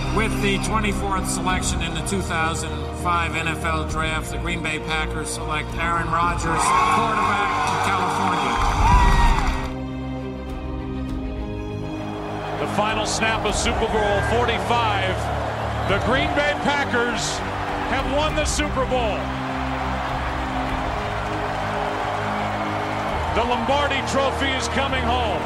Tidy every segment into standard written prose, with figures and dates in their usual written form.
With the 24th selection in the 2005 NFL Draft, the Green Bay Packers select Aaron Rodgers, quarterback of California. The final snap of Super Bowl 45. The Green Bay Packers have won the Super Bowl. The Lombardi Trophy is coming home.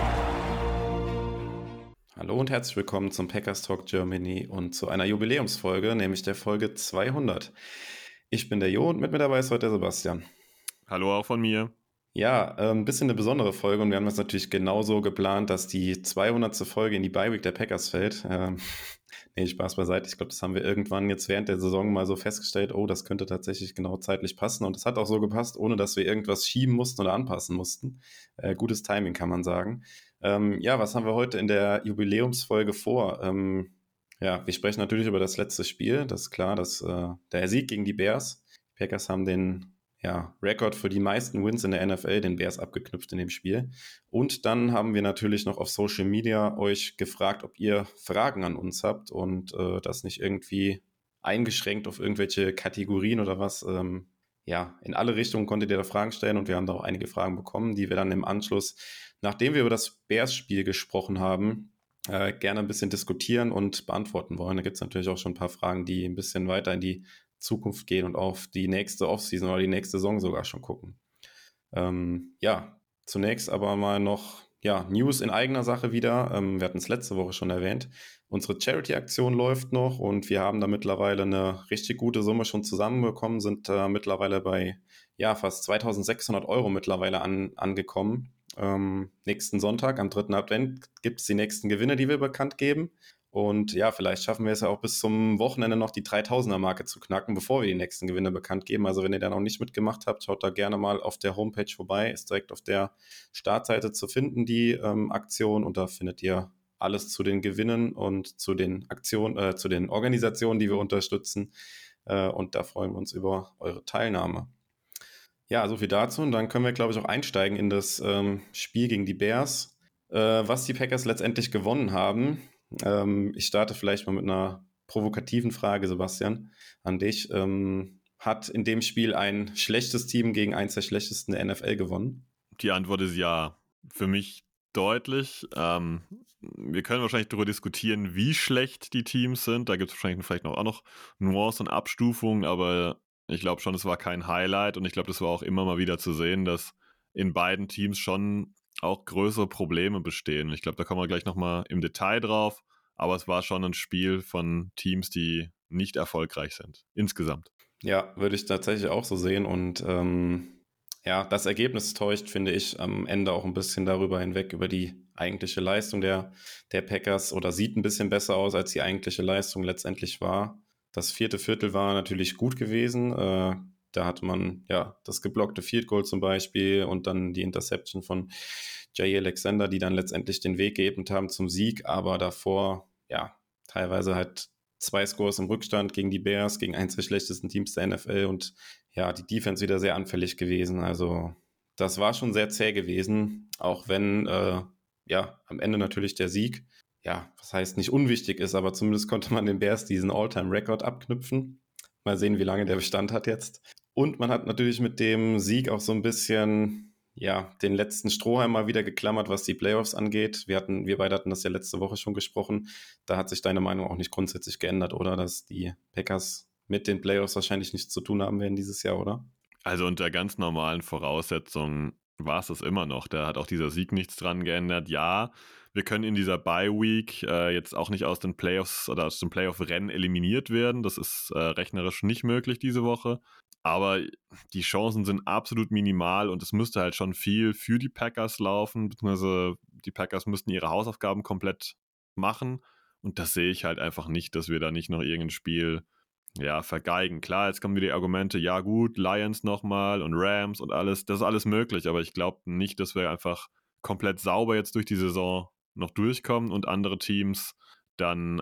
Hallo und herzlich willkommen zum Packers Talk Germany und zu einer Jubiläumsfolge, nämlich der Folge 200. Ich bin der Jo und mit mir dabei ist heute der Sebastian. Hallo auch von mir. Ja, ein bisschen eine besondere Folge und wir haben das natürlich genauso geplant, dass die 200. Folge in die Bye-Week der Packers fällt. Nee, Spaß beiseite. Ich glaube, das haben wir irgendwann jetzt während der Saison mal so festgestellt, oh, das könnte tatsächlich genau zeitlich passen und es hat auch so gepasst, ohne dass wir irgendwas schieben mussten oder anpassen mussten. Gutes Timing, kann man sagen. Ja, was haben wir heute in der Jubiläumsfolge vor? Ja, wir sprechen natürlich über das letzte Spiel. Das ist klar, der Sieg gegen die Bears. Die Packers haben den Rekord für die meisten Wins in der NFL, den Bears, abgeknüpft in dem Spiel. Und dann haben wir natürlich noch auf Social Media euch gefragt, ob ihr Fragen an uns habt und das nicht irgendwie eingeschränkt auf irgendwelche Kategorien oder was. In alle Richtungen konntet ihr da Fragen stellen und wir haben da auch einige Fragen bekommen, die wir dann im Anschluss, nachdem wir über das Bears-Spiel gesprochen haben, gerne ein bisschen diskutieren und beantworten wollen. Da gibt es natürlich auch schon ein paar Fragen, die ein bisschen weiter in die Zukunft gehen und auf die nächste Offseason oder die nächste Saison sogar schon gucken. Zunächst aber mal noch News in eigener Sache wieder. Wir hatten es letzte Woche schon erwähnt. Unsere Charity-Aktion läuft noch und wir haben da mittlerweile eine richtig gute Summe schon zusammenbekommen, sind mittlerweile bei fast 2.600 Euro mittlerweile angekommen. Nächsten Sonntag, am 3. Advent, gibt es die nächsten Gewinne, die wir bekannt geben. Und ja, vielleicht schaffen wir es ja auch bis zum Wochenende noch die 3.000er-Marke zu knacken, bevor wir die nächsten Gewinne bekannt geben. Also wenn ihr da noch nicht mitgemacht habt, schaut da gerne mal auf der Homepage vorbei. Ist direkt auf der Startseite zu finden, die Aktion. Und da findet ihr alles zu den Gewinnen und zu den Aktionen, zu den Organisationen, die wir unterstützen. Und da freuen wir uns über eure Teilnahme. Ja, so viel dazu. Und dann können wir, glaube ich, auch einsteigen in das Spiel gegen die Bears, was die Packers letztendlich gewonnen haben. Ich starte vielleicht mal mit einer provokativen Frage, Sebastian, an dich. Hat in dem Spiel ein schlechtes Team gegen eins der schlechtesten der NFL gewonnen? Die Antwort ist ja. Für mich deutlich. Wir können wahrscheinlich darüber diskutieren, wie schlecht die Teams sind. Da gibt es wahrscheinlich vielleicht auch noch Nuancen und Abstufungen, aber ich glaube schon, es war kein Highlight und ich glaube, das war auch immer mal wieder zu sehen, dass in beiden Teams schon auch größere Probleme bestehen. Ich glaube, da kommen wir gleich nochmal im Detail drauf, aber es war schon ein Spiel von Teams, die nicht erfolgreich sind, insgesamt. Ja, würde ich tatsächlich auch so sehen und das Ergebnis täuscht, finde ich, am Ende auch ein bisschen darüber hinweg, über die eigentliche Leistung der Packers oder sieht ein bisschen besser aus, als die eigentliche Leistung letztendlich war. Das vierte Viertel war natürlich gut gewesen. Da hatte man das geblockte Field Goal zum Beispiel und dann die Interception von Jair Alexander, die dann letztendlich den Weg geebnet haben zum Sieg, aber davor teilweise halt 2 Scores im Rückstand gegen die Bears, gegen eins der schlechtesten Teams der NFL und die Defense wieder sehr anfällig gewesen. Also das war schon sehr zäh gewesen, auch wenn am Ende natürlich der Sieg, was heißt nicht unwichtig ist, aber zumindest konnte man den Bears diesen All-Time-Record abknüpfen. Mal sehen, wie lange der Bestand hat jetzt. Und man hat natürlich mit dem Sieg auch so ein bisschen den letzten Strohhalm mal wieder geklammert, was die Playoffs angeht. Wir beide hatten das ja letzte Woche schon gesprochen. Da hat sich deine Meinung auch nicht grundsätzlich geändert, oder? Dass die Packers mit den Playoffs wahrscheinlich nichts zu tun haben werden dieses Jahr, oder? Also unter ganz normalen Voraussetzungen war es das immer noch. Da hat auch dieser Sieg nichts dran geändert. Ja, wir können in dieser Bye-Week jetzt auch nicht aus den Playoffs oder aus dem Playoff-Rennen eliminiert werden. Das ist rechnerisch nicht möglich diese Woche. Aber die Chancen sind absolut minimal und es müsste halt schon viel für die Packers laufen, beziehungsweise die Packers müssten ihre Hausaufgaben komplett machen. Und das sehe ich halt einfach nicht, dass wir da nicht noch irgendein Spiel vergeigen. Klar, jetzt kommen wieder die Argumente, ja gut, Lions nochmal und Rams und alles, das ist alles möglich, aber ich glaube nicht, dass wir einfach komplett sauber jetzt durch die Saison noch durchkommen und andere Teams dann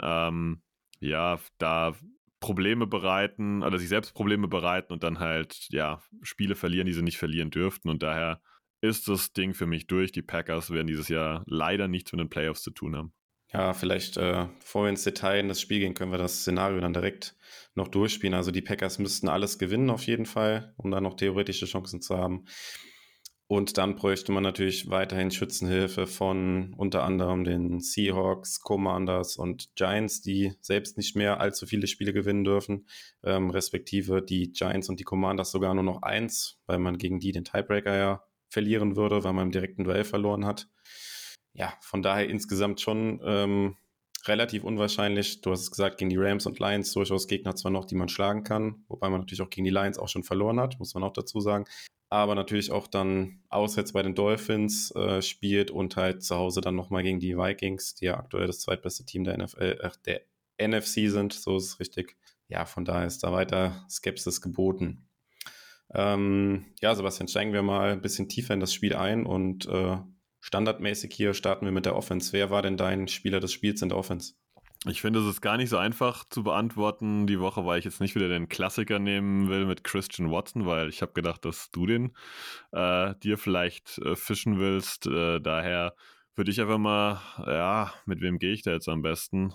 da Probleme bereiten oder sich selbst Probleme bereiten und dann halt Spiele verlieren, die sie nicht verlieren dürften und daher ist das Ding für mich durch. Die Packers werden dieses Jahr leider nichts mit den Playoffs zu tun haben. Ja, vielleicht, bevor wir ins Detail in das Spiel gehen, können wir das Szenario dann direkt noch durchspielen. Also die Packers müssten alles gewinnen auf jeden Fall, um da noch theoretische Chancen zu haben. Und dann bräuchte man natürlich weiterhin Schützenhilfe von unter anderem den Seahawks, Commanders und Giants, die selbst nicht mehr allzu viele Spiele gewinnen dürfen, respektive die Giants und die Commanders sogar nur noch eins, weil man gegen die den Tiebreaker ja verlieren würde, weil man im direkten Duell verloren hat. Ja, von daher insgesamt schon relativ unwahrscheinlich. Du hast es gesagt, gegen die Rams und Lions durchaus Gegner zwar noch, die man schlagen kann, wobei man natürlich auch gegen die Lions auch schon verloren hat, muss man auch dazu sagen. Aber natürlich auch dann auswärts bei den Dolphins spielt und halt zu Hause dann nochmal gegen die Vikings, die ja aktuell das zweitbeste Team der NFC sind, so ist es richtig. Ja, von daher ist da weiter Skepsis geboten. Ja, Sebastian, steigen wir mal ein bisschen tiefer in das Spiel ein und standardmäßig hier starten wir mit der Offense. Wer war denn dein Spieler des Spiels in der Offense? Ich finde, es ist gar nicht so einfach zu beantworten die Woche, weil ich jetzt nicht wieder den Klassiker nehmen will mit Christian Watson, weil ich habe gedacht, dass du den dir vielleicht fischen willst. Daher würde ich einfach mal, ja, mit wem gehe ich da jetzt am besten?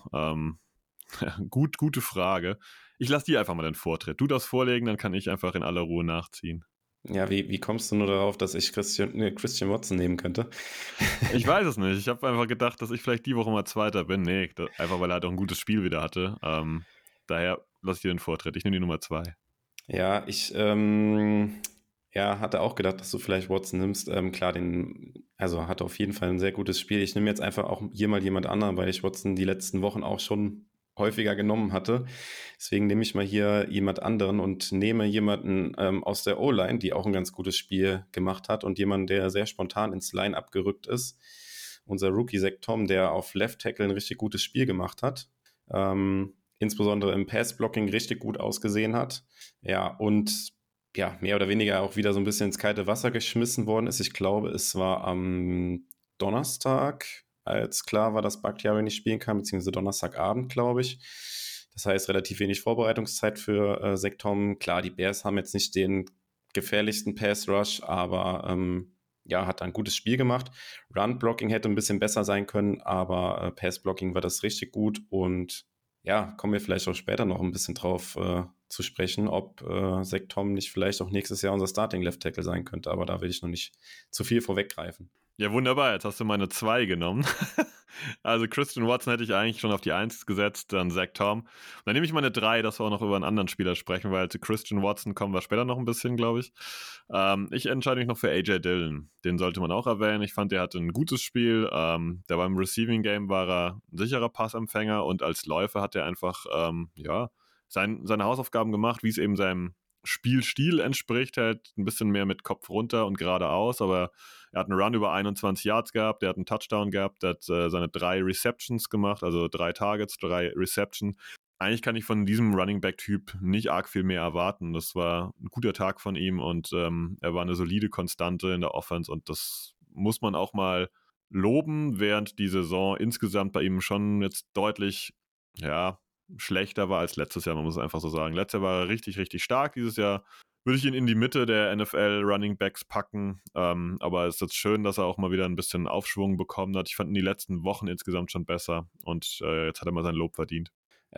Gute Frage. Ich lasse dir einfach mal den Vortritt. Du darfst vorlegen, dann kann ich einfach in aller Ruhe nachziehen. Ja, wie kommst du nur darauf, dass ich Christian Watson nehmen könnte? Ich weiß es nicht. Ich habe einfach gedacht, dass ich vielleicht die Woche mal Zweiter bin. Nee, einfach weil er halt auch ein gutes Spiel wieder hatte. Daher lasse ich dir den Vortritt. Ich nehme die Nummer 2. Ja, ich hatte auch gedacht, dass du vielleicht Watson nimmst. Klar, also hatte auf jeden Fall ein sehr gutes Spiel. Ich nehme jetzt einfach auch hier mal jemand anderen, weil ich Watson die letzten Wochen auch schon häufiger genommen hatte. Deswegen nehme ich mal hier jemand anderen und nehme jemanden aus der O-Line, die auch ein ganz gutes Spiel gemacht hat und jemanden, der sehr spontan ins Line-Up gerückt ist. Unser Rookie Zach Tom, der auf Left Tackle ein richtig gutes Spiel gemacht hat. Insbesondere im Pass-Blocking richtig gut ausgesehen hat. Ja, und ja, mehr oder weniger auch wieder so ein bisschen ins kalte Wasser geschmissen worden ist. Ich glaube, es war am Donnerstag, als klar war, dass Bakhtiari nicht spielen kann, beziehungsweise Donnerstagabend, glaube ich. Das heißt, relativ wenig Vorbereitungszeit für Zach Tom. Klar, die Bears haben jetzt nicht den gefährlichsten Pass-Rush, aber hat ein gutes Spiel gemacht. Run-Blocking hätte ein bisschen besser sein können, aber Pass-Blocking war das richtig gut und ja, kommen wir vielleicht auch später noch ein bisschen drauf zu sprechen, ob Zach Tom nicht vielleicht auch nächstes Jahr unser Starting Left Tackle sein könnte, aber da will ich noch nicht zu viel vorweggreifen. Ja, wunderbar. Jetzt hast du meine 2 genommen. Also Christian Watson hätte ich eigentlich schon auf die 1 gesetzt, dann Zach Tom. Und dann nehme ich meine 3, dass wir auch noch über einen anderen Spieler sprechen, weil zu Christian Watson kommen wir später noch ein bisschen, glaube ich. Ich entscheide mich noch für AJ Dillon. Den sollte man auch erwähnen. Ich fand, der hatte ein gutes Spiel. Der war im Receiving Game, war er ein sicherer Passempfänger und als Läufer hat er einfach, seine Hausaufgaben gemacht, wie es eben seinem Spielstil entspricht, halt ein bisschen mehr mit Kopf runter und geradeaus, aber er hat einen Run über 21 Yards gehabt, der hat einen Touchdown gehabt, der hat seine 3 Receptions gemacht, also 3 Targets, 3 Receptions. Eigentlich kann ich von diesem Running Back-Typ nicht arg viel mehr erwarten. Das war ein guter Tag von ihm und er war eine solide Konstante in der Offense und das muss man auch mal loben, während die Saison insgesamt bei ihm schon jetzt deutlich, schlechter war als letztes Jahr, man muss es einfach so sagen. Letztes Jahr war er richtig, richtig stark. Dieses Jahr würde ich ihn in die Mitte der NFL Running Backs packen. Aber es ist jetzt schön, dass er auch mal wieder ein bisschen Aufschwung bekommen hat. Ich fand ihn die letzten Wochen insgesamt schon besser und jetzt hat er mal sein Lob verdient.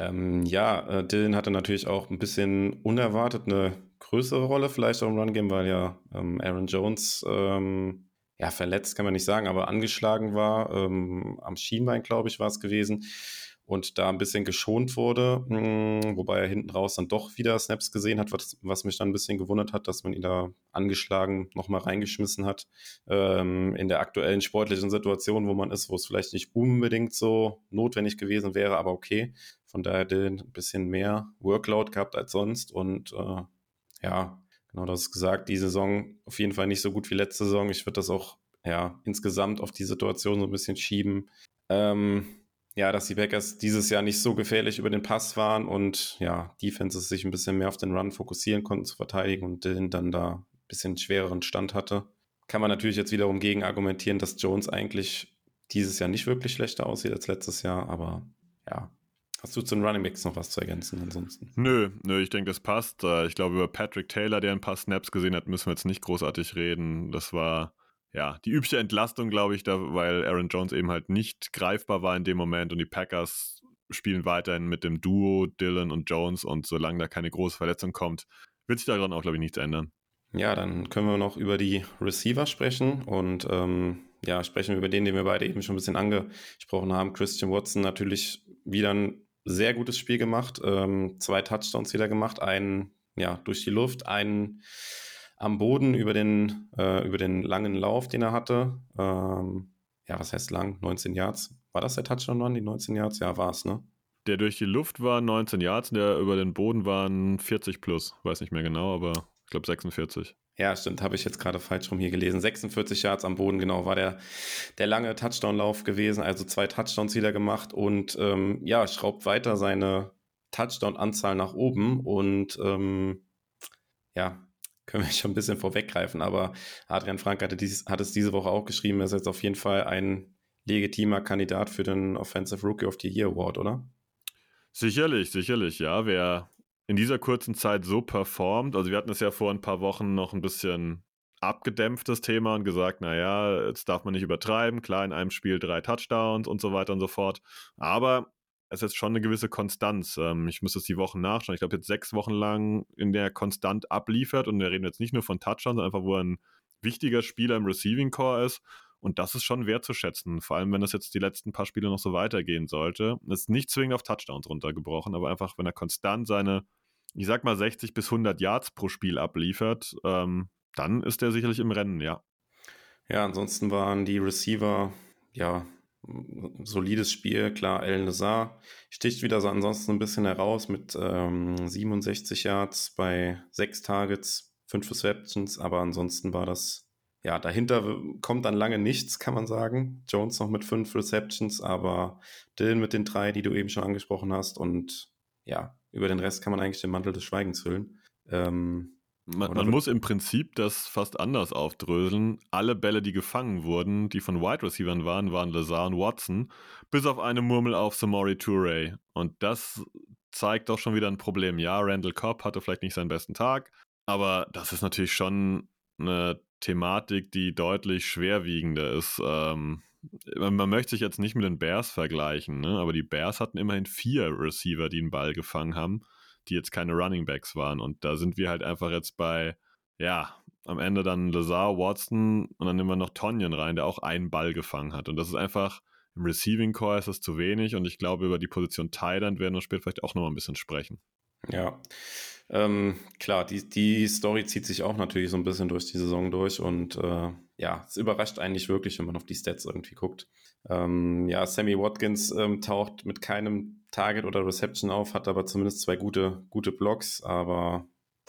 Dillon hatte natürlich auch ein bisschen unerwartet eine größere Rolle vielleicht auch im Run-Game, weil ja Aaron Jones verletzt kann man nicht sagen, aber angeschlagen war. Am Schienbein, glaube ich, war es gewesen. Und da ein bisschen geschont wurde, wobei er hinten raus dann doch wieder Snaps gesehen hat, was mich dann ein bisschen gewundert hat, dass man ihn da angeschlagen nochmal reingeschmissen hat. In der aktuellen sportlichen Situation, wo man ist, wo es vielleicht nicht unbedingt so notwendig gewesen wäre, aber okay. Von daher Dylan ein bisschen mehr Workload gehabt als sonst und genau, du hast gesagt, die Saison auf jeden Fall nicht so gut wie letzte Saison. Ich würde das auch insgesamt auf die Situation so ein bisschen schieben. Dass die Packers dieses Jahr nicht so gefährlich über den Pass waren und Defenses sich ein bisschen mehr auf den Run fokussieren konnten zu verteidigen und Dillon dann da ein bisschen schwereren Stand hatte. Kann man natürlich jetzt wiederum gegen argumentieren, dass Jones eigentlich dieses Jahr nicht wirklich schlechter aussieht als letztes Jahr, aber hast du zu den Running Backs noch was zu ergänzen ansonsten? Nö, ich denke, das passt. Ich glaube, über Patrick Taylor, der ein paar Snaps gesehen hat, müssen wir jetzt nicht großartig reden. Das war ja, die übliche Entlastung, glaube ich, da, weil Aaron Jones eben halt nicht greifbar war in dem Moment und die Packers spielen weiterhin mit dem Duo Dillon und Jones und solange da keine große Verletzung kommt, wird sich daran auch, glaube ich, nichts ändern. Ja, dann können wir noch über die Receiver sprechen und sprechen wir über den wir beide eben schon ein bisschen angesprochen haben. Christian Watson natürlich wieder ein sehr gutes Spiel gemacht, 2 Touchdowns wieder gemacht, einen durch die Luft, einen am Boden über den langen Lauf, den er hatte. Was heißt lang? 19 Yards. War das der Touchdown Run, die 19 Yards? Ja, war es, ne? Der durch die Luft war 19 Yards, der über den Boden waren 40 plus. Weiß nicht mehr genau, aber ich glaube 46. Ja, stimmt, habe ich jetzt gerade falsch rum hier gelesen. 46 Yards am Boden, genau, war der lange Touchdown-Lauf gewesen, also 2 Touchdowns wieder gemacht und schraubt weiter seine Touchdown-Anzahl nach oben und können wir schon ein bisschen vorweggreifen, aber Adrian Frank hat es diese Woche auch geschrieben, er ist jetzt auf jeden Fall ein legitimer Kandidat für den Offensive Rookie of the Year Award, oder? Sicherlich, ja. Wer in dieser kurzen Zeit so performt, also wir hatten es ja vor ein paar Wochen noch ein bisschen abgedämpft, das Thema, und gesagt, naja, jetzt darf man nicht übertreiben, klar, in einem Spiel 3 Touchdowns und so weiter und so fort, aber es ist schon eine gewisse Konstanz. Ich muss das die Wochen nachschauen. Ich glaube, jetzt 6 Wochen lang in der konstant abliefert und wir reden jetzt nicht nur von Touchdowns, sondern einfach, wo er ein wichtiger Spieler im Receiving Core ist. Und das ist schon wertzuschätzen, vor allem wenn das jetzt die letzten paar Spiele noch so weitergehen sollte. Das ist nicht zwingend auf Touchdowns runtergebrochen, aber einfach, wenn er konstant seine, ich sag mal, 60 bis 100 Yards pro Spiel abliefert, dann ist er sicherlich im Rennen, ja. Ja, ansonsten waren die Receiver, solides Spiel, klar, Allen Lazard sticht wieder so ansonsten ein bisschen heraus mit 67 Yards bei 6 Targets, 5 Receptions, aber ansonsten war das, dahinter kommt dann lange nichts, kann man sagen. Jones noch mit 5 Receptions, aber Dillon mit den 3, die du eben schon angesprochen hast und über den Rest kann man eigentlich den Mantel des Schweigens hüllen. Man muss im Prinzip das fast anders aufdröseln. Alle Bälle, die gefangen wurden, die von Wide Receivern waren Lazard und Watson, bis auf eine Murmel auf Samori Toure. Und das zeigt doch schon wieder ein Problem. Ja, Randall Cobb hatte vielleicht nicht seinen besten Tag, aber das ist natürlich schon eine Thematik, die deutlich schwerwiegender ist. Man möchte sich jetzt nicht mit den Bears vergleichen, ne? Aber die Bears hatten immerhin 4 Receiver, die einen Ball gefangen haben, die jetzt keine Running Backs waren. Und da sind wir halt einfach jetzt bei, am Ende dann Lazard, Watson und dann nehmen wir noch Tonyan rein, der auch einen Ball gefangen hat. Und das ist einfach, im Receiving Core ist das zu wenig und ich glaube, über die Position Tight End werden wir später vielleicht auch nochmal ein bisschen sprechen. Ja, klar, die Story zieht sich auch natürlich so ein bisschen durch die Saison durch und es überrascht eigentlich wirklich, wenn man auf die Stats irgendwie guckt. Sammy Watkins taucht mit keinem Target oder Reception auf, hat aber zumindest 2 gute Blocks, aber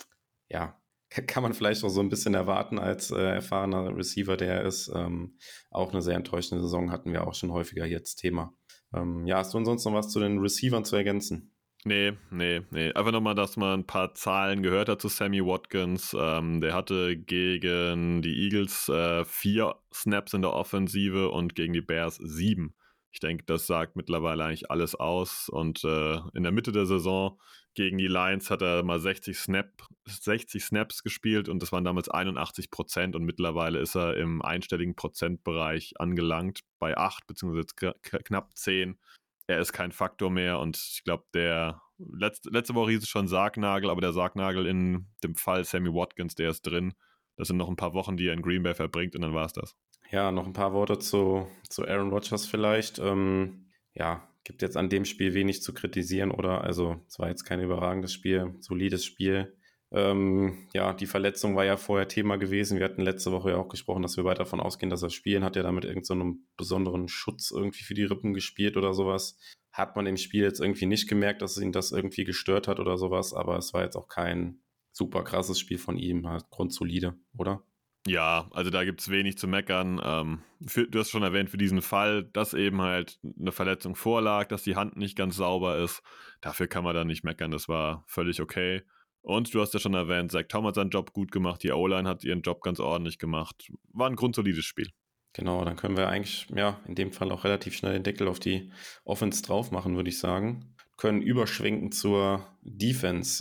kann man vielleicht auch so ein bisschen erwarten als erfahrener Receiver, der ist. Auch eine sehr enttäuschende Saison hatten wir auch schon häufiger jetzt Thema. Hast du ansonsten noch was zu den Receivern zu ergänzen? Nee. Einfach nochmal, dass man ein paar Zahlen gehört hat zu Sammy Watkins. Der hatte gegen die Eagles 4 Snaps in der Offensive und gegen die Bears 7. Ich denke, das sagt mittlerweile eigentlich alles aus. Und in der Mitte der Saison gegen die Lions hat er mal 60 Snaps gespielt und das waren damals 81% und mittlerweile ist er im einstelligen Prozentbereich angelangt, bei 8 bzw. knapp 10. Er ist kein Faktor mehr und ich glaube, der letzte Woche hieß es schon Sargnagel, aber der Sargnagel in dem Fall Sammy Watkins, der ist drin. Das sind noch ein paar Wochen, die er in Green Bay verbringt und dann war es das. Ja, noch ein paar Worte zu Aaron Rodgers vielleicht. Gibt jetzt an dem Spiel wenig zu kritisieren, oder? Also es war jetzt kein überragendes Spiel, solides Spiel. Die Verletzung war ja vorher Thema gewesen. Wir hatten letzte Woche ja auch gesprochen, dass wir weiter davon ausgehen, dass er spielen. Hat er damit irgendeinen besonderen Schutz irgendwie für die Rippen gespielt oder sowas. Hat man im Spiel jetzt irgendwie nicht gemerkt, dass ihn das irgendwie gestört hat oder sowas, aber es war jetzt auch kein super krasses Spiel von ihm, halt grundsolide, oder? Ja, also da gibt es wenig zu meckern. Du hast schon erwähnt, für diesen Fall, dass eben halt eine Verletzung vorlag, dass die Hand nicht ganz sauber ist. Dafür kann man da nicht meckern, das war völlig okay. Und du hast ja schon erwähnt, Zach Tom hat seinen Job gut gemacht, die O-Line hat ihren Job ganz ordentlich gemacht. War ein grundsolides Spiel. Genau, dann können wir eigentlich, in dem Fall auch relativ schnell den Deckel auf die Offense drauf machen, würde ich sagen. Können überschwenken zur Defense.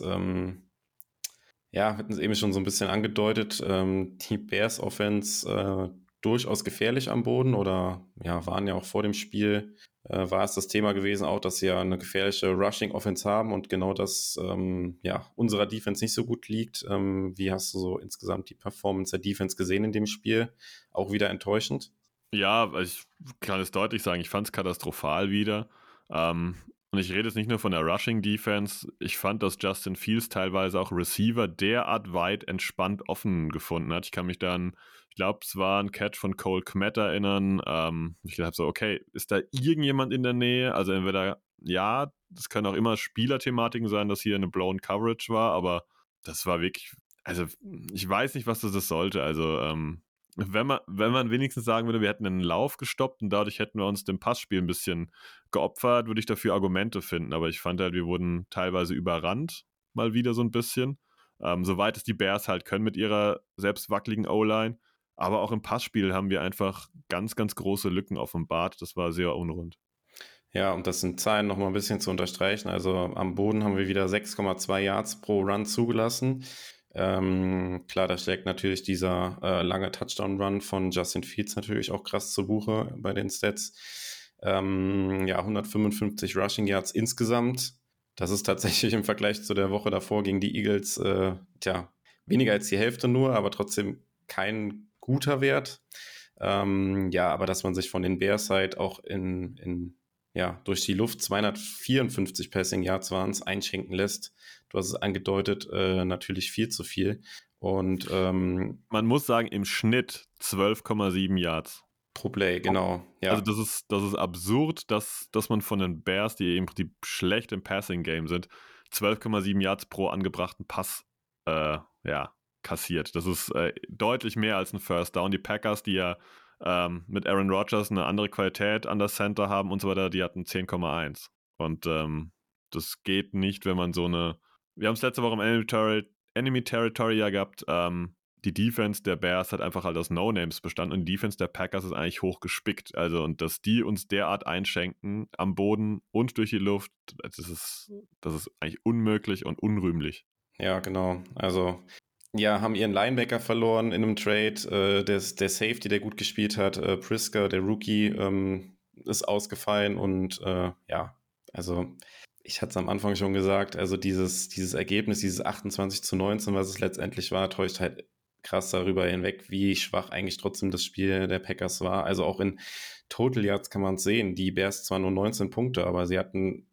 Wir hatten es eben schon so ein bisschen angedeutet. Die Bears Offense durchaus gefährlich am Boden oder ja, waren ja auch vor dem Spiel, war es das Thema gewesen auch, dass sie ja eine gefährliche Rushing-Offense haben und genau das ja, unserer Defense nicht so gut liegt. Wie hast du so insgesamt die Performance der Defense gesehen in dem Spiel? Auch wieder enttäuschend? Ja, ich kann es deutlich sagen, ich fand es katastrophal wieder. Und ich rede jetzt nicht nur von der Rushing Defense. Ich fand, dass Justin Fields teilweise auch Receiver derart weit entspannt offen gefunden hat. Ich kann mich dann, ich glaube, es war ein Catch von Cole Kmet erinnern. Ich habe so, okay, ist da irgendjemand in der Nähe? Also entweder, ja, das können auch immer Spielerthematiken sein, dass hier eine blown Coverage war, aber das war wirklich, also ich weiß nicht, was das sollte. Also wenn man wenigstens sagen würde, wir hätten einen Lauf gestoppt und dadurch hätten wir uns dem Passspiel ein bisschen geopfert, würde ich dafür Argumente finden. Aber ich fand halt, wir wurden teilweise überrannt, mal wieder so ein bisschen. Soweit es die Bears halt können mit ihrer selbst wackeligen O-Line. Aber auch im Passspiel haben wir einfach ganz, ganz große Lücken offenbart. Das war sehr unrund. Ja, und das sind Zahlen nochmal ein bisschen zu unterstreichen. Also am Boden haben wir wieder 6,2 Yards pro Run zugelassen. Klar, da schlägt natürlich dieser lange Touchdown-Run von Justin Fields natürlich auch krass zu Buche bei den Stats. Ja, 155 Rushing Yards insgesamt. Das ist tatsächlich im Vergleich zu der Woche davor gegen die Eagles, weniger als die Hälfte nur, aber trotzdem kein guter Wert. Ja, aber dass man sich von den Bears halt auch durch die Luft 254 Passing Yards waren es, einschenken lässt. Du hast es angedeutet, natürlich viel zu viel. Und man muss sagen, im Schnitt 12,7 Yards. Pro Play, genau. Ja. Also das ist absurd, dass man von den Bears, die im Prinzip schlecht im Passing-Game sind, 12,7 Yards pro angebrachten Pass kassiert. Das ist deutlich mehr als ein First Down. Die Packers, die ja mit Aaron Rodgers eine andere Qualität an der Center haben und so weiter, die hatten 10,1. Und das geht nicht, wenn man so eine... Wir haben es letzte Woche im Enemy Territory ja gehabt. Die Defense der Bears hat einfach halt aus No-Names bestanden und die Defense der Packers ist eigentlich hochgespickt. Also, und dass die uns derart einschenken am Boden und durch die Luft, das ist eigentlich unmöglich und unrühmlich. Ja, genau. Also, ja, haben ihren Linebacker verloren in einem Trade. Der Safety, der gut gespielt hat, Prisker, der Rookie, ist ausgefallen und also ich hatte es am Anfang schon gesagt, also dieses Ergebnis, dieses 28-19, was es letztendlich war, täuscht halt krass darüber hinweg, wie schwach eigentlich trotzdem das Spiel der Packers war. Also auch in Total Yards kann man es sehen. Die Bears zwar nur 19 Punkte, aber sie hatten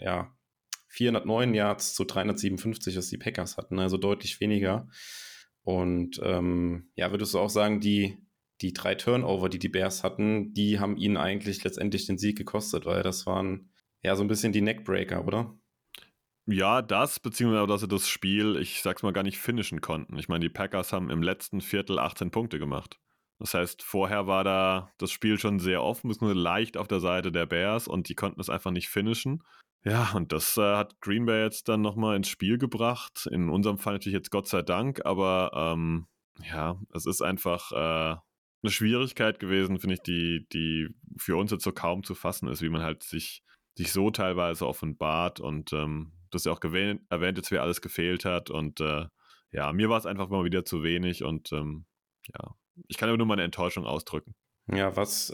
409 Yards zu 357, was die Packers hatten, also deutlich weniger. Und würdest du auch sagen, die 3 Turnover, die Bears hatten, die haben ihnen eigentlich letztendlich den Sieg gekostet, weil das waren ja so ein bisschen die Neckbreaker, oder? Ja, beziehungsweise dass sie das Spiel, ich sag's mal, gar nicht finishen konnten. Ich meine, die Packers haben im letzten Viertel 18 Punkte gemacht. Das heißt, vorher war da das Spiel schon sehr offen, bis nur leicht auf der Seite der Bears und die konnten es einfach nicht finishen. Ja, und das hat Green Bay jetzt dann nochmal ins Spiel gebracht. In unserem Fall natürlich jetzt Gott sei Dank, aber es ist einfach eine Schwierigkeit gewesen, finde ich, die für uns jetzt so kaum zu fassen ist, wie man halt sich so teilweise offenbart und du hast ja auch erwähnt, jetzt wer alles gefehlt hat und mir war es einfach mal wieder zu wenig und ich kann aber nur meine Enttäuschung ausdrücken. Ja,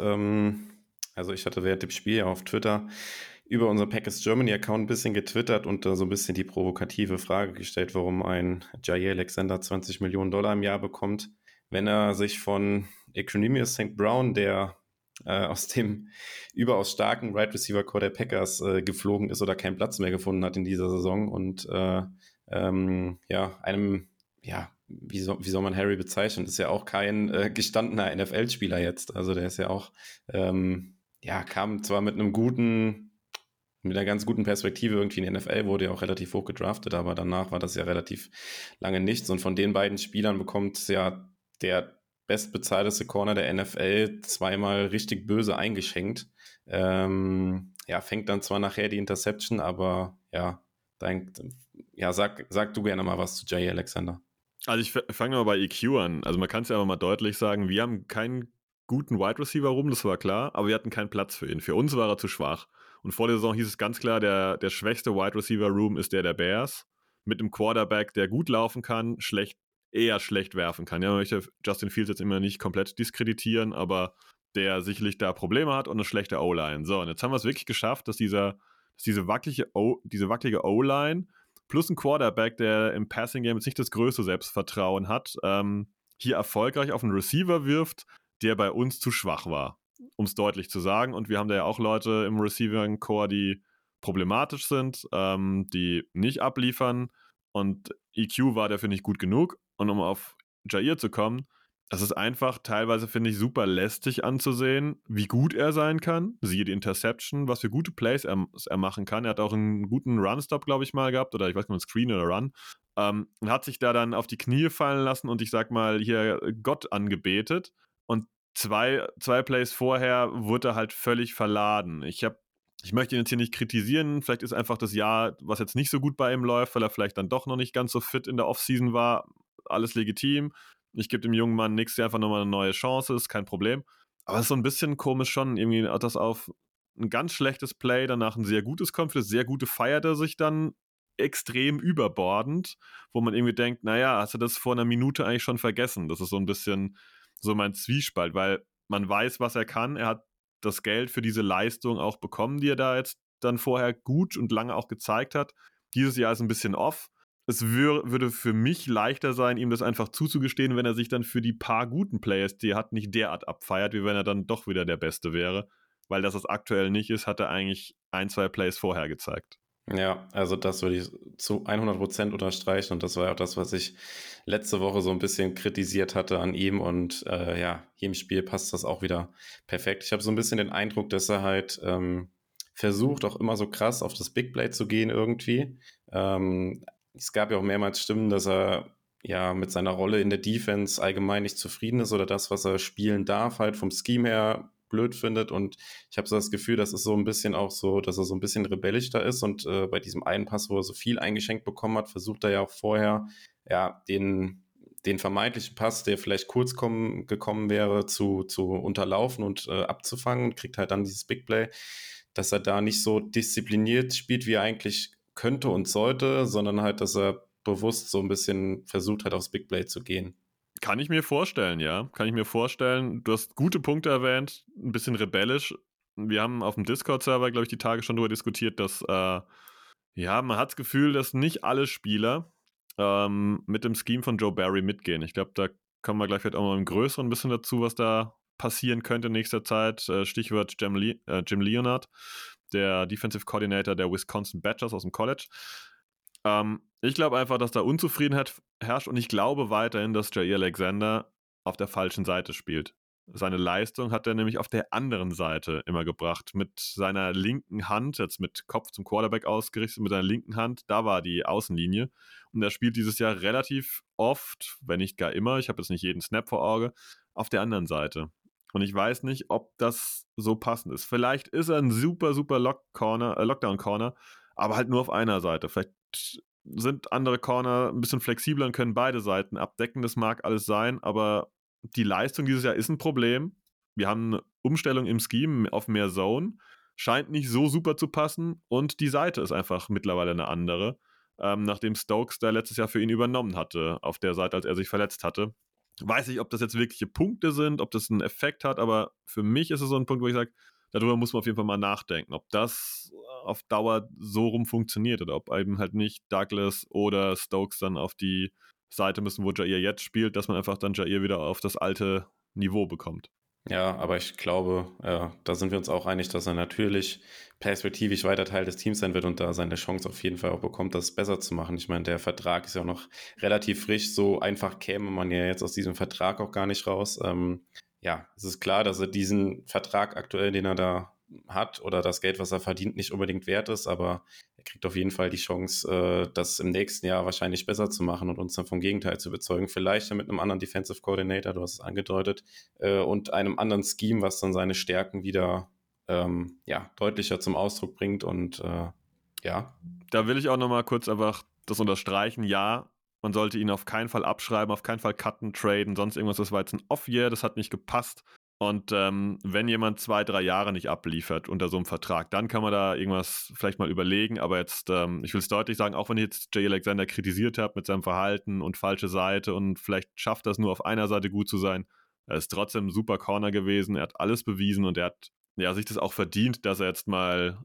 also ich hatte während dem Spiel auf Twitter über unseren Packers Germany Account ein bisschen getwittert und so ein bisschen die provokative Frage gestellt, warum ein Jair Alexander $20 Millionen im Jahr bekommt, wenn er sich von Equanimeous St. Brown, der aus dem überaus starken Wide Receiver Core der Packers geflogen ist oder keinen Platz mehr gefunden hat in dieser Saison und wie soll man Harry bezeichnen? Das ist ja auch kein gestandener NFL-Spieler jetzt. Also der ist ja auch, kam zwar mit einer ganz guten Perspektive irgendwie in die NFL, wurde ja auch relativ hoch gedraftet, aber danach war das ja relativ lange nichts. Und von den beiden Spielern bekommt ja der bestbezahlteste Corner der NFL zweimal richtig böse eingeschenkt. Fängt dann zwar nachher die Interception, aber sag du gerne mal was zu Jair Alexander. Also ich fange mal bei EQ an. Also man kann es ja aber mal deutlich sagen, wir haben keinen guten Wide Receiver rum, das war klar, aber wir hatten keinen Platz für ihn. Für uns war er zu schwach. Und vor der Saison hieß es ganz klar, der schwächste Wide Receiver Room ist der Bears. Mit einem Quarterback, der gut laufen kann, schlecht eher schlecht werfen kann. Ja, man möchte Justin Fields jetzt immer nicht komplett diskreditieren, aber der sicherlich da Probleme hat und eine schlechte O-Line. So, und jetzt haben wir es wirklich geschafft, dass diese wackelige O-Line plus ein Quarterback, der im Passing-Game jetzt nicht das größte Selbstvertrauen hat, hier erfolgreich auf einen Receiver wirft, der bei uns zu schwach war, um es deutlich zu sagen. Und wir haben da ja auch Leute im Receiving-Core, die problematisch sind, die nicht abliefern. Und EQ war dafür nicht gut genug. Und um auf Jair zu kommen, das ist einfach teilweise, finde ich, super lästig anzusehen, wie gut er sein kann. Siehe die Interception, was für gute Plays er machen kann. Er hat auch einen guten Run-Stop, glaube ich, mal gehabt. Oder ich weiß nicht, einen Screen oder Run. Und hat sich da dann auf die Knie fallen lassen und ich sag mal hier Gott angebetet. Und zwei Plays vorher wurde er halt völlig verladen. Ich möchte ihn jetzt hier nicht kritisieren. Vielleicht ist einfach das Jahr, was jetzt nicht so gut bei ihm läuft, weil er vielleicht dann doch noch nicht ganz so fit in der Offseason war. Alles legitim. Ich gebe dem jungen Mann nächstes Jahr einfach nochmal eine neue Chance, ist kein Problem. Aber es ist so ein bisschen komisch schon, irgendwie, dass auf ein ganz schlechtes Play danach ein sehr gutes kommt. Für das sehr gute feiert er sich dann extrem überbordend, wo man irgendwie denkt, naja, hast du das vor einer Minute eigentlich schon vergessen? Das ist so ein bisschen so mein Zwiespalt, weil man weiß, was er kann. Er hat das Geld für diese Leistung auch bekommen, die er da jetzt dann vorher gut und lange auch gezeigt hat. Dieses Jahr ist ein bisschen off. Es würde für mich leichter sein, ihm das einfach zuzugestehen, wenn er sich dann für die paar guten Players, die er hat, nicht derart abfeiert, wie wenn er dann doch wieder der Beste wäre. Weil das aktuell nicht ist, hat er eigentlich 1-2 Plays vorher gezeigt. Ja, also das würde ich zu 100% unterstreichen und das war ja auch das, was ich letzte Woche so ein bisschen kritisiert hatte an ihm und hier im Spiel passt das auch wieder perfekt. Ich habe so ein bisschen den Eindruck, dass er halt versucht, auch immer so krass auf das Big Play zu gehen irgendwie. Es gab ja auch mehrmals Stimmen, dass er ja mit seiner Rolle in der Defense allgemein nicht zufrieden ist oder das, was er spielen darf, halt vom Scheme her blöd findet und ich habe so das Gefühl, das ist so ein bisschen auch so, dass er so ein bisschen rebellisch da ist und bei diesem einen Pass, wo er so viel eingeschenkt bekommen hat, versucht er ja auch vorher den vermeintlichen Pass, der vielleicht kurz gekommen wäre, zu unterlaufen und abzufangen und kriegt halt dann dieses Big Play, dass er da nicht so diszipliniert spielt, wie er eigentlich könnte und sollte, sondern halt, dass er bewusst so ein bisschen versucht hat, aufs Big Play zu gehen. Kann ich mir vorstellen, ja. Kann ich mir vorstellen. Du hast gute Punkte erwähnt, ein bisschen rebellisch. Wir haben auf dem Discord-Server, glaube ich, die Tage schon darüber diskutiert, dass, man hat das Gefühl, dass nicht alle Spieler mit dem Scheme von Joe Barry mitgehen. Ich glaube, da kommen wir gleich vielleicht auch mal im Größeren ein bisschen dazu, was da passieren könnte in nächster Zeit. Stichwort Jim Leonhard, der Defensive Coordinator der Wisconsin Badgers aus dem College. Ich glaube einfach, dass da Unzufriedenheit herrscht und ich glaube weiterhin, dass Jair Alexander auf der falschen Seite spielt. Seine Leistung hat er nämlich auf der anderen Seite immer gebracht. Mit seiner linken Hand, jetzt mit Kopf zum Quarterback ausgerichtet, mit seiner linken Hand, da war die Außenlinie. Und er spielt dieses Jahr relativ oft, wenn nicht gar immer, ich habe jetzt nicht jeden Snap vor Auge, auf der anderen Seite. Und ich weiß nicht, ob das so passend ist. Vielleicht ist er ein super, super Lockdown-Corner, aber halt nur auf einer Seite. Vielleicht sind andere Corner ein bisschen flexibler und können beide Seiten abdecken. Das mag alles sein, aber die Leistung dieses Jahr ist ein Problem. Wir haben eine Umstellung im Scheme auf mehr Zone. Scheint nicht so super zu passen und die Seite ist einfach mittlerweile eine andere. Nachdem Stokes da letztes Jahr für ihn übernommen hatte, auf der Seite, als er sich verletzt hatte. Weiß ich, ob das jetzt wirkliche Punkte sind, ob das einen Effekt hat, aber für mich ist es so ein Punkt, wo ich sage, darüber muss man auf jeden Fall mal nachdenken, ob das auf Dauer so rum funktioniert oder ob eben halt nicht Douglas oder Stokes dann auf die Seite müssen, wo Jair jetzt spielt, dass man einfach dann Jair wieder auf das alte Niveau bekommt. Ja, aber ich glaube, da sind wir uns auch einig, dass er natürlich perspektivisch weiter Teil des Teams sein wird und da seine Chance auf jeden Fall auch bekommt, das besser zu machen. Ich meine, der Vertrag ist ja auch noch relativ frisch, so einfach käme man ja jetzt aus diesem Vertrag auch gar nicht raus. Es ist klar, dass er diesen Vertrag aktuell, den er da hat oder das Geld, was er verdient, nicht unbedingt wert ist, aber er kriegt auf jeden Fall die Chance, das im nächsten Jahr wahrscheinlich besser zu machen und uns dann vom Gegenteil zu überzeugen. Vielleicht mit einem anderen Defensive Coordinator, du hast es angedeutet, und einem anderen Scheme, was dann seine Stärken wieder deutlicher zum Ausdruck bringt und Da will ich auch nochmal kurz einfach das unterstreichen, ja, man sollte ihn auf keinen Fall abschreiben, auf keinen Fall cutten, traden, sonst irgendwas. Das war jetzt ein Off-Year, das hat nicht gepasst. Und wenn jemand 2-3 Jahre nicht abliefert unter so einem Vertrag, dann kann man da irgendwas vielleicht mal überlegen. Aber jetzt, ich will es deutlich sagen, auch wenn ich jetzt Jay Alexander kritisiert habe mit seinem Verhalten und falsche Seite und vielleicht schafft das nur auf einer Seite gut zu sein, er ist trotzdem ein super Corner gewesen. Er hat alles bewiesen und er hat sich das auch verdient, dass er jetzt mal,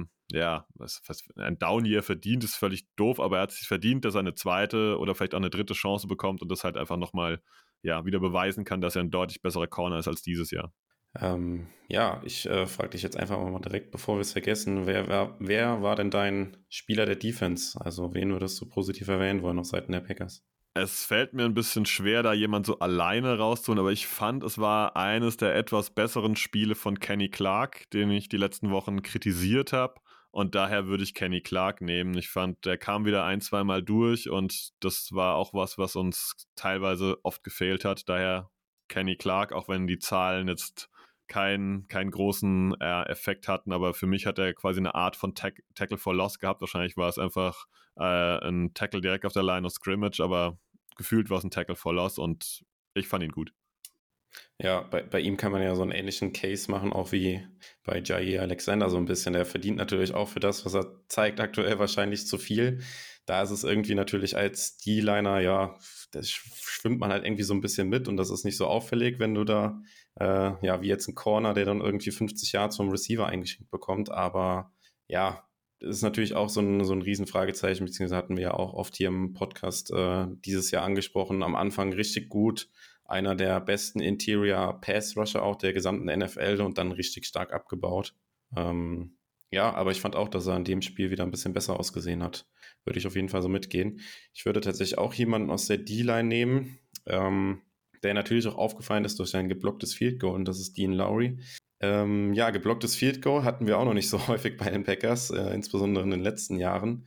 ein Down-Year verdient, ist völlig doof, aber er hat sich verdient, dass er eine zweite oder vielleicht auch eine dritte Chance bekommt und das halt einfach nochmal wieder beweisen kann, dass er ein deutlich besserer Corner ist als dieses Jahr. Ich frage dich jetzt einfach mal direkt, bevor wir es vergessen, wer war denn dein Spieler der Defense? Also wen würdest du positiv erwähnen wollen auf Seiten der Packers? Es fällt mir ein bisschen schwer, da jemand so alleine rauszuholen, aber ich fand, es war eines der etwas besseren Spiele von Kenny Clark, den ich die letzten Wochen kritisiert habe. Und daher würde ich Kenny Clark nehmen. Ich fand, der kam wieder 1-2 Mal durch und das war auch was uns teilweise oft gefehlt hat. Daher Kenny Clark, auch wenn die Zahlen jetzt keinen großen Effekt hatten, aber für mich hat er quasi eine Art von Tackle for Loss gehabt. Wahrscheinlich war es einfach ein Tackle direkt auf der Line of Scrimmage, aber gefühlt war es ein Tackle for Loss und ich fand ihn gut. Ja, bei ihm kann man ja so einen ähnlichen Case machen, auch wie bei Jair Alexander so ein bisschen. Der verdient natürlich auch für das, was er zeigt, aktuell wahrscheinlich zu viel. Da ist es irgendwie natürlich als D-Liner, ja, da schwimmt man halt irgendwie so ein bisschen mit und das ist nicht so auffällig, wenn du da, wie jetzt ein Corner, der dann irgendwie 50 Yards vom Receiver eingeschenkt bekommt. Aber ja, das ist natürlich auch so ein Riesenfragezeichen, beziehungsweise hatten wir ja auch oft hier im Podcast dieses Jahr angesprochen. Am Anfang richtig gut, einer der besten Interior Pass Rusher auch der gesamten NFL und dann richtig stark abgebaut. Aber ich fand auch, dass er in dem Spiel wieder ein bisschen besser ausgesehen hat. Würde ich auf jeden Fall so mitgehen. Ich würde tatsächlich auch jemanden aus der D-Line nehmen, der natürlich auch aufgefallen ist durch sein geblocktes Field Goal und das ist Dean Lowry. Geblocktes Field Goal hatten wir auch noch nicht so häufig bei den Packers, insbesondere in den letzten Jahren.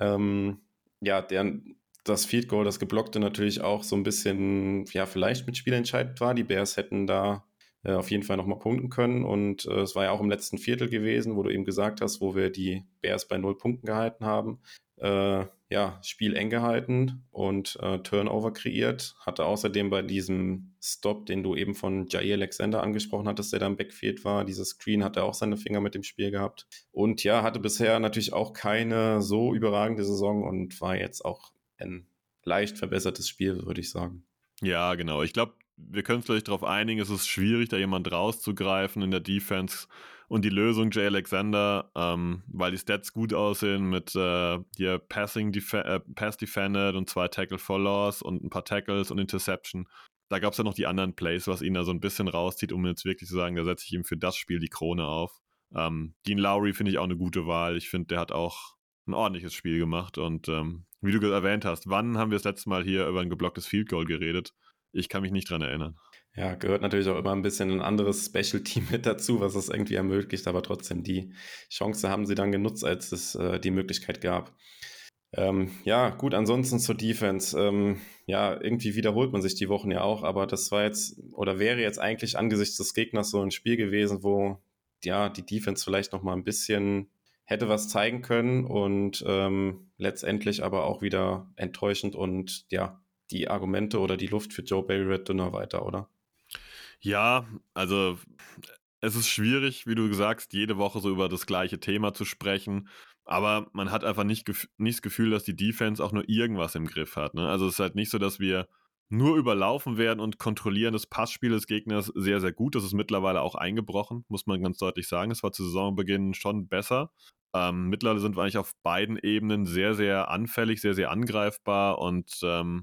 Das Field Goal, das geblockte natürlich auch so ein bisschen, vielleicht mit spielentscheidend war. Die Bears hätten da auf jeden Fall nochmal punkten können und es war ja auch im letzten Viertel gewesen, wo du eben gesagt hast, wo wir die Bears bei 0 Punkten gehalten haben. Spiel eng gehalten und Turnover kreiert. Hatte außerdem bei diesem Stop, den du eben von Jair Alexander angesprochen hattest, der da im Backfield war, dieses Screen, hat er auch seine Finger mit dem Spiel gehabt. Und ja, hatte bisher natürlich auch keine so überragende Saison und war jetzt auch ein leicht verbessertes Spiel, würde ich sagen. Ja, genau. Ich glaube, wir können uns vielleicht darauf einigen, es ist schwierig, da jemand rauszugreifen in der Defense. Und die Lösung Jay Alexander, weil die Stats gut aussehen mit hier Pass Defended und 2 Tackle for Loss und ein paar Tackles und Interception. Da gab es ja noch die anderen Plays, was ihn da so ein bisschen rauszieht, um jetzt wirklich zu sagen, da setze ich ihm für das Spiel die Krone auf. Dean Lowry finde ich auch eine gute Wahl. Ich finde, der hat auch ein ordentliches Spiel gemacht. Und wie du erwähnt hast, wann haben wir das letzte Mal hier über ein geblocktes Field Goal geredet? Ich kann mich nicht dran erinnern. Ja, gehört natürlich auch immer ein bisschen ein anderes Special-Team mit dazu, was es irgendwie ermöglicht, aber trotzdem, die Chance haben sie dann genutzt, als es die Möglichkeit gab. Gut, ansonsten zur Defense. Irgendwie wiederholt man sich die Wochen ja auch, aber das war jetzt oder wäre jetzt eigentlich angesichts des Gegners so ein Spiel gewesen, wo die Defense vielleicht noch mal ein bisschen hätte was zeigen können und letztendlich aber auch wieder enttäuschend und die Argumente oder die Luft für Joe Barry wird dünner weiter, oder? Ja, also es ist schwierig, wie du sagst, jede Woche so über das gleiche Thema zu sprechen, aber man hat einfach nicht das Gefühl, dass die Defense auch nur irgendwas im Griff hat. Ne? Also es ist halt nicht so, dass wir nur überlaufen werden und kontrollieren das Passspiel des Gegners sehr, sehr gut. Das ist mittlerweile auch eingebrochen, muss man ganz deutlich sagen. Es war zu Saisonbeginn schon besser. Mittlerweile sind wir eigentlich auf beiden Ebenen sehr, sehr anfällig, sehr, sehr angreifbar und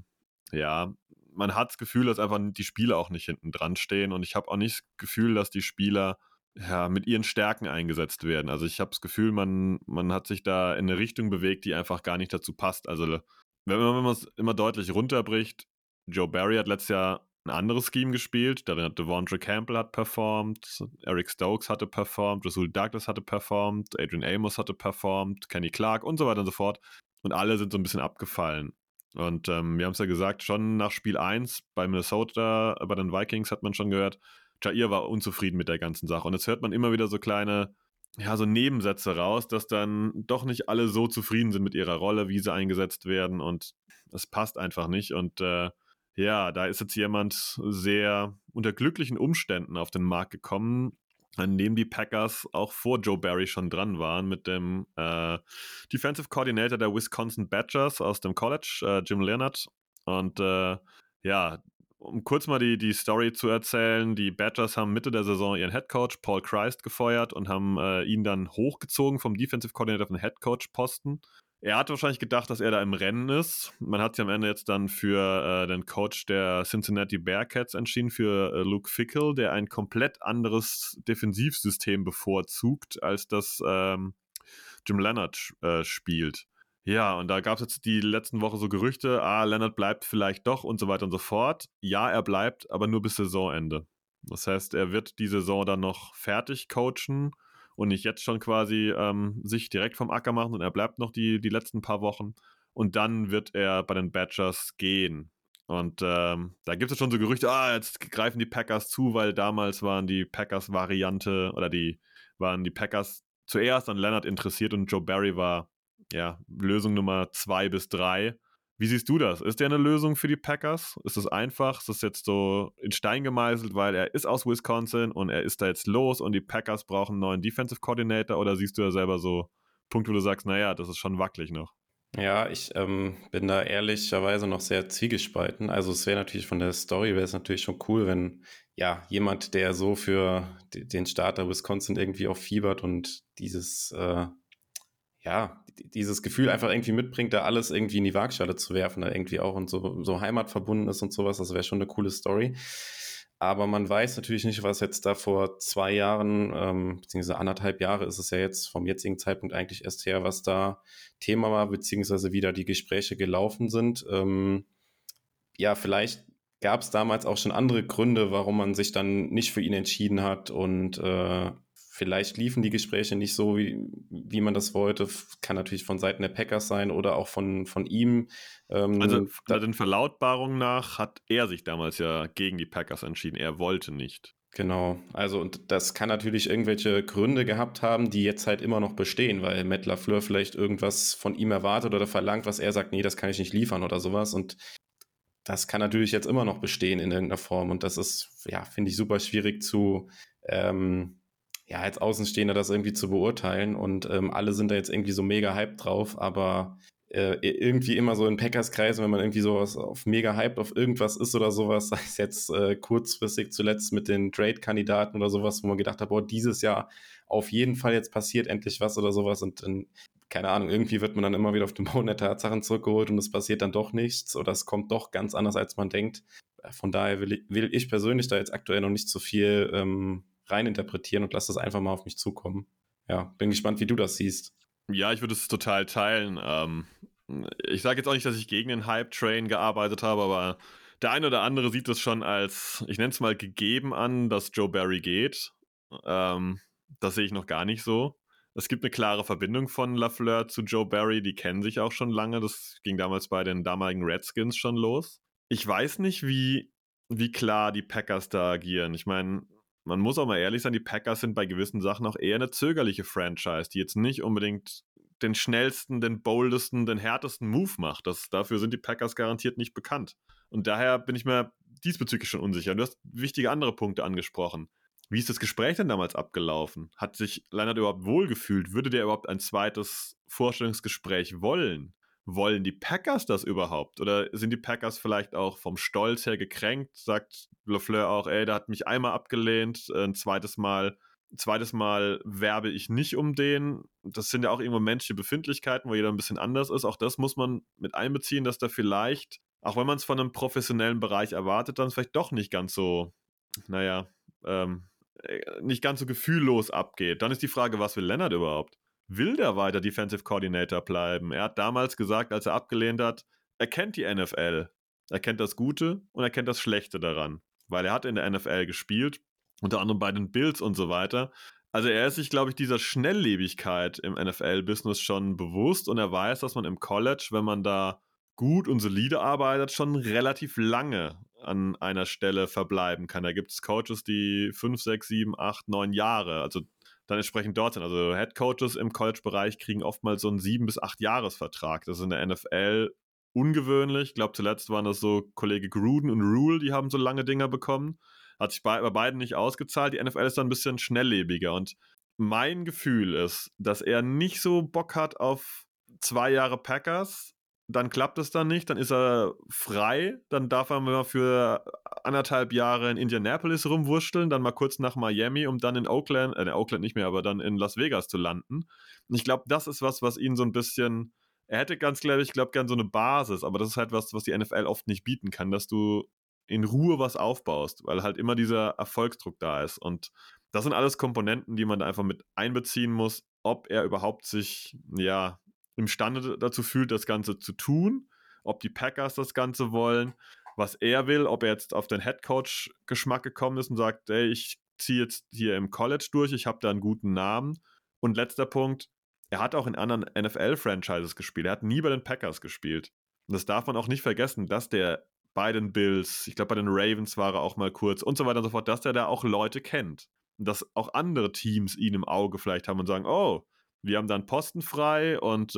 man hat das Gefühl, dass einfach die Spieler auch nicht hinten dran stehen und ich habe auch nicht das Gefühl, dass die Spieler mit ihren Stärken eingesetzt werden. Also ich habe das Gefühl, man hat sich da in eine Richtung bewegt, die einfach gar nicht dazu passt. Also wenn man es immer deutlich runterbricht, Joe Barry hat letztes Jahr ein anderes Scheme gespielt, darin hat Devondre Campbell hat performt, Eric Stokes hatte performt, Rasul Douglas hatte performt, Adrian Amos hatte performt, Kenny Clark und so weiter und so fort und alle sind so ein bisschen abgefallen. Und wir haben es ja gesagt, schon nach Spiel 1 bei Minnesota, bei den Vikings hat man schon gehört, Jair war unzufrieden mit der ganzen Sache. Und jetzt hört man immer wieder so kleine, so Nebensätze raus, dass dann doch nicht alle so zufrieden sind mit ihrer Rolle, wie sie eingesetzt werden. Und es passt einfach nicht. Und ja, da ist jetzt jemand sehr unter glücklichen Umständen auf den Markt gekommen, an dem die Packers auch vor Joe Barry schon dran waren, mit dem Defensive Coordinator der Wisconsin Badgers aus dem College, Jim Leonhard. Und ja, um kurz mal die Story zu erzählen, die Badgers haben Mitte der Saison ihren Headcoach Paul Christ gefeuert und haben ihn dann hochgezogen vom Defensive Coordinator auf den Headcoach-Posten. Er hat wahrscheinlich gedacht, dass er da im Rennen ist. Man hat sich am Ende jetzt dann für den Coach der Cincinnati Bearcats entschieden, für Luke Fickell, der ein komplett anderes Defensivsystem bevorzugt, als das Jim Leonhard spielt. Ja, und da gab es jetzt die letzten Woche so Gerüchte, Leonhard bleibt vielleicht doch und so weiter und so fort. Ja, er bleibt, aber nur bis Saisonende. Das heißt, er wird die Saison dann noch fertig coachen und nicht jetzt schon quasi sich direkt vom Acker machen, und er bleibt noch die letzten paar Wochen. Und dann wird er bei den Badgers gehen. Und da gibt es schon so Gerüchte, jetzt greifen die Packers zu, weil damals waren die Packers-Variante oder waren die Packers zuerst an Leonhard interessiert und Joe Barry war Lösung Nummer 2 bis 3. Wie siehst du das? Ist der eine Lösung für die Packers? Ist das einfach? Ist das jetzt so in Stein gemeißelt, weil er ist aus Wisconsin und er ist da jetzt los und die Packers brauchen einen neuen Defensive Coordinator? Oder siehst du ja selber so Punkte, wo du sagst, naja, das ist schon wackelig noch? Ja, ich bin da ehrlicherweise noch sehr zwiegespalten. Also es wäre natürlich von der Story, wäre es natürlich schon cool, wenn jemand, der so für den Starter Wisconsin irgendwie auch fiebert und dieses Gefühl einfach irgendwie mitbringt, da alles irgendwie in die Waagschale zu werfen, da irgendwie auch und so heimatverbunden ist und sowas, das wäre schon eine coole Story. Aber man weiß natürlich nicht, was jetzt da vor 2 Jahren, beziehungsweise 1,5 Jahre ist es ja jetzt vom jetzigen Zeitpunkt eigentlich erst her, was da Thema war, beziehungsweise wie da die Gespräche gelaufen sind. Vielleicht gab es damals auch schon andere Gründe, warum man sich dann nicht für ihn entschieden hat, und vielleicht liefen die Gespräche nicht so, wie man das wollte. Kann natürlich von Seiten der Packers sein oder auch von ihm. Also den Verlautbarungen nach hat er sich damals ja gegen die Packers entschieden. Er wollte nicht. Genau, also und das kann natürlich irgendwelche Gründe gehabt haben, die jetzt halt immer noch bestehen, weil Matt LaFleur vielleicht irgendwas von ihm erwartet oder verlangt, was er sagt, nee, das kann ich nicht liefern oder sowas, und das kann natürlich jetzt immer noch bestehen in irgendeiner Form, und das ist, finde ich, super schwierig als Außenstehender das irgendwie zu beurteilen, und alle sind da jetzt irgendwie so mega hyped drauf, aber irgendwie immer so in Packers-Kreisen, wenn man irgendwie sowas auf mega hyped auf irgendwas ist oder sowas, sei es jetzt kurzfristig zuletzt mit den Trade-Kandidaten oder sowas, wo man gedacht hat, dieses Jahr auf jeden Fall jetzt passiert endlich was oder sowas, und dann, keine Ahnung, irgendwie wird man dann immer wieder auf den Boden der Tatsachen zurückgeholt und es passiert dann doch nichts oder es kommt doch ganz anders, als man denkt. Von daher will ich persönlich da jetzt aktuell noch nicht so viel reininterpretieren und lass das einfach mal auf mich zukommen. Ja, bin gespannt, wie du das siehst. Ja, ich würde es total teilen. Ich sage jetzt auch nicht, dass ich gegen den Hype-Train gearbeitet habe, aber der eine oder andere sieht es schon als, ich nenne es mal, gegeben an, dass Joe Barry geht. Das sehe ich noch gar nicht so. Es gibt eine klare Verbindung von LaFleur zu Joe Barry, die kennen sich auch schon lange. Das ging damals bei den damaligen Redskins schon los. Ich weiß nicht, wie klar die Packers da agieren. Ich meine, man muss auch mal ehrlich sein, die Packers sind bei gewissen Sachen auch eher eine zögerliche Franchise, die jetzt nicht unbedingt den schnellsten, den boldesten, den härtesten Move macht. Dafür sind die Packers garantiert nicht bekannt. Und daher bin ich mir diesbezüglich schon unsicher. Und du hast wichtige andere Punkte angesprochen. Wie ist das Gespräch denn damals abgelaufen? Hat sich Leonhard überhaupt wohlgefühlt? Würde der überhaupt ein zweites Vorstellungsgespräch wollen? Wollen die Packers das überhaupt? Oder sind die Packers vielleicht auch vom Stolz her gekränkt? Sagt LaFleur auch, der hat mich einmal abgelehnt, ein zweites Mal werbe ich nicht um den. Das sind ja auch irgendwo menschliche Befindlichkeiten, wo jeder ein bisschen anders ist. Auch das muss man mit einbeziehen, dass da vielleicht, auch wenn man es von einem professionellen Bereich erwartet, dann vielleicht doch nicht ganz so, nicht ganz so gefühllos abgeht. Dann ist die Frage, was will Leonhard überhaupt? Will der weiter Defensive Coordinator bleiben? Er hat damals gesagt, als er abgelehnt hat, er kennt die NFL. Er kennt das Gute und er kennt das Schlechte daran. Weil er hat in der NFL gespielt, unter anderem bei den Bills und so weiter. Also er ist sich, glaube ich, dieser Schnelllebigkeit im NFL-Business schon bewusst, und er weiß, dass man im College, wenn man da gut und solide arbeitet, schon relativ lange an einer Stelle verbleiben kann. Da gibt es Coaches, die 5, 6, 7, 8, 9 Jahre, also dann entsprechend dort sind. Also Head Coaches im College-Bereich kriegen oftmals so einen 7- bis 8-Jahres-Vertrag. Das ist in der NFL ungewöhnlich. Ich glaube, zuletzt waren das so Kollege Gruden und Rule, die haben so lange Dinger bekommen. Hat sich bei beiden nicht ausgezahlt. Die NFL ist dann ein bisschen schnelllebiger und mein Gefühl ist, dass er nicht so Bock hat auf 2 Jahre Packers. Dann klappt es dann nicht, dann ist er frei, dann darf er mal für 1,5 Jahre in Indianapolis rumwurschteln, dann mal kurz nach Miami, um dann in Oakland nicht mehr, aber dann in Las Vegas zu landen. Und ich glaube, das ist was ihn so ein bisschen, er hätte gern so eine Basis, aber das ist halt was die NFL oft nicht bieten kann, dass du in Ruhe was aufbaust, weil halt immer dieser Erfolgsdruck da ist. Und das sind alles Komponenten, die man da einfach mit einbeziehen muss, ob er überhaupt sich, imstande dazu fühlt, das Ganze zu tun, ob die Packers das Ganze wollen, was er will, ob er jetzt auf den Headcoach-Geschmack gekommen ist und sagt, ey, ich ziehe jetzt hier im College durch, ich habe da einen guten Namen. Und letzter Punkt, er hat auch in anderen NFL-Franchises gespielt, er hat nie bei den Packers gespielt. Und das darf man auch nicht vergessen, dass der bei den Bills, ich glaube bei den Ravens war er auch mal kurz und so weiter und so fort, dass der da auch Leute kennt. Und dass auch andere Teams ihn im Auge vielleicht haben und sagen, oh, wir haben da einen Posten frei und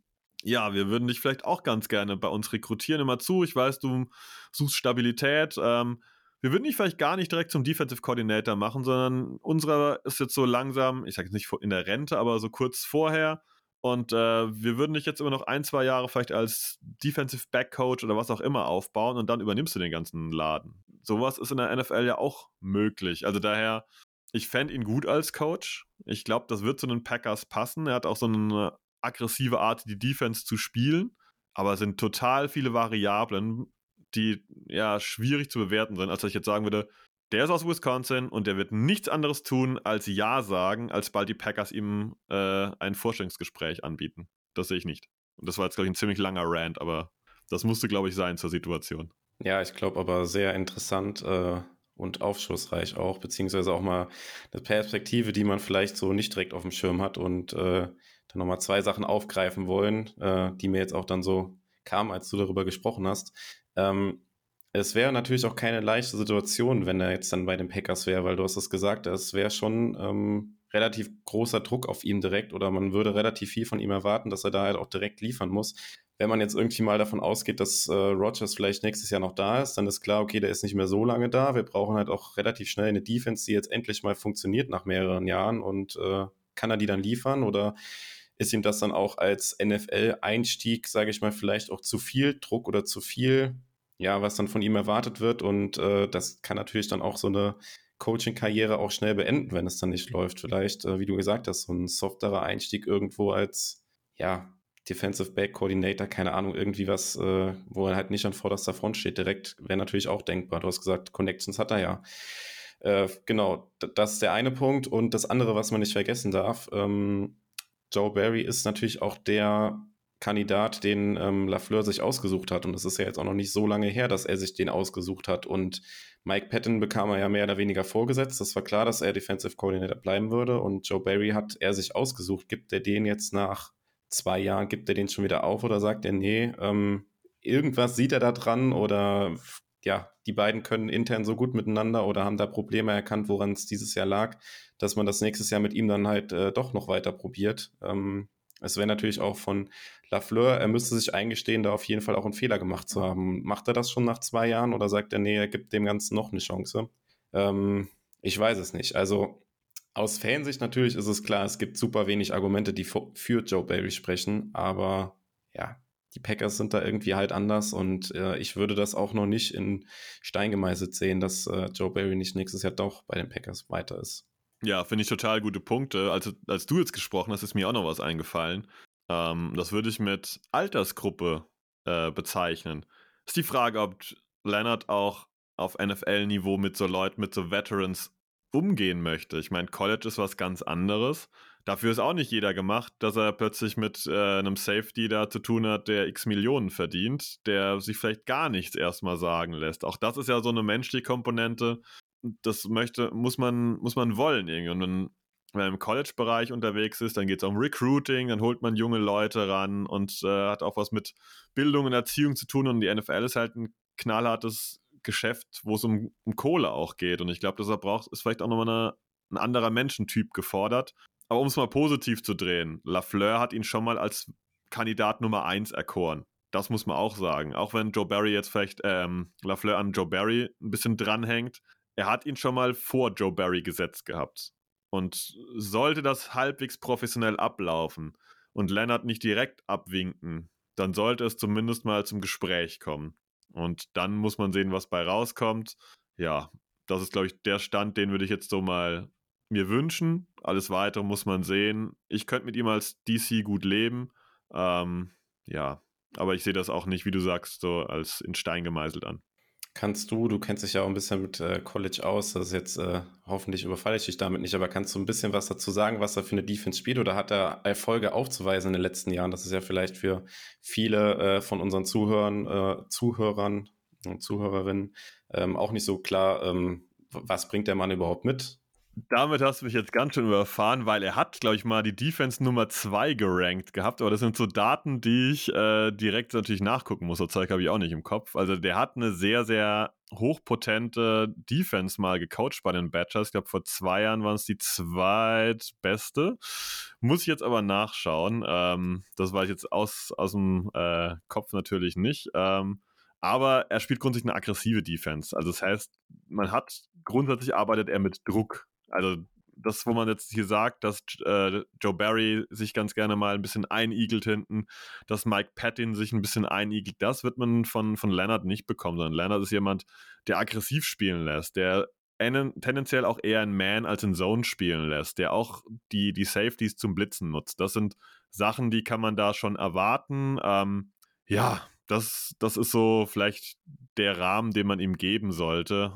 wir würden dich vielleicht auch ganz gerne bei uns rekrutieren. Immer zu, ich weiß, du suchst Stabilität. Wir würden dich vielleicht gar nicht direkt zum Defensive Coordinator machen, sondern unserer ist jetzt so langsam, ich sage jetzt nicht in der Rente, aber so kurz vorher. Und wir würden dich jetzt immer noch 1-2 Jahre vielleicht als Defensive Back Coach oder was auch immer aufbauen und dann übernimmst du den ganzen Laden. Sowas ist in der NFL ja auch möglich. Also daher, ich fände ihn gut als Coach. Ich glaube, das wird zu den Packers passen. Er hat auch so eine aggressive Art, die Defense zu spielen. Aber es sind total viele Variablen, die ja schwierig zu bewerten sind, als ich jetzt sagen würde, der ist aus Wisconsin und der wird nichts anderes tun, als Ja sagen, als bald die Packers ihm ein Vorstellungsgespräch anbieten. Das sehe ich nicht. Und das war jetzt, glaube ich, ein ziemlich langer Rant, aber das musste, glaube ich, sein zur Situation. Ja, ich glaube aber sehr interessant und aufschlussreich auch, beziehungsweise auch mal eine Perspektive, die man vielleicht so nicht direkt auf dem Schirm hat und dann nochmal 2 Sachen aufgreifen wollen, die mir jetzt auch dann so kamen, als du darüber gesprochen hast. Es wäre natürlich auch keine leichte Situation, wenn er jetzt dann bei den Packers wäre, weil du hast es gesagt, es wäre schon relativ großer Druck auf ihn direkt oder man würde relativ viel von ihm erwarten, dass er da halt auch direkt liefern muss. Wenn man jetzt irgendwie mal davon ausgeht, dass Rodgers vielleicht nächstes Jahr noch da ist, dann ist klar, okay, der ist nicht mehr so lange da. Wir brauchen halt auch relativ schnell eine Defense, die jetzt endlich mal funktioniert nach mehreren Jahren und kann er die dann liefern oder ist ihm das dann auch als NFL-Einstieg, sage ich mal, vielleicht auch zu viel Druck oder zu viel, ja, was dann von ihm erwartet wird und das kann natürlich dann auch so eine Coaching-Karriere auch schnell beenden, wenn es dann nicht läuft. Vielleicht, wie du gesagt hast, so ein softerer Einstieg irgendwo als, ja, Defensive Back Coordinator, keine Ahnung, irgendwie was, wo er halt nicht an vorderster Front steht, direkt, wäre natürlich auch denkbar. Du hast gesagt, Connections hat er ja. Genau, das ist der eine Punkt. Und das andere, was man nicht vergessen darf, Joe Barry ist natürlich auch der Kandidat, den LaFleur sich ausgesucht hat. Und es ist ja jetzt auch noch nicht so lange her, dass er sich den ausgesucht hat. Und Mike Patton bekam er ja mehr oder weniger vorgesetzt. Das war klar, dass er Defensive Coordinator bleiben würde. Und Joe Barry hat er sich ausgesucht. Gibt er den jetzt nach 2 Jahren, gibt er den schon wieder auf oder sagt er, nee, irgendwas sieht er da dran oder ja, die beiden können intern so gut miteinander oder haben da Probleme erkannt, woran es dieses Jahr lag, dass man das nächstes Jahr mit ihm dann halt doch noch weiter probiert. Es wäre natürlich auch von LaFleur, er müsste sich eingestehen, da auf jeden Fall auch einen Fehler gemacht zu haben. Macht er das schon nach 2 Jahren oder sagt er, nee, er gibt dem Ganzen noch eine Chance? Ich weiß es nicht. Also aus Fansicht natürlich ist es klar, es gibt super wenig Argumente, die für Joe Barry sprechen, aber ja, die Packers sind da irgendwie halt anders und ich würde das auch noch nicht in Stein gemeißelt sehen, dass Joe Barry nicht nächstes Jahr doch bei den Packers weiter ist. Ja, finde ich total gute Punkte. Als du jetzt gesprochen hast, ist mir auch noch was eingefallen. Das würde ich mit Altersgruppe bezeichnen. Ist die Frage, ob Leonard auch auf NFL-Niveau mit so Leuten, mit so Veterans umgehen möchte. Ich meine, College ist was ganz anderes. Dafür ist auch nicht jeder gemacht, dass er plötzlich mit einem Safety da zu tun hat, der x Millionen verdient, der sich vielleicht gar nichts erstmal sagen lässt. Auch das ist ja so eine menschliche Komponente. Das muss man wollen irgendwie. Und wenn man im College-Bereich unterwegs ist, dann geht es um Recruiting, dann holt man junge Leute ran und hat auch was mit Bildung und Erziehung zu tun. Und die NFL ist halt ein knallhartes Geschäft, wo es um Kohle auch geht. Und ich glaube, deshalb ist vielleicht auch nochmal ein anderer Menschentyp gefordert. Aber um es mal positiv zu drehen, LaFleur hat ihn schon mal als Kandidat Nummer 1 erkoren. Das muss man auch sagen. Auch wenn Joe Barry jetzt vielleicht Lafleur an Joe Barry ein bisschen dranhängt, er hat ihn schon mal vor Joe Barry gesetzt gehabt. Und sollte das halbwegs professionell ablaufen und Leonard nicht direkt abwinken, dann sollte es zumindest mal zum Gespräch kommen. Und dann muss man sehen, was bei rauskommt. Ja, das ist, glaube ich, der Stand, den würde ich jetzt so mal mir wünschen. Alles Weitere muss man sehen. Ich könnte mit ihm als DC gut leben. Ja, aber ich sehe das auch nicht, wie du sagst, so als in Stein gemeißelt an. Du kennst dich ja auch ein bisschen mit College aus, das ist jetzt, hoffentlich überfalle ich dich damit nicht, aber kannst du ein bisschen was dazu sagen, was er für eine Defense spielt, oder hat er Erfolge aufzuweisen in den letzten Jahren? Das ist ja vielleicht für viele von unseren Zuhörern und Zuhörerinnen auch nicht so klar, was bringt der Mann überhaupt mit? Damit hast du mich jetzt ganz schön überfahren, weil er hat, glaube ich, mal die Defense Nummer 2 gerankt gehabt, aber das sind so Daten, die ich direkt natürlich nachgucken muss. So Zeug habe ich auch nicht im Kopf. Also der hat eine sehr, sehr hochpotente Defense mal gecoacht bei den Badgers. Ich glaube, vor 2 Jahren waren es die zweitbeste. Muss ich jetzt aber nachschauen. Das weiß ich jetzt aus dem Kopf natürlich nicht. Aber er spielt grundsätzlich eine aggressive Defense. Also das heißt, grundsätzlich arbeitet er mit Druck. Also das, wo man jetzt hier sagt, dass Joe Barry sich ganz gerne mal ein bisschen einigelt hinten, dass Mike Patton sich ein bisschen einigelt, das wird man von Leonard nicht bekommen, sondern Leonard ist jemand, der aggressiv spielen lässt, der tendenziell auch eher in Man als in Zone spielen lässt, der auch die Safeties zum Blitzen nutzt. Das sind Sachen, die kann man da schon erwarten. Ja, das ist so vielleicht der Rahmen, den man ihm geben sollte.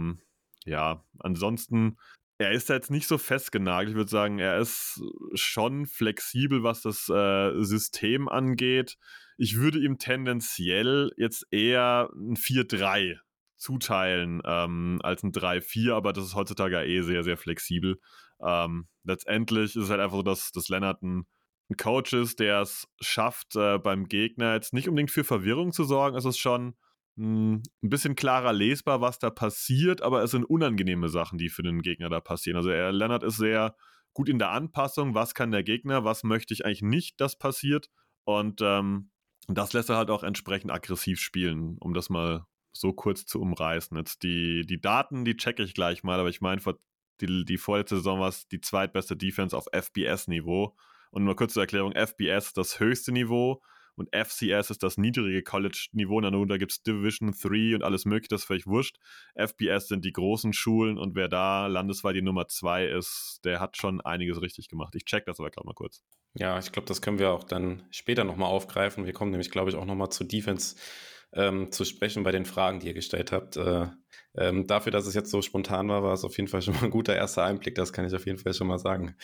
Ja, ansonsten, er ist da jetzt nicht so festgenagelt. Ich würde sagen, er ist schon flexibel, was das System angeht. Ich würde ihm tendenziell jetzt eher ein 4-3 zuteilen als ein 3-4, aber das ist heutzutage ja eh sehr, sehr flexibel. Letztendlich ist es halt einfach so, dass Leonard ein Coach ist, der es schafft, beim Gegner jetzt nicht unbedingt für Verwirrung zu sorgen. Es ist schon ein bisschen klarer lesbar, was da passiert, aber es sind unangenehme Sachen, die für den Gegner da passieren. Also Leonard ist sehr gut in der Anpassung, was kann der Gegner, was möchte ich eigentlich nicht, dass passiert, und das lässt er halt auch entsprechend aggressiv spielen, um das mal so kurz zu umreißen. Jetzt die Daten, die checke ich gleich mal, aber ich meine, die vorletzte Saison war es die zweitbeste Defense auf FBS-Niveau. Und nur kurz zur Erklärung, FBS ist das höchste Niveau und FCS ist das niedrige College-Niveau. Da gibt es Division 3 und alles mögliche, das ist völlig wurscht. FBS sind die großen Schulen, und wer da landesweit die Nummer 2 ist, der hat schon einiges richtig gemacht. Ich check das aber gerade mal kurz. Ja, ich glaube, das können wir auch dann später nochmal aufgreifen. Wir kommen nämlich, glaube ich, auch nochmal zu Defense zu sprechen bei den Fragen, die ihr gestellt habt. Dafür, dass es jetzt so spontan war es auf jeden Fall schon mal ein guter erster Einblick, das kann ich auf jeden Fall schon mal sagen.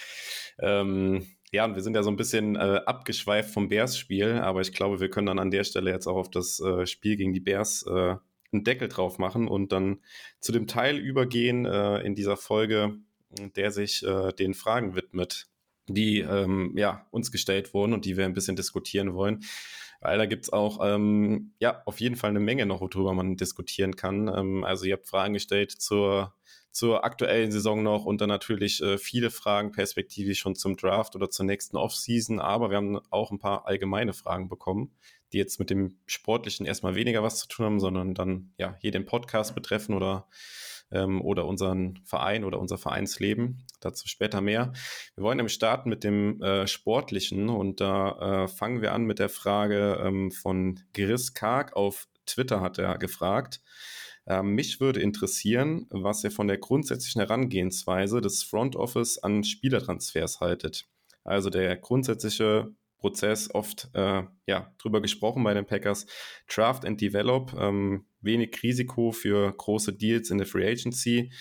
Ja, und wir sind ja so ein bisschen abgeschweift vom Bears-Spiel, aber ich glaube, wir können dann an der Stelle jetzt auch auf das Spiel gegen die Bears einen Deckel drauf machen und dann zu dem Teil übergehen in dieser Folge, der sich den Fragen widmet, die uns gestellt wurden und die wir ein bisschen diskutieren wollen. Weil da gibt es auch auf jeden Fall eine Menge noch, worüber man diskutieren kann. Also ihr habt Fragen gestellt zur aktuellen Saison noch und dann natürlich viele Fragen perspektivisch schon zum Draft oder zur nächsten Offseason, aber wir haben auch ein paar allgemeine Fragen bekommen, die jetzt mit dem Sportlichen erstmal weniger was zu tun haben, sondern dann hier den Podcast betreffen oder unseren Verein oder unser Vereinsleben. Dazu später mehr. Wir wollen nämlich starten mit dem Sportlichen und da fangen wir an mit der Frage von Gris Karg auf Twitter hat er gefragt. Mich würde interessieren, was ihr von der grundsätzlichen Herangehensweise des Front Office an Spielertransfers haltet. Also der grundsätzliche Prozess, oft drüber gesprochen bei den Packers, Draft and Develop, wenig Risiko für große Deals in der Free Agency.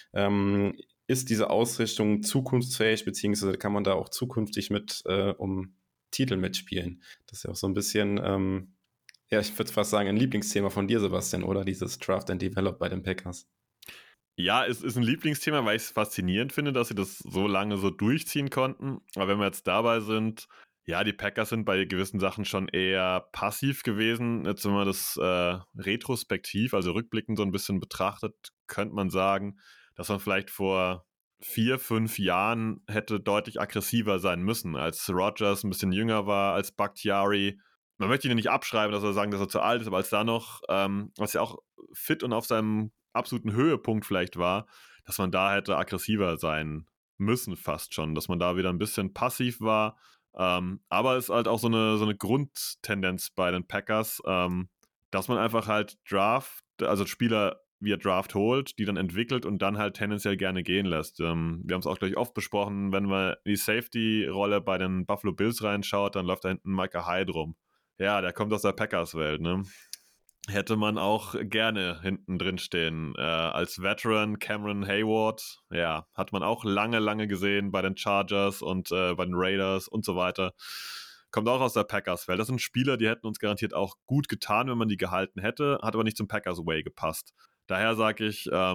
Ist diese Ausrichtung zukunftsfähig, beziehungsweise kann man da auch zukünftig mit um Titel mitspielen? Das ist ja auch so ein bisschen, ich würde fast sagen, ein Lieblingsthema von dir, Sebastian, oder? Dieses Draft and Develop bei den Packers. Ja, es ist ein Lieblingsthema, weil ich es faszinierend finde, dass sie das so lange so durchziehen konnten. Aber wenn wir jetzt dabei sind, ja, die Packers sind bei gewissen Sachen schon eher passiv gewesen. Jetzt, wenn man das retrospektiv, also rückblickend so ein bisschen betrachtet, könnte man sagen, dass man vielleicht vor 4-5 Jahren hätte deutlich aggressiver sein müssen, als Rodgers ein bisschen jünger war, als Bakhtiari man möchte ihn ja nicht abschreiben, dass er sagen, dass er zu alt ist, aber als da noch, was ja auch fit und auf seinem absoluten Höhepunkt vielleicht war, dass man da hätte aggressiver sein müssen fast schon, dass man da wieder ein bisschen passiv war. Aber es ist halt auch so eine Grundtendenz bei den Packers, dass man einfach halt also Spieler via Draft holt, die dann entwickelt und dann halt tendenziell gerne gehen lässt. Wir haben es auch gleich oft besprochen, wenn man in die Safety-Rolle bei den Buffalo Bills reinschaut, dann läuft da hinten Micah Hyde rum. Ja, der kommt aus der Packers-Welt, ne? Hätte man auch gerne hinten drin stehen. Als Veteran Cameron Hayward, ja, hat man auch lange gesehen bei den Chargers und bei den Raiders und so weiter. Kommt auch aus der Packers-Welt. Das sind Spieler, die hätten uns garantiert auch gut getan, wenn man die gehalten hätte, hat aber nicht zum Packers-Way gepasst. Daher sage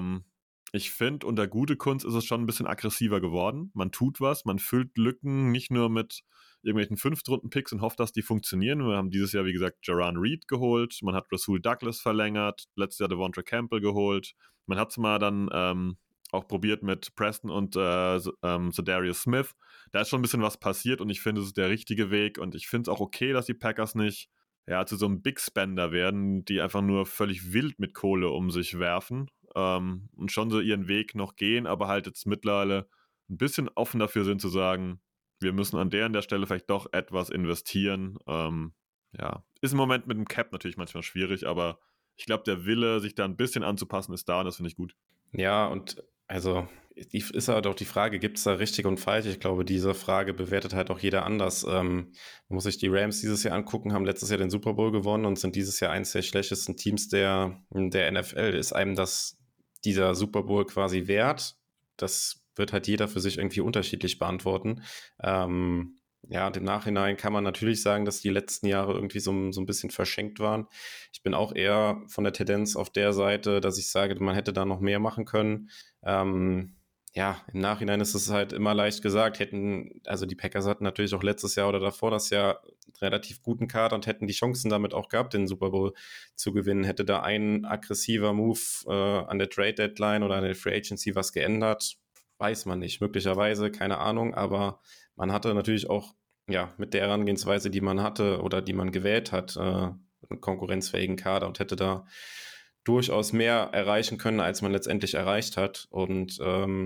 ich finde, unter gute Kunst ist es schon ein bisschen aggressiver geworden. Man tut was, man füllt Lücken nicht nur mit irgendwelchen 5-Runden-Picks und hofft, dass die funktionieren. Wir haben dieses Jahr, wie gesagt, Jaron Reed geholt, man hat Rasul Douglas verlängert, letztes Jahr Devonta Campbell geholt. Man hat es mal dann auch probiert mit Preston und Za'Darius Smith. Da ist schon ein bisschen was passiert und ich finde, es ist der richtige Weg und ich finde es auch okay, dass die Packers nicht zu so einem Big Spender werden, die einfach nur völlig wild mit Kohle um sich werfen und schon so ihren Weg noch gehen, aber halt jetzt mittlerweile ein bisschen offen dafür sind zu sagen, wir müssen an der Stelle vielleicht doch etwas investieren. Ist im Moment mit dem Cap natürlich manchmal schwierig, aber ich glaube, der Wille, sich da ein bisschen anzupassen, ist da und das finde ich gut. Ja, und also ist halt auch die Frage, gibt es da richtig und falsch? Ich glaube, diese Frage bewertet halt auch jeder anders. Man muss sich die Rams dieses Jahr angucken, haben letztes Jahr den Super Bowl gewonnen und sind dieses Jahr eines der schlechtesten Teams der NFL. Ist einem dieser Super Bowl quasi wert? Das wird halt jeder für sich irgendwie unterschiedlich beantworten. Im Nachhinein kann man natürlich sagen, dass die letzten Jahre irgendwie so ein bisschen verschenkt waren. Ich bin auch eher von der Tendenz auf der Seite, dass ich sage, man hätte da noch mehr machen können. Im Nachhinein ist es halt immer leicht gesagt, also die Packers hatten natürlich auch letztes Jahr oder davor das Jahr relativ guten Kader und hätten die Chancen damit auch gehabt, den Super Bowl zu gewinnen. Hätte da ein aggressiver Move an der Trade Deadline oder an der Free Agency was geändert, weiß man nicht. Möglicherweise, keine Ahnung, aber man hatte natürlich auch, mit der Herangehensweise, die man hatte oder die man gewählt hat, einen konkurrenzfähigen Kader und hätte da durchaus mehr erreichen können, als man letztendlich erreicht hat. Und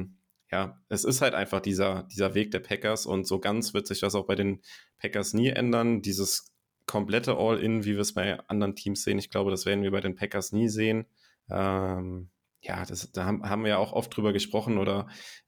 es ist halt einfach dieser Weg der Packers und so ganz wird sich das auch bei den Packers nie ändern. Dieses komplette All-In, wie wir es bei anderen Teams sehen, ich glaube, das werden wir bei den Packers nie sehen. Da haben wir ja auch oft drüber gesprochen oder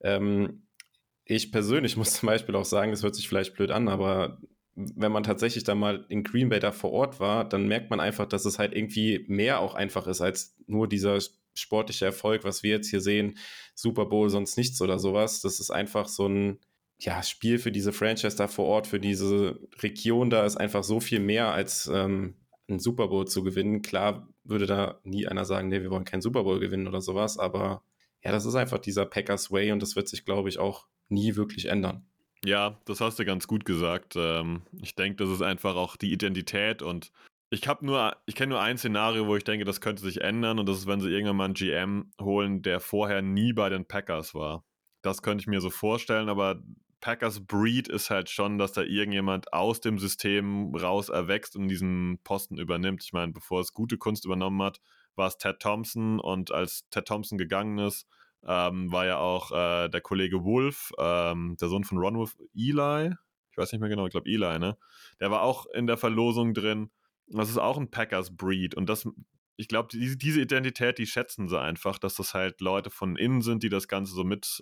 ich persönlich muss zum Beispiel auch sagen, das hört sich vielleicht blöd an, aber wenn man tatsächlich da mal in Green Bay da vor Ort war, dann merkt man einfach, dass es halt irgendwie mehr auch einfach ist als nur dieser sportliche Erfolg, was wir jetzt hier sehen, Super Bowl, sonst nichts oder sowas. Das ist einfach so ein Spiel für diese Franchise da vor Ort, für diese Region, da ist einfach so viel mehr als einen Super Bowl zu gewinnen. Klar würde da nie einer sagen, nee, wir wollen keinen Super Bowl gewinnen oder sowas, aber ja, das ist einfach dieser Packers Way und das wird sich, glaube ich, auch nie wirklich ändern. Ja, das hast du ganz gut gesagt. Ich denke, das ist einfach auch die Identität und ich kenne nur ein Szenario, wo ich denke, das könnte sich ändern und das ist, wenn sie irgendwann mal einen GM holen, der vorher nie bei den Packers war. Das könnte ich mir so vorstellen, aber Packers Breed ist halt schon, dass da irgendjemand aus dem System raus erwächst und diesen Posten übernimmt. Ich meine, bevor es gute Kunst übernommen hat, war es Ted Thompson und als Ted Thompson gegangen ist, war ja auch der Kollege Wolf, der Sohn von Ron Wolf, Eli, ich weiß nicht mehr genau, ich glaube Eli, ne? Der war auch in der Verlosung drin. Das ist auch ein Packers-Breed und ich glaube, diese Identität, die schätzen sie einfach, dass das halt Leute von innen sind, die das Ganze so mit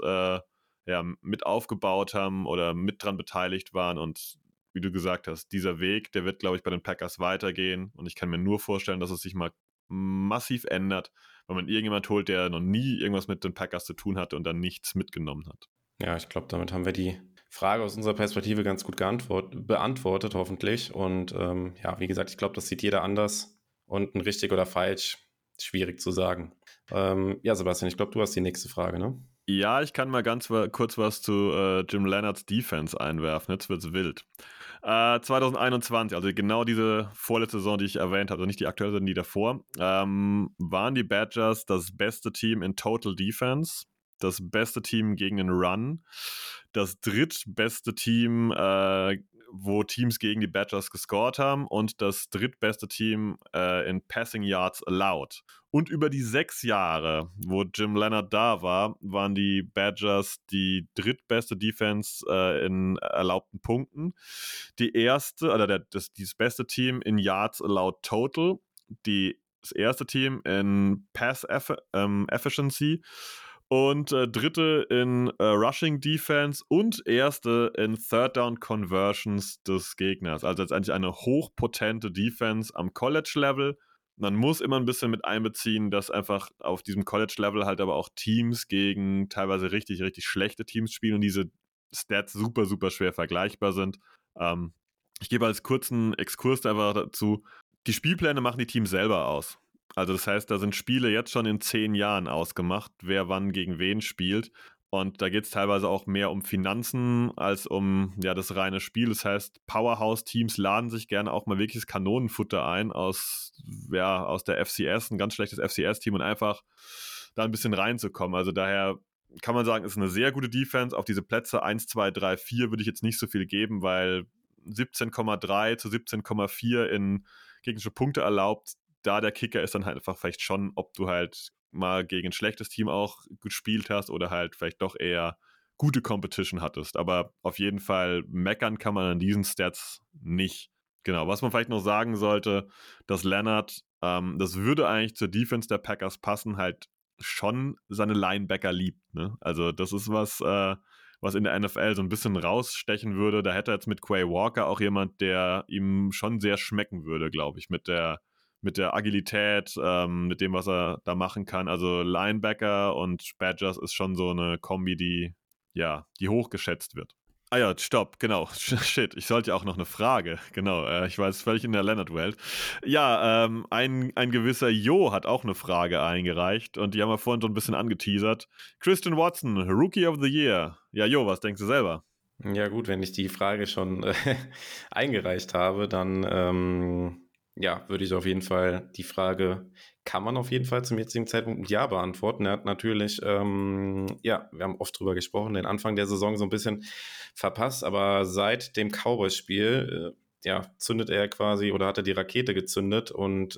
aufgebaut haben oder mit dran beteiligt waren und wie du gesagt hast, dieser Weg, der wird, glaube ich, bei den Packers weitergehen und ich kann mir nur vorstellen, dass es sich mal massiv ändert, wenn man irgendjemand holt, der noch nie irgendwas mit den Packers zu tun hatte und dann nichts mitgenommen hat. Ja, ich glaube, damit haben wir die Frage aus unserer Perspektive ganz gut beantwortet, hoffentlich. Und wie gesagt, ich glaube, das sieht jeder anders und ein richtig oder falsch, schwierig zu sagen. Sebastian, ich glaube, du hast die nächste Frage, ne? Ja, ich kann mal ganz kurz was zu Jim Leonhards Defense einwerfen. Jetzt wird's wild. 2021, also genau diese vorletzte Saison, die ich erwähnt habe, also nicht die aktuelle, sondern die davor, waren die Badgers das beste Team in Total Defense, das beste Team gegen den Run, das drittbeste Team wo Teams gegen die Badgers gescored haben und das drittbeste Team in Passing Yards allowed. Und über die 6 Jahre, wo Jim Leonhard da war, waren die Badgers die drittbeste Defense in erlaubten Punkten. Das beste Team in Yards allowed total. Das erste Team in Pass Efficiency. Und dritte in Rushing Defense und erste in Third Down Conversions des Gegners. Also letztendlich eine hochpotente Defense am College-Level. Man muss immer ein bisschen mit einbeziehen, dass einfach auf diesem College-Level halt aber auch Teams gegen teilweise richtig, richtig schlechte Teams spielen und diese Stats super, super schwer vergleichbar sind. Ich gebe als kurzen Exkurs einfach dazu, die Spielpläne machen die Teams selber aus. Also das heißt, da sind Spiele jetzt schon in 10 Jahren ausgemacht, wer wann gegen wen spielt. Und da geht es teilweise auch mehr um Finanzen als um das reine Spiel. Das heißt, Powerhouse-Teams laden sich gerne auch mal wirkliches Kanonenfutter ein aus der FCS, ein ganz schlechtes FCS-Team und einfach da ein bisschen reinzukommen. Also daher kann man sagen, ist eine sehr gute Defense. Auf diese Plätze 1, 2, 3, 4 würde ich jetzt nicht so viel geben, weil 17,3 zu 17,4 in gegnerische Punkte erlaubt. Da der Kicker ist dann halt einfach vielleicht schon, ob du halt mal gegen ein schlechtes Team auch gespielt hast oder halt vielleicht doch eher gute Competition hattest. Aber auf jeden Fall meckern kann man an diesen Stats nicht. Genau, was man vielleicht noch sagen sollte, dass Leonhard, das würde eigentlich zur Defense der Packers passen, halt schon seine Linebacker liebt. Ne? Also das ist was in der NFL so ein bisschen rausstechen würde. Da hätte er jetzt mit Quay Walker auch jemand, der ihm schon sehr schmecken würde, glaube ich, mit der Agilität, mit dem, was er da machen kann. Also Linebacker und Badgers ist schon so eine Kombi, die hochgeschätzt wird. Ah ja, stopp, genau. Shit, ich sollte ja auch noch eine Frage. Genau, ich war jetzt völlig in der Leonhard-Welt. Ja, ein gewisser Jo hat auch eine Frage eingereicht und die haben wir vorhin so ein bisschen angeteasert. Christian Watson, Rookie of the Year. Ja, Jo, was denkst du selber? Ja gut, wenn ich die Frage schon eingereicht habe, dann würde ich auf jeden Fall die Frage, kann man auf jeden Fall zum jetzigen Zeitpunkt mit Ja beantworten. Er hat natürlich, wir haben oft drüber gesprochen, den Anfang der Saison so ein bisschen verpasst, aber seit dem Cowboys-Spiel, zündet er quasi oder hat er die Rakete gezündet und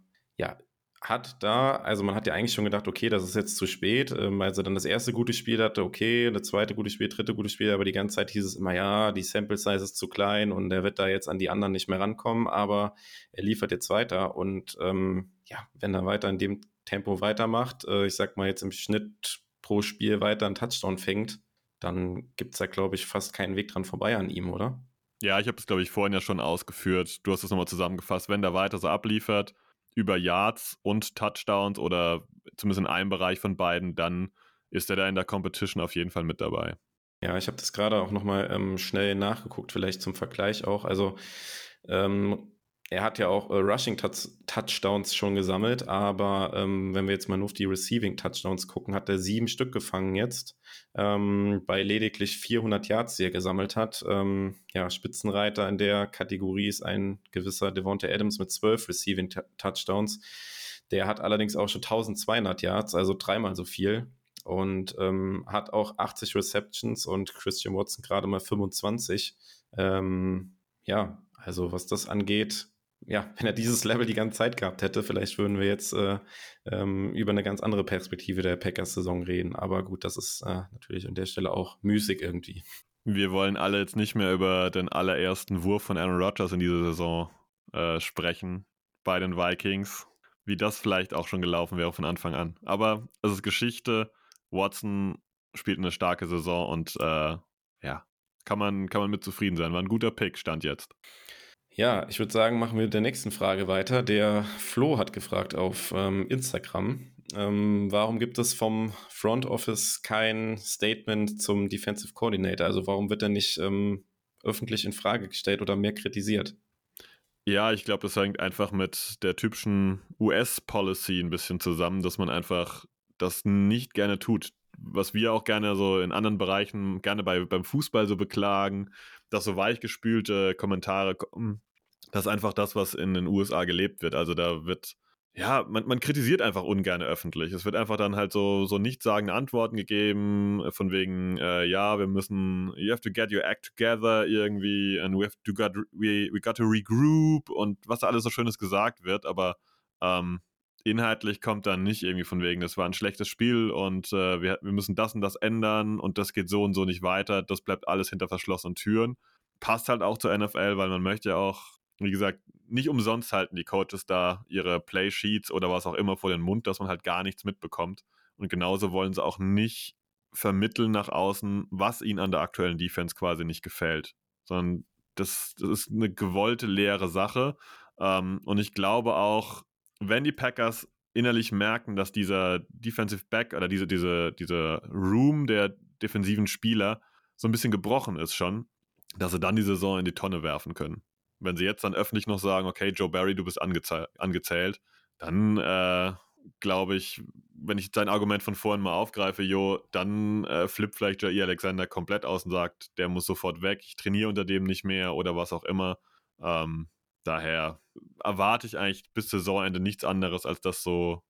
man hat ja eigentlich schon gedacht, okay, das ist jetzt zu spät, als er dann das erste gute Spiel hatte, okay, das zweite gute Spiel, dritte gute Spiel, aber die ganze Zeit hieß es immer, ja, die Sample Size ist zu klein und er wird da jetzt an die anderen nicht mehr rankommen, aber er liefert jetzt weiter und wenn er weiter in dem Tempo weitermacht, ich sag mal jetzt im Schnitt pro Spiel weiter einen Touchdown fängt, dann gibt es da, glaube ich, fast keinen Weg dran vorbei an ihm, oder? Ja, ich habe es, glaube ich, vorhin ja schon ausgeführt. Du hast es nochmal zusammengefasst. Wenn der weiter so abliefert, über Yards und Touchdowns oder zumindest in einem Bereich von beiden, dann ist er da in der Competition auf jeden Fall mit dabei. Ja, ich habe das gerade auch nochmal schnell nachgeguckt, vielleicht zum Vergleich auch. Also er hat ja auch Rushing-Touchdowns schon gesammelt, aber wenn wir jetzt mal nur auf die Receiving-Touchdowns gucken, hat er 7 Stück gefangen jetzt, bei lediglich 400 Yards, die er gesammelt hat. Spitzenreiter in der Kategorie ist ein gewisser Devonta Adams mit 12 Receiving-Touchdowns. Der hat allerdings auch schon 1200 Yards, also 3-mal so viel. Und hat auch 80 Receptions und Christian Watson gerade mal 25. Also was das angeht, wenn er dieses Level die ganze Zeit gehabt hätte, vielleicht würden wir jetzt über eine ganz andere Perspektive der Packers-Saison reden. Aber gut, das ist natürlich an der Stelle auch müßig irgendwie. Wir wollen alle jetzt nicht mehr über den allerersten Wurf von Aaron Rodgers in dieser Saison sprechen bei den Vikings. Wie das vielleicht auch schon gelaufen wäre von Anfang an. Aber es ist Geschichte. Watson spielt eine starke Saison und kann man mit zufrieden sein. War ein guter Pick, stand jetzt. Ja, ich würde sagen, machen wir mit der nächsten Frage weiter. Der Flo hat gefragt auf Instagram, warum gibt es vom Front Office kein Statement zum Defensive Coordinator? Also warum wird er nicht öffentlich in Frage gestellt oder mehr kritisiert? Ja, ich glaube, das hängt einfach mit der typischen US-Policy ein bisschen zusammen, dass man einfach das nicht gerne tut. Was wir auch gerne so in anderen Bereichen gerne beim Fußball so beklagen, dass so weichgespülte Kommentare kommen, das ist einfach das, was in den USA gelebt wird. Also da wird ja, man kritisiert einfach ungern öffentlich. Es wird einfach dann halt so nichtssagende Antworten gegeben, von wegen, ja, you have to get your act together irgendwie, and we got to regroup und was da alles so Schönes gesagt wird, aber inhaltlich kommt dann nicht irgendwie von wegen, das war ein schlechtes Spiel und wir müssen das und das ändern und das geht so und so nicht weiter, das bleibt alles hinter verschlossenen Türen. Passt halt auch zur NFL, weil man möchte ja auch, wie gesagt, nicht umsonst halten die Coaches da ihre Playsheets oder was auch immer vor den Mund, dass man halt gar nichts mitbekommt. Und genauso wollen sie auch nicht vermitteln nach außen, was ihnen an der aktuellen Defense quasi nicht gefällt. Sondern das ist eine gewollte leere Sache. Und ich glaube auch, wenn die Packers innerlich merken, dass dieser Defensive Back oder diese Room der defensiven Spieler so ein bisschen gebrochen ist schon, dass sie dann die Saison in die Tonne werfen können. Wenn sie jetzt dann öffentlich noch sagen, okay, Joe Barry, du bist angezählt, dann glaube ich, wenn ich dein Argument von vorhin mal aufgreife, dann flippt vielleicht Jair Alexander komplett aus und sagt, der muss sofort weg, ich trainiere unter dem nicht mehr oder was auch immer. Daher erwarte ich eigentlich bis Saisonende nichts anderes, als dass so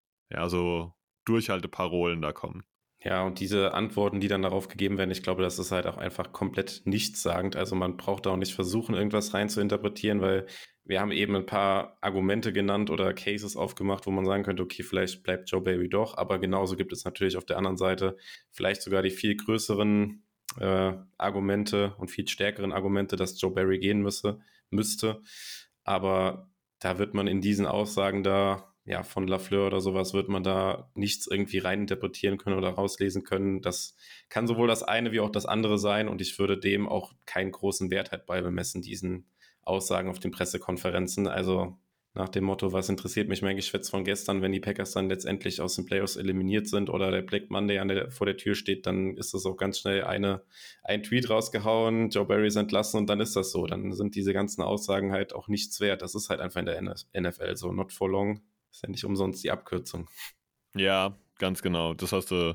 Durchhalteparolen da kommen. Ja, und diese Antworten, die dann darauf gegeben werden, ich glaube, das ist halt auch einfach komplett nichtssagend. Also man braucht da auch nicht versuchen, irgendwas rein zu interpretieren, weil wir haben eben ein paar Argumente genannt oder Cases aufgemacht, wo man sagen könnte, okay, vielleicht bleibt Joe Barry doch, aber genauso gibt es natürlich auf der anderen Seite vielleicht sogar die viel größeren Argumente und viel stärkeren Argumente, dass Joe Barry gehen müsste. Aber da wird man in diesen Aussagen von Lafleur oder sowas wird man da nichts irgendwie reininterpretieren können oder rauslesen können. Das kann sowohl das eine wie auch das andere sein und ich würde dem auch keinen großen Wert halt beibemessen, diesen Aussagen auf den Pressekonferenzen. Also nach dem Motto, was interessiert mich mein Geschwätz von gestern, wenn die Packers dann letztendlich aus den Playoffs eliminiert sind oder der Black Monday vor der Tür steht, dann ist das auch ganz schnell ein Tweet rausgehauen, Joe Barry ist entlassen und dann ist das so. Dann sind diese ganzen Aussagen halt auch nichts wert. Das ist halt einfach in der NFL so, not for long. Ist ja nicht umsonst die Abkürzung. Ja, ganz genau. Das hast du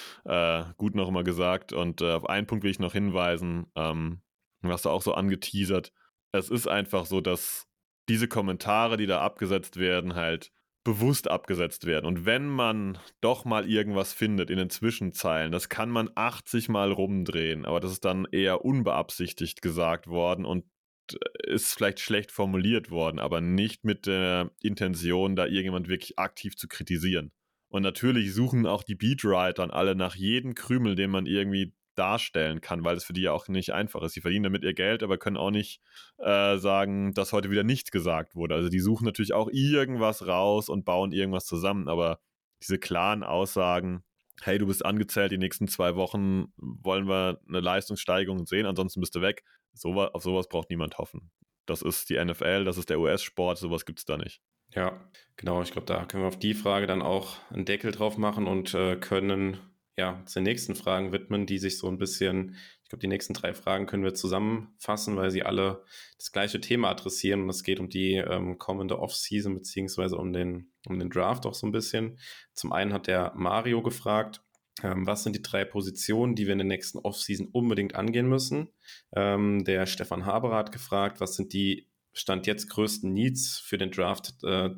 gut noch immer gesagt. Und auf einen Punkt will ich noch hinweisen, hast du auch so angeteasert. Es ist einfach so, dass diese Kommentare, die da abgesetzt werden, halt bewusst abgesetzt werden. Und wenn man doch mal irgendwas findet in den Zwischenzeilen, das kann man 80 Mal rumdrehen, aber das ist dann eher unbeabsichtigt gesagt worden und ist vielleicht schlecht formuliert worden, aber nicht mit der Intention, da irgendjemand wirklich aktiv zu kritisieren. Und natürlich suchen auch die Beatwritern alle nach jedem Krümel, den man irgendwie darstellen kann, weil es für die ja auch nicht einfach ist. Sie verdienen damit ihr Geld, aber können auch nicht sagen, dass heute wieder nichts gesagt wurde. Also die suchen natürlich auch irgendwas raus und bauen irgendwas zusammen, aber diese klaren Aussagen, hey, du bist angezählt, die nächsten 2 Wochen wollen wir eine Leistungssteigerung sehen, ansonsten bist du weg. Auf sowas braucht niemand hoffen. Das ist die NFL, das ist der US-Sport, sowas gibt es da nicht. Ja, genau. Ich glaube, da können wir auf die Frage dann auch einen Deckel drauf machen und können uns den nächsten Fragen widmen, die sich so ein bisschen, ich glaube, die nächsten 3 Fragen können wir zusammenfassen, weil sie alle das gleiche Thema adressieren und es geht um die kommende Offseason beziehungsweise um den Draft auch so ein bisschen. Zum einen hat der Mario gefragt, was sind die 3 Positionen, die wir in der nächsten Offseason unbedingt angehen müssen? Der Stefan Haberer hat gefragt, was sind die Stand jetzt größten Needs für den Draft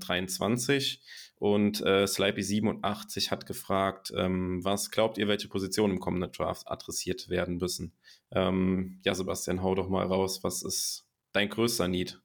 23? Und Slipey87 hat gefragt, was glaubt ihr, welche Positionen im kommenden Draft adressiert werden müssen? Sebastian, hau doch mal raus. Was ist dein größter Need?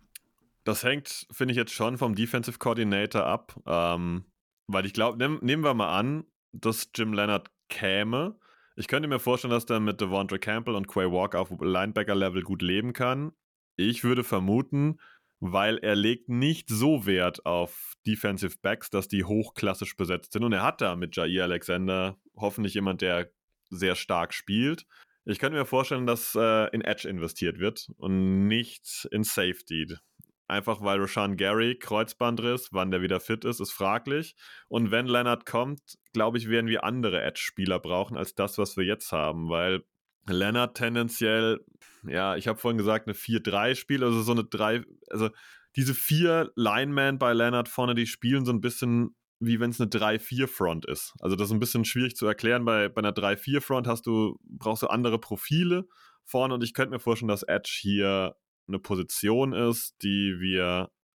Das hängt, finde ich, jetzt schon vom Defensive Coordinator ab. Weil ich glaube, nehmen wir mal an, dass Jim Leonhard käme. Ich könnte mir vorstellen, dass der mit Devondre Campbell und Quay Walker auf Linebacker-Level gut leben kann. Ich würde vermuten, weil er legt nicht so Wert auf Defensive Backs, dass die hochklassisch besetzt sind. Und er hat da mit Jair Alexander hoffentlich jemand, der sehr stark spielt. Ich könnte mir vorstellen, dass in Edge investiert wird und nicht in Safety. Einfach weil Rashan Gary Kreuzbandriss, wann der wieder fit ist fraglich. Und wenn Leonhard kommt, glaube ich, werden wir andere Edge-Spieler brauchen als das, was wir jetzt haben, weil Leonhard tendenziell, ja, ich habe vorhin gesagt, eine 4-3 spielt, also so eine 3, also diese 4 Linemen bei Leonhard vorne, die spielen so ein bisschen wie wenn es eine 3-4-Front ist. Also das ist ein bisschen schwierig zu erklären. Bei einer 3-4-Front brauchst du andere Profile vorne und ich könnte mir vorstellen, dass Edge hier eine Position ist, die wir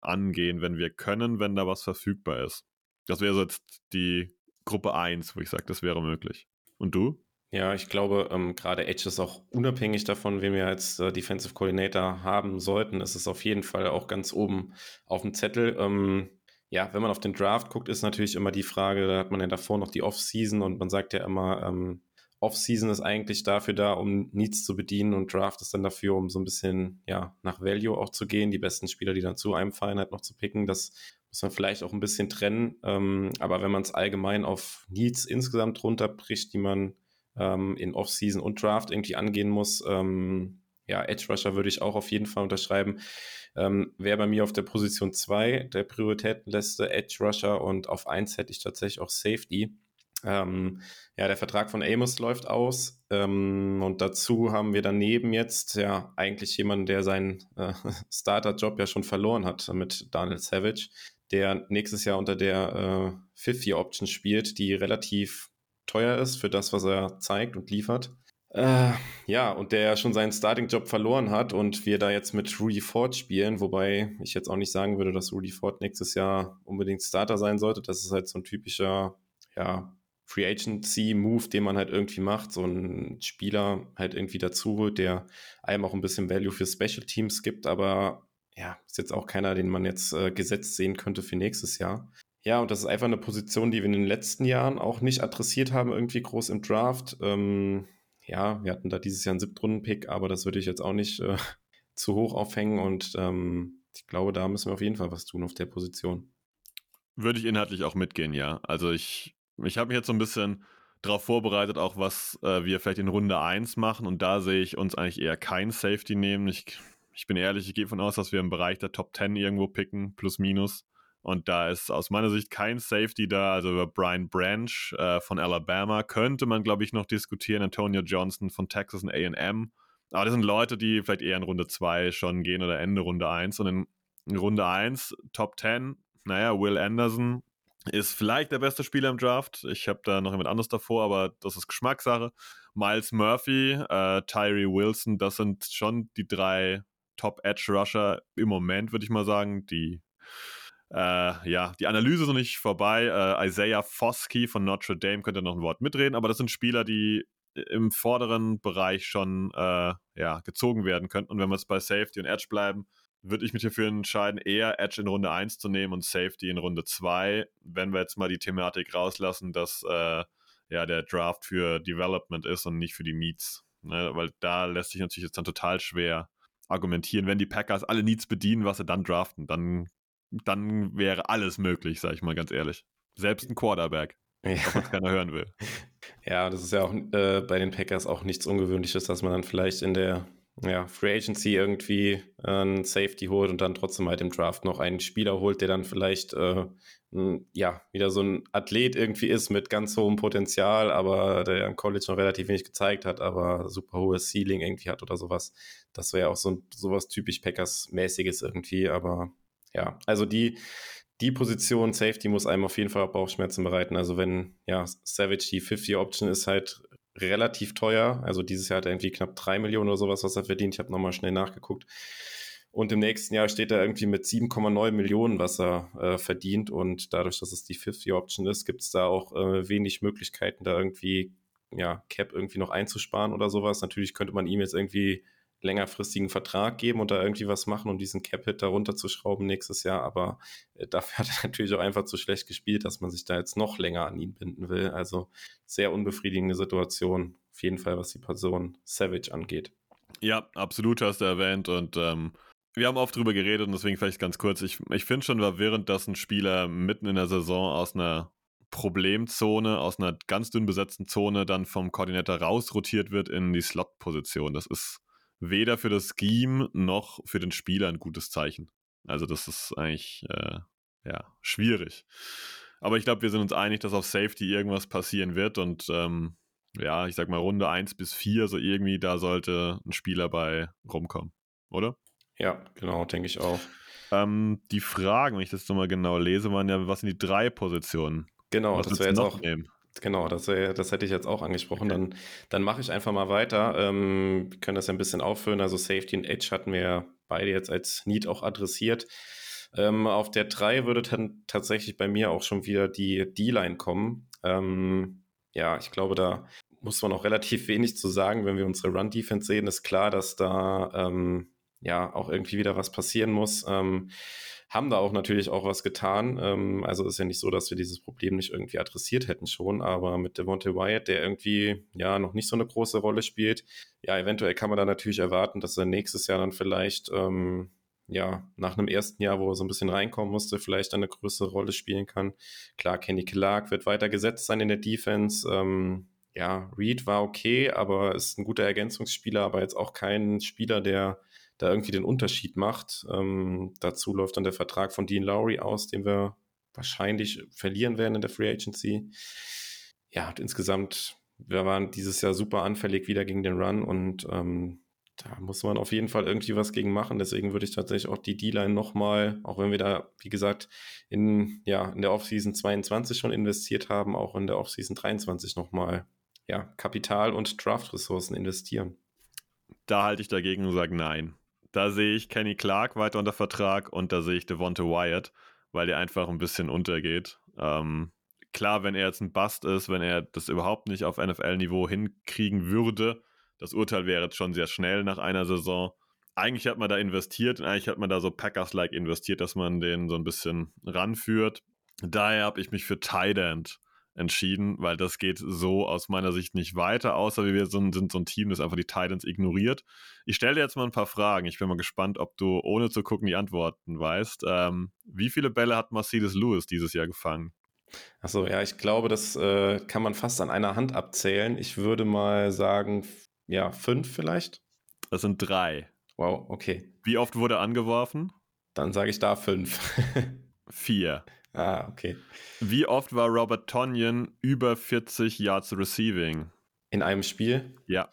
angehen, wenn wir können, wenn da was verfügbar ist. Das wäre so jetzt die Gruppe 1, wo ich sage, das wäre möglich. Und du? Ja, ich glaube, gerade Edge ist auch unabhängig davon, wen wir als Defensive Coordinator haben sollten, ist es auf jeden Fall auch ganz oben auf dem Zettel. Ja, wenn man auf den Draft guckt, ist natürlich immer die Frage, da hat man ja davor noch die Offseason und man sagt ja immer, Offseason ist eigentlich dafür da, um Needs zu bedienen und Draft ist dann dafür, um so ein bisschen ja nach Value auch zu gehen, die besten Spieler, die dann zu einem fallen, halt noch zu picken. Das muss man vielleicht auch ein bisschen trennen. Aber wenn man es allgemein auf Needs insgesamt runterbricht, die man in Offseason und Draft irgendwie angehen muss, ja, Edge Rusher würde ich auch auf jeden Fall unterschreiben. Wäre bei mir auf der Position 2 der Prioritätenliste Edge Rusher und auf 1 hätte ich tatsächlich auch Safety. Ja, der Vertrag von Amos läuft aus und dazu haben wir daneben jetzt ja eigentlich jemanden, der seinen Starter-Job ja schon verloren hat mit Daniel Savage, der nächstes Jahr unter der Fifth-Year-Option spielt, die relativ teuer ist für das, was er zeigt und liefert. Ja, und der schon seinen Starting-Job verloren hat und wir da jetzt mit Rudy Ford spielen, wobei ich jetzt auch nicht sagen würde, dass Rudy Ford nächstes Jahr unbedingt Starter sein sollte. Das ist halt so ein typischer, ja, Free Agency-Move, den man halt irgendwie macht, so ein Spieler halt irgendwie dazu holt, der einem auch ein bisschen Value für Special Teams gibt, aber ja, ist jetzt auch keiner, den man jetzt gesetzt sehen könnte für nächstes Jahr. Ja, und das ist einfach eine Position, die wir in den letzten Jahren auch nicht adressiert haben, irgendwie groß im Draft. Ja, wir hatten da dieses Jahr einen 7-Runden-Pick, aber das würde ich jetzt auch nicht zu hoch aufhängen und ich glaube, da müssen wir auf jeden Fall was tun auf der Position. Würde ich inhaltlich auch mitgehen, ja. Also ich habe mich jetzt so ein bisschen darauf vorbereitet, auch was wir vielleicht in Runde 1 machen und da sehe ich uns eigentlich eher kein Safety nehmen. Ich bin ehrlich, ich gehe davon aus, dass wir im Bereich der Top 10 irgendwo picken, plus minus. Und da ist aus meiner Sicht kein Safety da. Also über Brian Branch von Alabama könnte man, glaube ich, noch diskutieren. Antonio Johnson von Texas und A&M. Aber das sind Leute, die vielleicht eher in Runde 2 schon gehen oder Ende Runde 1. Und in Runde 1, Top 10, naja, Will Anderson ist vielleicht der beste Spieler im Draft. Ich habe da noch jemand anderes davor, aber das ist Geschmackssache. Miles Murphy, Tyree Wilson, das sind schon die 3 Top-Edge-Rusher im Moment, würde ich mal sagen. Die Analyse ist noch nicht vorbei. Isaiah Foskey von Notre Dame könnte noch ein Wort mitreden, aber das sind Spieler, die im vorderen Bereich schon gezogen werden könnten. Und wenn wir jetzt bei Safety und Edge bleiben, würde ich mich dafür entscheiden, eher Edge in Runde 1 zu nehmen und Safety in Runde 2, wenn wir jetzt mal die Thematik rauslassen, dass der Draft für Development ist und nicht für die Needs. Ne? Weil da lässt sich natürlich jetzt dann total schwer argumentieren, wenn die Packers alle Needs bedienen, was sie dann draften, dann wäre alles möglich, sage ich mal ganz ehrlich. Selbst ein Quarterback, auch wenn es keiner hören will. Ja, das ist ja auch bei den Packers auch nichts Ungewöhnliches, dass man dann vielleicht in der Free Agency irgendwie einen Safety holt und dann trotzdem halt im Draft noch einen Spieler holt, der dann vielleicht wieder so ein Athlet irgendwie ist mit ganz hohem Potenzial, aber der im College noch relativ wenig gezeigt hat, aber super hohes Ceiling irgendwie hat oder sowas. Das wäre ja auch sowas typisch Packers-mäßiges irgendwie, aber ja, also die Position Safety muss einem auf jeden Fall auch Bauchschmerzen bereiten. Also wenn Savage die 50-Option ist halt relativ teuer. Also dieses Jahr hat er irgendwie knapp 3 Millionen oder sowas, was er verdient. Ich habe nochmal schnell nachgeguckt. Und im nächsten Jahr steht er irgendwie mit 7,9 Millionen, was er verdient. Und dadurch, dass es die 50-Option ist, gibt es da auch wenig Möglichkeiten, da irgendwie Cap irgendwie noch einzusparen oder sowas. Natürlich könnte man ihm jetzt irgendwie längerfristigen Vertrag geben und da irgendwie was machen, um diesen Cap-Hit da runterzuschrauben nächstes Jahr, aber dafür hat er natürlich auch einfach zu schlecht gespielt, dass man sich da jetzt noch länger an ihn binden will. Also sehr unbefriedigende Situation, auf jeden Fall, was die Person Savage angeht. Ja, absolut, hast du erwähnt und wir haben oft drüber geredet und deswegen vielleicht ganz kurz, ich finde schon verwirrend, dass ein Spieler mitten in der Saison aus einer Problemzone, aus einer ganz dünn besetzten Zone dann vom Koordinator rausrotiert wird in die Slot-Position. Das ist weder für das Scheme noch für den Spieler ein gutes Zeichen. Also das ist eigentlich schwierig. Aber ich glaube, wir sind uns einig, dass auf Safety irgendwas passieren wird und ich sag mal Runde 1 bis 4, so irgendwie da sollte ein Spieler bei rumkommen, oder? Ja, genau, denke ich auch. Die Fragen, wenn ich das nochmal genau lese, waren ja, was sind die 3 Positionen? Genau, was das wäre jetzt auch nehmen? Genau, das hätte ich jetzt auch angesprochen. Okay. Dann mache ich einfach mal weiter. Wir können das ja ein bisschen auffüllen. Also Safety und Edge hatten wir ja beide jetzt als Need auch adressiert. Auf der 3 würde dann tatsächlich bei mir auch schon wieder die D-Line kommen. Ja, ich glaube, da muss man auch relativ wenig zu sagen, wenn wir unsere Run-Defense sehen. Ist klar, dass da ja auch irgendwie wieder was passieren muss. Haben da auch natürlich auch was getan. Also ist ja nicht so, dass wir dieses Problem nicht irgendwie adressiert hätten schon, aber mit Devontae Wyatt, der irgendwie ja noch nicht so eine große Rolle spielt, ja, eventuell kann man da natürlich erwarten, dass er nächstes Jahr dann vielleicht ja, nach einem ersten Jahr, wo er so ein bisschen reinkommen musste, vielleicht eine größere Rolle spielen kann. Klar, Kenny Clark wird weiter gesetzt sein in der Defense. Ja, Reed war okay, aber ist ein guter Ergänzungsspieler, aber jetzt auch kein Spieler, der da irgendwie den Unterschied macht. Dazu läuft dann der Vertrag von Dean Lowry aus, den wir wahrscheinlich verlieren werden in der Free Agency. Ja, und insgesamt, wir waren dieses Jahr super anfällig wieder gegen den Run und da muss man auf jeden Fall irgendwie was gegen machen. Deswegen würde ich tatsächlich auch die D-Line nochmal, auch wenn wir da, wie gesagt, in der Offseason 22 schon investiert haben, auch in der Offseason 23 nochmal Kapital und Draft-Ressourcen investieren. Da halte ich dagegen und sage nein. Da sehe ich Kenny Clark weiter unter Vertrag und da sehe ich Devontae Wyatt, weil der einfach ein bisschen untergeht. Klar, wenn er jetzt ein Bust ist, wenn er das überhaupt nicht auf NFL-Niveau hinkriegen würde, das Urteil wäre jetzt schon sehr schnell nach einer Saison. Eigentlich hat man da investiert und eigentlich hat man da so Packers-like investiert, dass man den so ein bisschen ranführt. Daher habe ich mich für Tight End entschieden, weil das geht so aus meiner Sicht nicht weiter, außer wir sind so ein Team, das einfach die Titans ignoriert. Ich stelle dir jetzt mal ein paar Fragen. Ich bin mal gespannt, ob du ohne zu gucken die Antworten weißt. Wie viele Bälle hat Marcellus Lewis dieses Jahr gefangen? Achso, ja, ich glaube, das kann man fast an einer Hand abzählen. Ich würde mal sagen, 5 vielleicht. Das sind 3. Wow, okay. Wie oft wurde angeworfen? Dann sage ich da 5. 4. Ah, okay. Wie oft war Robert Tonyan über 40 Yards Receiving? In einem Spiel? Ja.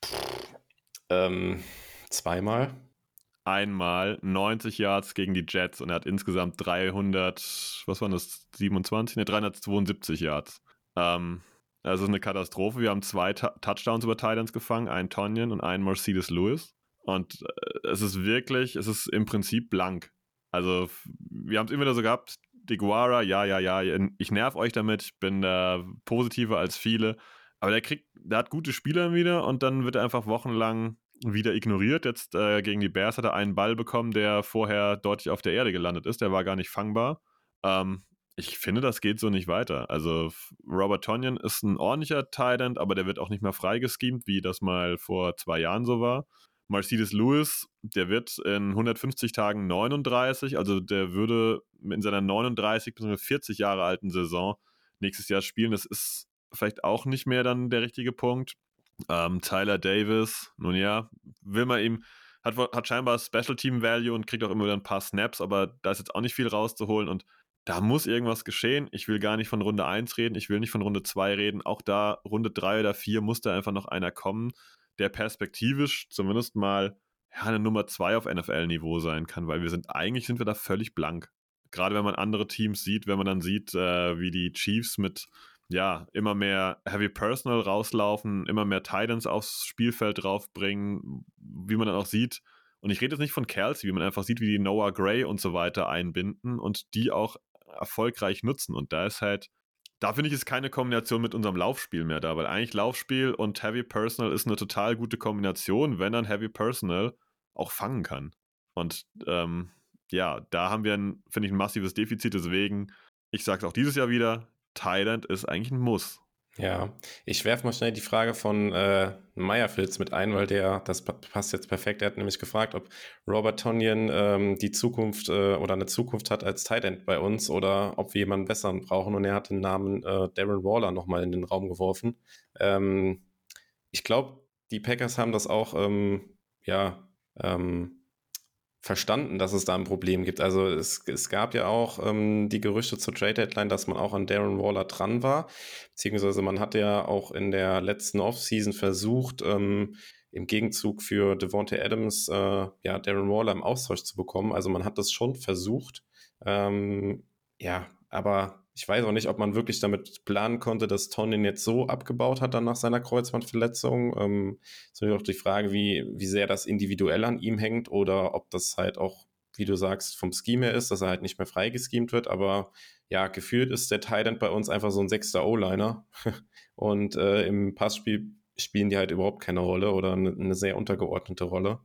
2-mal. Einmal 90 Yards gegen die Jets und er hat insgesamt 372 Yards. Das ist eine Katastrophe. Wir haben 2 Touchdowns über Titans gefangen, einen Tonyan und einen Marcellus Lewis. Und es ist im Prinzip blank. Also wir haben es immer wieder so gehabt, DeGuara, ja, ich nerv euch damit, ich bin da positiver als viele. Aber der hat gute Spieler wieder und dann wird er einfach wochenlang wieder ignoriert. Jetzt gegen die Bears hat er einen Ball bekommen, der vorher deutlich auf der Erde gelandet ist. Der war gar nicht fangbar. Ich finde, das geht so nicht weiter. Also Robert Tonyan ist ein ordentlicher Tight End, aber der wird auch nicht mehr freigeschemt, wie das mal vor 2 Jahren so war. Marcellus Lewis, der wird in 150 Tagen 39, also der würde in seiner 39 bis 40 Jahre alten Saison nächstes Jahr spielen. Das ist vielleicht auch nicht mehr dann der richtige Punkt. Tyler Davis, nun ja, will man ihm, hat scheinbar Special Team Value und kriegt auch immer wieder ein paar Snaps, aber da ist jetzt auch nicht viel rauszuholen und da muss irgendwas geschehen. Ich will gar nicht von Runde 1 reden, ich will nicht von Runde 2 reden. Auch da, Runde 3 oder 4 muss da einfach noch einer kommen, der perspektivisch zumindest mal eine Nummer 2 auf NFL-Niveau sein kann, weil eigentlich sind wir da völlig blank. Gerade wenn man andere Teams sieht, wenn man dann sieht, wie die Chiefs mit immer mehr Heavy Personal rauslaufen, immer mehr Titans aufs Spielfeld draufbringen, wie man dann auch sieht, und ich rede jetzt nicht von Kelsey, wie man einfach sieht, wie die Noah Gray und so weiter einbinden und die auch erfolgreich nutzen. Und da finde ich, ist keine Kombination mit unserem Laufspiel mehr da, weil eigentlich Laufspiel und Heavy Personal ist eine total gute Kombination, wenn dann Heavy Personal auch fangen kann. Und da haben wir, finde ich, ein massives Defizit. Deswegen, ich sage es auch dieses Jahr wieder, Tight End ist eigentlich ein Muss. Ja, ich werfe mal schnell die Frage von Meyerflitz mit ein, weil das passt jetzt perfekt. Er hat nämlich gefragt, ob Robert Tonyan die Zukunft oder eine Zukunft hat als Tight End bei uns oder ob wir jemanden besseren brauchen. Und er hat den Namen Darren Waller nochmal in den Raum geworfen. Ich glaube, die Packers haben das auch verstanden, dass es da ein Problem gibt. Also es gab ja auch die Gerüchte zur Trade-Deadline, dass man auch an Darren Waller dran war, beziehungsweise man hat ja auch in der letzten Offseason versucht, im Gegenzug für Devontae Adams Darren Waller im Austausch zu bekommen. Also man hat das schon versucht. Aber ich weiß auch nicht, ob man wirklich damit planen konnte, dass Tonyan jetzt so abgebaut hat dann nach seiner Kreuzbandverletzung. Ist natürlich auch die Frage, wie sehr das individuell an ihm hängt oder ob das halt auch wie du sagst, vom Scheme her ist, dass er halt nicht mehr frei geschemt wird, aber ja, gefühlt ist der Tight End bei uns einfach so ein 6. O-Liner und im Passspiel spielen die halt überhaupt keine Rolle oder eine sehr untergeordnete Rolle.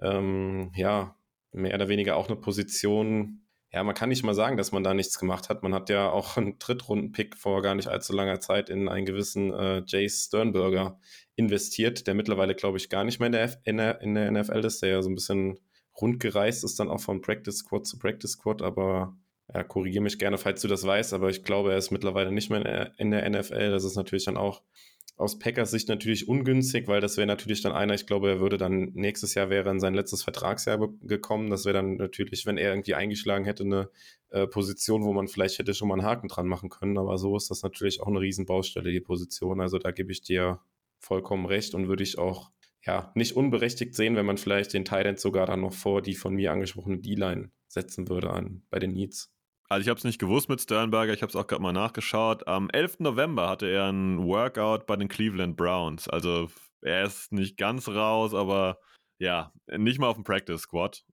Ja, mehr oder weniger auch eine Position, ja, man kann nicht mal sagen, dass man da nichts gemacht hat. Man hat ja auch einen Drittrunden-Pick vor gar nicht allzu langer Zeit in einen gewissen Jace Sternberger investiert, der mittlerweile, glaube ich, gar nicht mehr in der NFL ist, der ja so ein bisschen rundgereist ist, dann auch von Practice Squad zu Practice Squad, aber ja, korrigiere mich gerne, falls du das weißt, aber ich glaube, er ist mittlerweile nicht mehr in der NFL. Das ist natürlich dann auch aus Packers Sicht natürlich ungünstig, weil das wäre natürlich dann einer, ich glaube, er würde dann nächstes Jahr wäre in sein letztes Vertragsjahr gekommen. Das wäre dann natürlich, wenn er irgendwie eingeschlagen hätte, eine Position, wo man vielleicht hätte schon mal einen Haken dran machen können. Aber so ist das natürlich auch eine Riesenbaustelle, die Position. Also da gebe ich dir vollkommen recht und würde ich auch ja nicht unberechtigt sehen, wenn man vielleicht den Tight End sogar dann noch vor die von mir angesprochene D-Line setzen würde bei den Needs. Also ich habe es nicht gewusst mit Sternberger, ich habe es auch gerade mal nachgeschaut. Am 11. November hatte er ein Workout bei den Cleveland Browns. Also er ist nicht ganz raus, aber ja, nicht mal auf dem Practice Squad.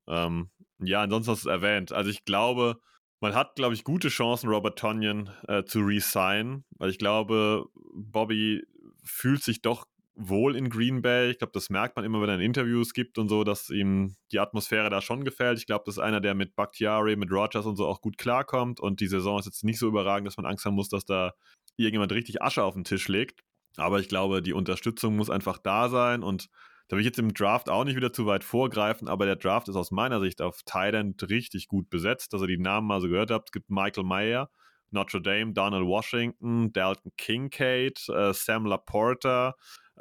Ja, ansonsten hast du es erwähnt. Also ich glaube, man hat, glaube ich, gute Chancen, Robert Tonyan zu re-signen, weil ich glaube, Bobby fühlt sich doch wohl in Green Bay. Ich glaube, das merkt man immer, wenn er Interviews gibt und so, dass ihm die Atmosphäre da schon gefällt. Ich glaube, das ist einer, der mit Bakhtiari, mit Rodgers und so auch gut klarkommt und die Saison ist jetzt nicht so überragend, dass man Angst haben muss, dass da irgendjemand richtig Asche auf den Tisch legt. Aber ich glaube, die Unterstützung muss einfach da sein und da will ich jetzt im Draft auch nicht wieder zu weit vorgreifen, aber der Draft ist aus meiner Sicht auf Tight End richtig gut besetzt, dass ihr die Namen mal so gehört habt. Es gibt Michael Mayer, Notre Dame, Donald Washington, Dalton Kincaid, Sam Laporta.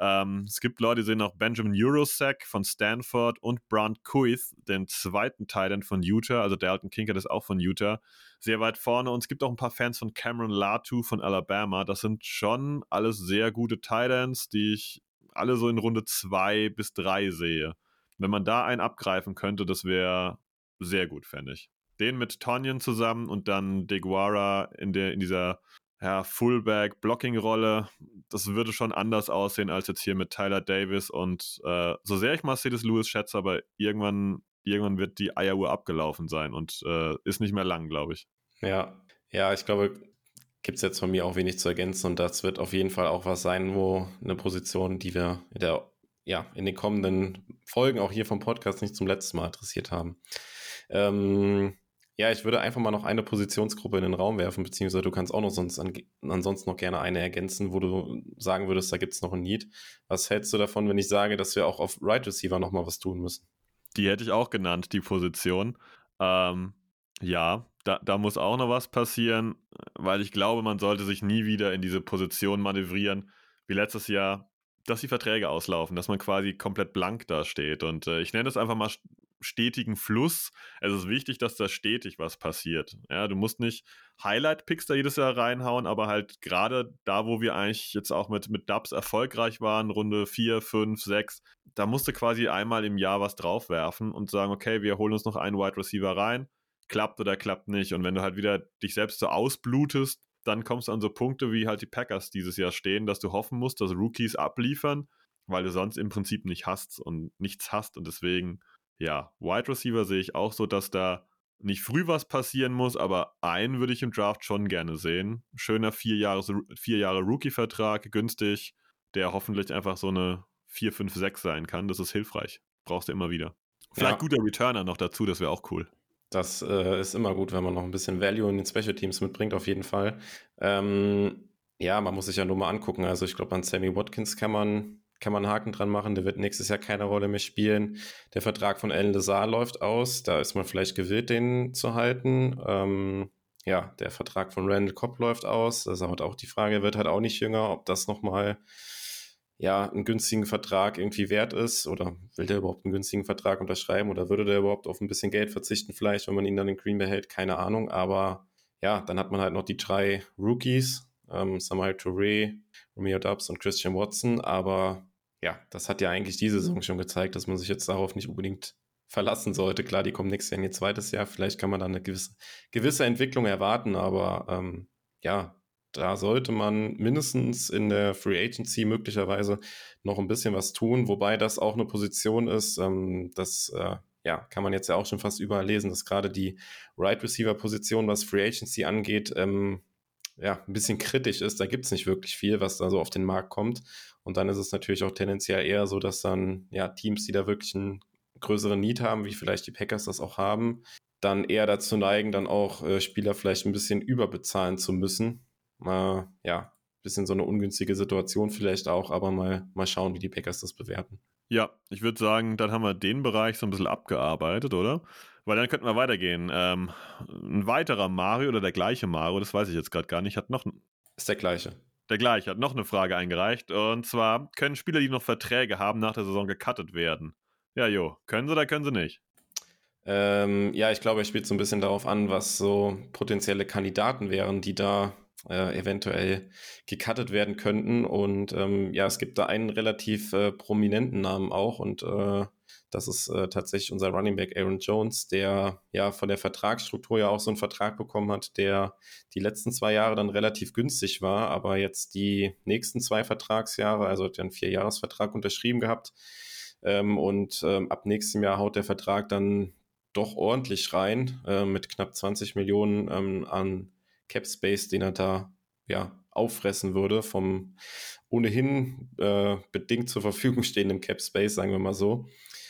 Es gibt Leute, die sehen auch Benjamin Jurosak von Stanford und Brant Kuith, den zweiten Tight End von Utah, also Dalton Kincaid ist auch von Utah, sehr weit vorne. Und es gibt auch ein paar Fans von Cameron Latu von Alabama. Das sind schon alles sehr gute Tight Ends, die ich alle so in Runde 2 bis 3 sehe. Wenn man da einen abgreifen könnte, das wäre sehr gut, fände ich. Den mit Tonyan zusammen und dann DeGuara in dieser Fullback-Blocking-Rolle, das würde schon anders aussehen als jetzt hier mit Tyler Davis und so sehr ich Marcellus Lewis schätze, aber irgendwann wird die Eieruhr abgelaufen sein und ist nicht mehr lang, glaube ich. Ja, ich glaube, gibt es jetzt von mir auch wenig zu ergänzen und das wird auf jeden Fall auch was sein, wo eine Position, die wir in den kommenden Folgen auch hier vom Podcast nicht zum letzten Mal adressiert haben. Ich würde einfach mal noch eine Positionsgruppe in den Raum werfen, beziehungsweise du kannst auch noch ansonsten noch gerne eine ergänzen, wo du sagen würdest, da gibt es noch ein Need. Was hältst du davon, wenn ich sage, dass wir auch auf Right Receiver nochmal was tun müssen? Die hätte ich auch genannt, die Position. Da muss auch noch was passieren, weil ich glaube, man sollte sich nie wieder in diese Position manövrieren, wie letztes Jahr, dass die Verträge auslaufen, dass man quasi komplett blank da steht. Und ich nenne es einfach mal stetigen Fluss. Es ist wichtig, dass da stetig was passiert. Ja, du musst nicht Highlight-Picks da jedes Jahr reinhauen, aber halt gerade da, wo wir eigentlich jetzt auch mit Dubs erfolgreich waren, Runde 4, 5, 6, da musst du quasi einmal im Jahr was draufwerfen und sagen, okay, wir holen uns noch einen Wide Receiver rein, klappt oder klappt nicht. Und wenn du halt wieder dich selbst so ausblutest, dann kommst du an so Punkte, wie halt die Packers dieses Jahr stehen, dass du hoffen musst, dass Rookies abliefern, weil du sonst im Prinzip nichts hast und deswegen ja, Wide Receiver sehe ich auch so, dass da nicht früh was passieren muss, aber einen würde ich im Draft schon gerne sehen. Schöner 4 Jahre Rookie-Vertrag, günstig, der hoffentlich einfach so eine 4, 5, 6 sein kann. Das ist hilfreich. Brauchst du immer wieder. Vielleicht guter Returner noch dazu, das wäre auch cool. Das ist immer gut, wenn man noch ein bisschen Value in den Special Teams mitbringt, auf jeden Fall. Man muss sich ja nur mal angucken. Also ich glaube, an Sammy Watkins kann man einen Haken dran machen, der wird nächstes Jahr keine Rolle mehr spielen. Der Vertrag von Allen Lazard läuft aus, da ist man vielleicht gewillt, den zu halten. Der Vertrag von Randall Cobb läuft aus, das ist halt auch die Frage, er wird halt auch nicht jünger, ob das nochmal einen günstigen Vertrag irgendwie wert ist oder will der überhaupt einen günstigen Vertrag unterschreiben oder würde der überhaupt auf ein bisschen Geld verzichten vielleicht, wenn man ihn dann in Green Bay hält, keine Ahnung, aber dann hat man halt noch die 3 Rookies, Samari Touré, Romeo Doubs und Christian Watson, aber das hat ja eigentlich diese Saison schon gezeigt, dass man sich jetzt darauf nicht unbedingt verlassen sollte. Klar, die kommen nächstes Jahr in ihr zweites Jahr, vielleicht kann man da eine gewisse Entwicklung erwarten, aber da sollte man mindestens in der Free Agency möglicherweise noch ein bisschen was tun, wobei das auch eine Position ist, das ja, kann man jetzt ja auch schon fast überall lesen, dass gerade die Right-Receiver-Position, was Free Agency angeht, ja, ein bisschen kritisch ist. Da gibt es nicht wirklich viel, was da so auf den Markt kommt. Und dann ist es natürlich auch tendenziell eher so, dass dann ja Teams, die da wirklich einen größeren Need haben, wie vielleicht die Packers das auch haben, dann eher dazu neigen, dann auch Spieler vielleicht ein bisschen überbezahlen zu müssen. Ja, bisschen so eine ungünstige Situation vielleicht auch, aber mal schauen, wie die Packers das bewerten. Ja, ich würde sagen, dann haben wir den Bereich so ein bisschen abgearbeitet, oder? Weil dann könnten wir weitergehen. Ein weiterer Mario oder der gleiche Mario, das weiß ich jetzt gerade gar nicht, hat noch Ist der gleiche. der gleiche hat noch eine Frage eingereicht. Und zwar, können Spieler, die noch Verträge haben, nach der Saison gecuttet werden? Ja, können sie oder können sie nicht? Ja, ich glaube, es spielt so ein bisschen darauf an, was so potenzielle Kandidaten wären, die da eventuell gecuttet werden könnten. Und ja, es gibt da einen relativ prominenten Namen auch und das ist tatsächlich unser Running Back Aaron Jones, der ja von der Vertragsstruktur ja auch so einen Vertrag bekommen hat, der die letzten 2 Jahre dann relativ günstig war, aber jetzt die nächsten 2 Vertragsjahre, also hat er einen 4-Jahres-Vertrag unterschrieben gehabt und ab nächstem Jahr haut der Vertrag dann doch ordentlich rein mit knapp 20 Millionen an Cap Space, den er da ja auffressen würde vom ohnehin bedingt zur Verfügung stehenden Cap Space, sagen wir mal so.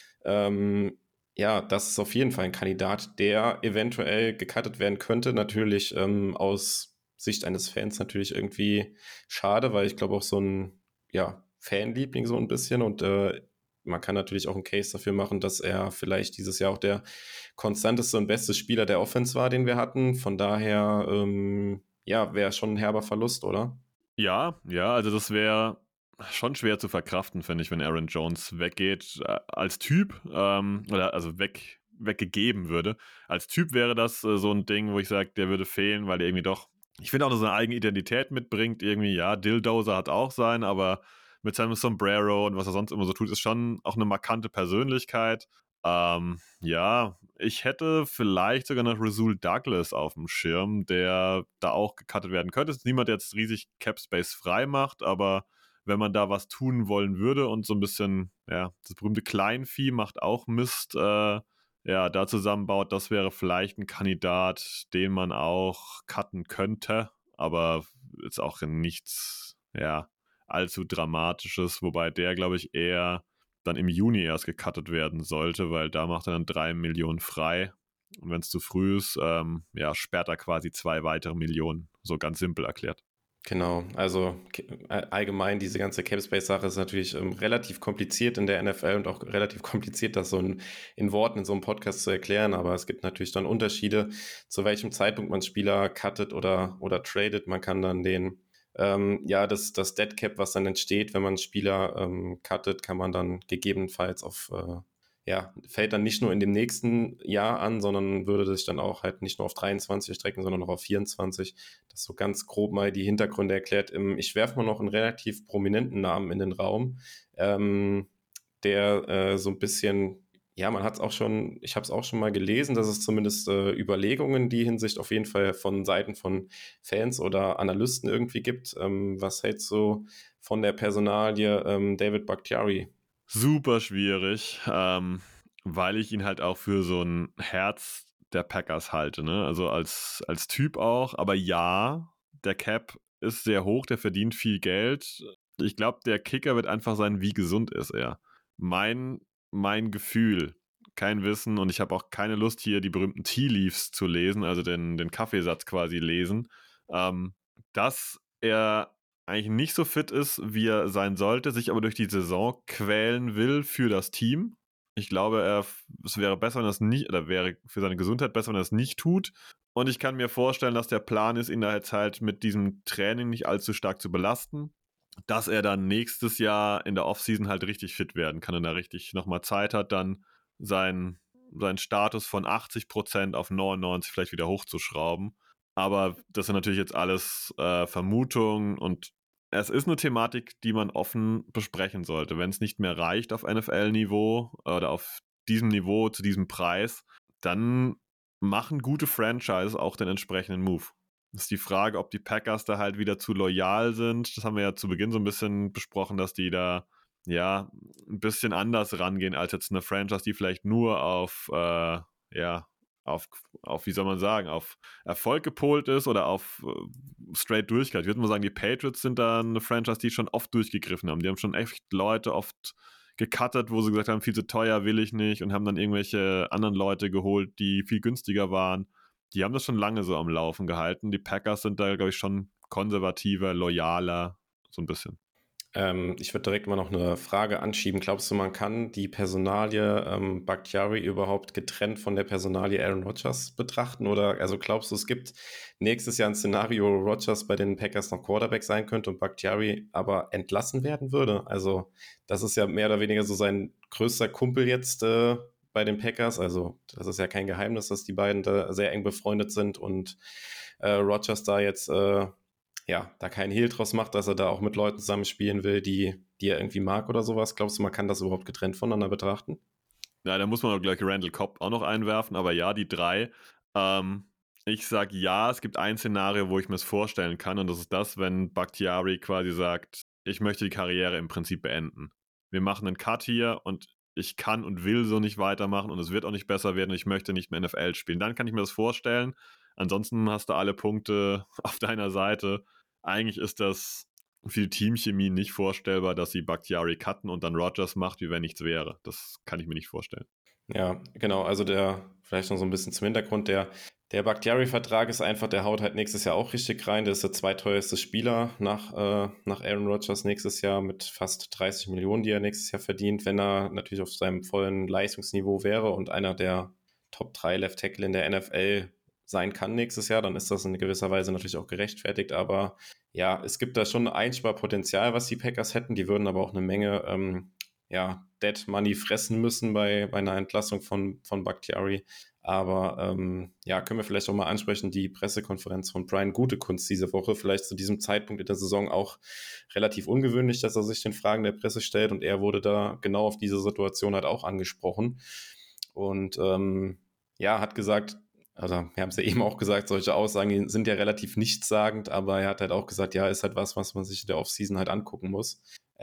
Ja, das ist auf jeden Fall ein Kandidat, der eventuell gecuttet werden könnte. Natürlich aus Sicht eines Fans natürlich irgendwie schade, weil ich glaube auch so ein ja, Fanliebling so ein bisschen und man kann natürlich auch einen Case dafür machen, dass er vielleicht dieses Jahr auch der konstanteste und beste Spieler der Offense war, den wir hatten. Von daher, ja, wäre schon ein herber Verlust, oder? Ja, also das wäre schon schwer zu verkraften, finde ich, wenn Aaron Jones weggeht als Typ oder also weggegeben würde. Als Typ wäre das so ein Ding, wo ich sage, der würde fehlen, weil der irgendwie doch, ich finde auch, dass er eine eigene Identität mitbringt. Irgendwie, ja, Dildozer hat auch sein, aber mit seinem Sombrero und was er sonst immer so tut, ist schon auch eine markante Persönlichkeit. Ja, ich hätte vielleicht sogar noch Rasul Douglas auf dem Schirm, der da auch gecuttet werden könnte. Es ist niemand, der jetzt riesig Cap Space frei macht, aber wenn man da was tun wollen würde und so ein bisschen, ja, das berühmte Kleinvieh macht auch Mist, ja, da zusammenbaut, das wäre vielleicht ein Kandidat, den man auch cutten könnte, aber jetzt auch in nichts, ja, allzu Dramatisches, wobei der, glaube ich, eher dann im Juni erst gecuttet werden sollte, weil da macht er dann 3 Millionen frei. Und wenn es zu früh ist, ja, sperrt er quasi 2 weitere Millionen. So ganz simpel erklärt. Genau, also allgemein diese ganze Cap-Space-Sache ist natürlich relativ kompliziert in der NFL und auch relativ kompliziert, das so in Worten in so einem Podcast zu erklären, aber es gibt natürlich dann Unterschiede, zu welchem Zeitpunkt man Spieler cuttet oder tradet. Man kann dann ja, das Dead Cap, was dann entsteht, wenn man Spieler cuttet, kann man dann gegebenenfalls ja, fällt dann nicht nur in dem nächsten Jahr an, sondern würde sich dann auch halt nicht nur auf 23 strecken, sondern auch auf 24. Das ist so ganz grob mal die Hintergründe erklärt. Ich werfe mal noch einen relativ prominenten Namen in den Raum, der so ein bisschen, ja, man hat es auch schon, ich habe es auch schon mal gelesen, dass es zumindest Überlegungen in die Hinsicht auf jeden Fall von Seiten von Fans oder Analysten irgendwie gibt. Was hältst du von der Personalie David Bakhtiari? Super schwierig, weil ich ihn halt auch für so ein Herz der Packers halte, ne? Also als Typ auch, aber ja, der Cap ist sehr hoch, der verdient viel Geld. Ich glaube, der Kicker wird einfach sein, wie gesund ist er. Mein Gefühl, kein Wissen und ich habe auch keine Lust, hier die berühmten Tea Leaves zu lesen, also den Kaffeesatz quasi lesen, dass er eigentlich nicht so fit ist, wie er sein sollte, sich aber durch die Saison quälen will für das Team. Ich glaube, es wäre besser, wenn er das nicht, oder wäre für seine Gesundheit besser, wenn er das nicht tut. Und ich kann mir vorstellen, dass der Plan ist, ihn da jetzt halt mit diesem Training nicht allzu stark zu belasten, dass er dann nächstes Jahr in der Offseason halt richtig fit werden kann und da richtig nochmal Zeit hat, dann seinen Status von 80% auf 99% vielleicht wieder hochzuschrauben. Aber das sind natürlich jetzt alles Vermutungen und es ist eine Thematik, die man offen besprechen sollte. Wenn es nicht mehr reicht auf NFL-Niveau oder auf diesem Niveau zu diesem Preis, dann machen gute Franchises auch den entsprechenden Move. Das ist die Frage, ob die Packers da halt wieder zu loyal sind. Das haben wir ja zu Beginn so ein bisschen besprochen, dass die da ein bisschen anders rangehen als jetzt eine Franchise, die vielleicht nur auf wie soll man sagen, auf Erfolg gepolt ist oder auf straight Durchgriff. Ich würde mal sagen, die Patriots sind da eine Franchise, die schon oft durchgegriffen haben. Die haben schon echt Leute oft gecuttet, wo sie gesagt haben, viel zu teuer, will ich nicht, und haben dann irgendwelche anderen Leute geholt, die viel günstiger waren. Die haben das schon lange so am Laufen gehalten. Die Packers sind da, glaube ich, schon konservativer, loyaler, so ein bisschen. Ich würde direkt mal noch eine Frage anschieben. Glaubst du, man kann die Personalie Bakhtiari überhaupt getrennt von der Personalie Aaron Rodgers betrachten? Oder also glaubst du, es gibt nächstes Jahr ein Szenario, wo Rodgers bei den Packers noch Quarterback sein könnte und Bakhtiari aber entlassen werden würde? Also das ist ja mehr oder weniger so sein größter Kumpel jetzt bei den Packers. Also das ist ja kein Geheimnis, dass die beiden da sehr eng befreundet sind und Rodgers da jetzt da keinen Hehl draus macht, dass er da auch mit Leuten zusammenspielen will, die er irgendwie mag oder sowas. Glaubst du, man kann das überhaupt getrennt voneinander betrachten? Ja, da muss man auch gleich Randall Cobb auch noch einwerfen, aber ja, die drei. Ich sag ja, es gibt ein Szenario, wo ich mir es vorstellen kann, und das ist das, wenn Bakhtiari quasi sagt, ich möchte die Karriere im Prinzip beenden. Wir machen einen Cut hier und ich kann und will so nicht weitermachen und es wird auch nicht besser werden und ich möchte nicht mehr NFL spielen. Dann kann ich mir das vorstellen. Ansonsten hast du alle Punkte auf deiner Seite. Eigentlich ist das für die Teamchemie nicht vorstellbar, dass sie Bakhtiari cutten und dann Rodgers macht, wie wenn nichts wäre. Das kann ich mir nicht vorstellen. Ja, genau. Also vielleicht noch so ein bisschen zum Hintergrund, der Bakhtiari-Vertrag ist einfach, der haut halt nächstes Jahr auch richtig rein. Der ist der zweiteuerste Spieler nach Aaron Rodgers nächstes Jahr mit fast 30 Millionen, die er nächstes Jahr verdient, wenn er natürlich auf seinem vollen Leistungsniveau wäre und einer der Top 3 Left Tackle in der NFL sein kann nächstes Jahr, dann ist das in gewisser Weise natürlich auch gerechtfertigt. Aber ja, es gibt da schon Einsparpotenzial, was die Packers hätten. Die würden aber auch eine Menge Dead Money fressen müssen bei einer Entlassung von Bakhtiari. Aber können wir vielleicht auch mal ansprechen, die Pressekonferenz von Brian Gutekunst diese Woche, vielleicht zu diesem Zeitpunkt in der Saison auch relativ ungewöhnlich, dass er sich den Fragen der Presse stellt, und er wurde da genau auf diese Situation halt auch angesprochen und hat gesagt, also wir haben es ja eben auch gesagt, solche Aussagen sind ja relativ nichtssagend, aber er hat halt auch gesagt, ja, ist halt was man sich in der Offseason halt angucken muss.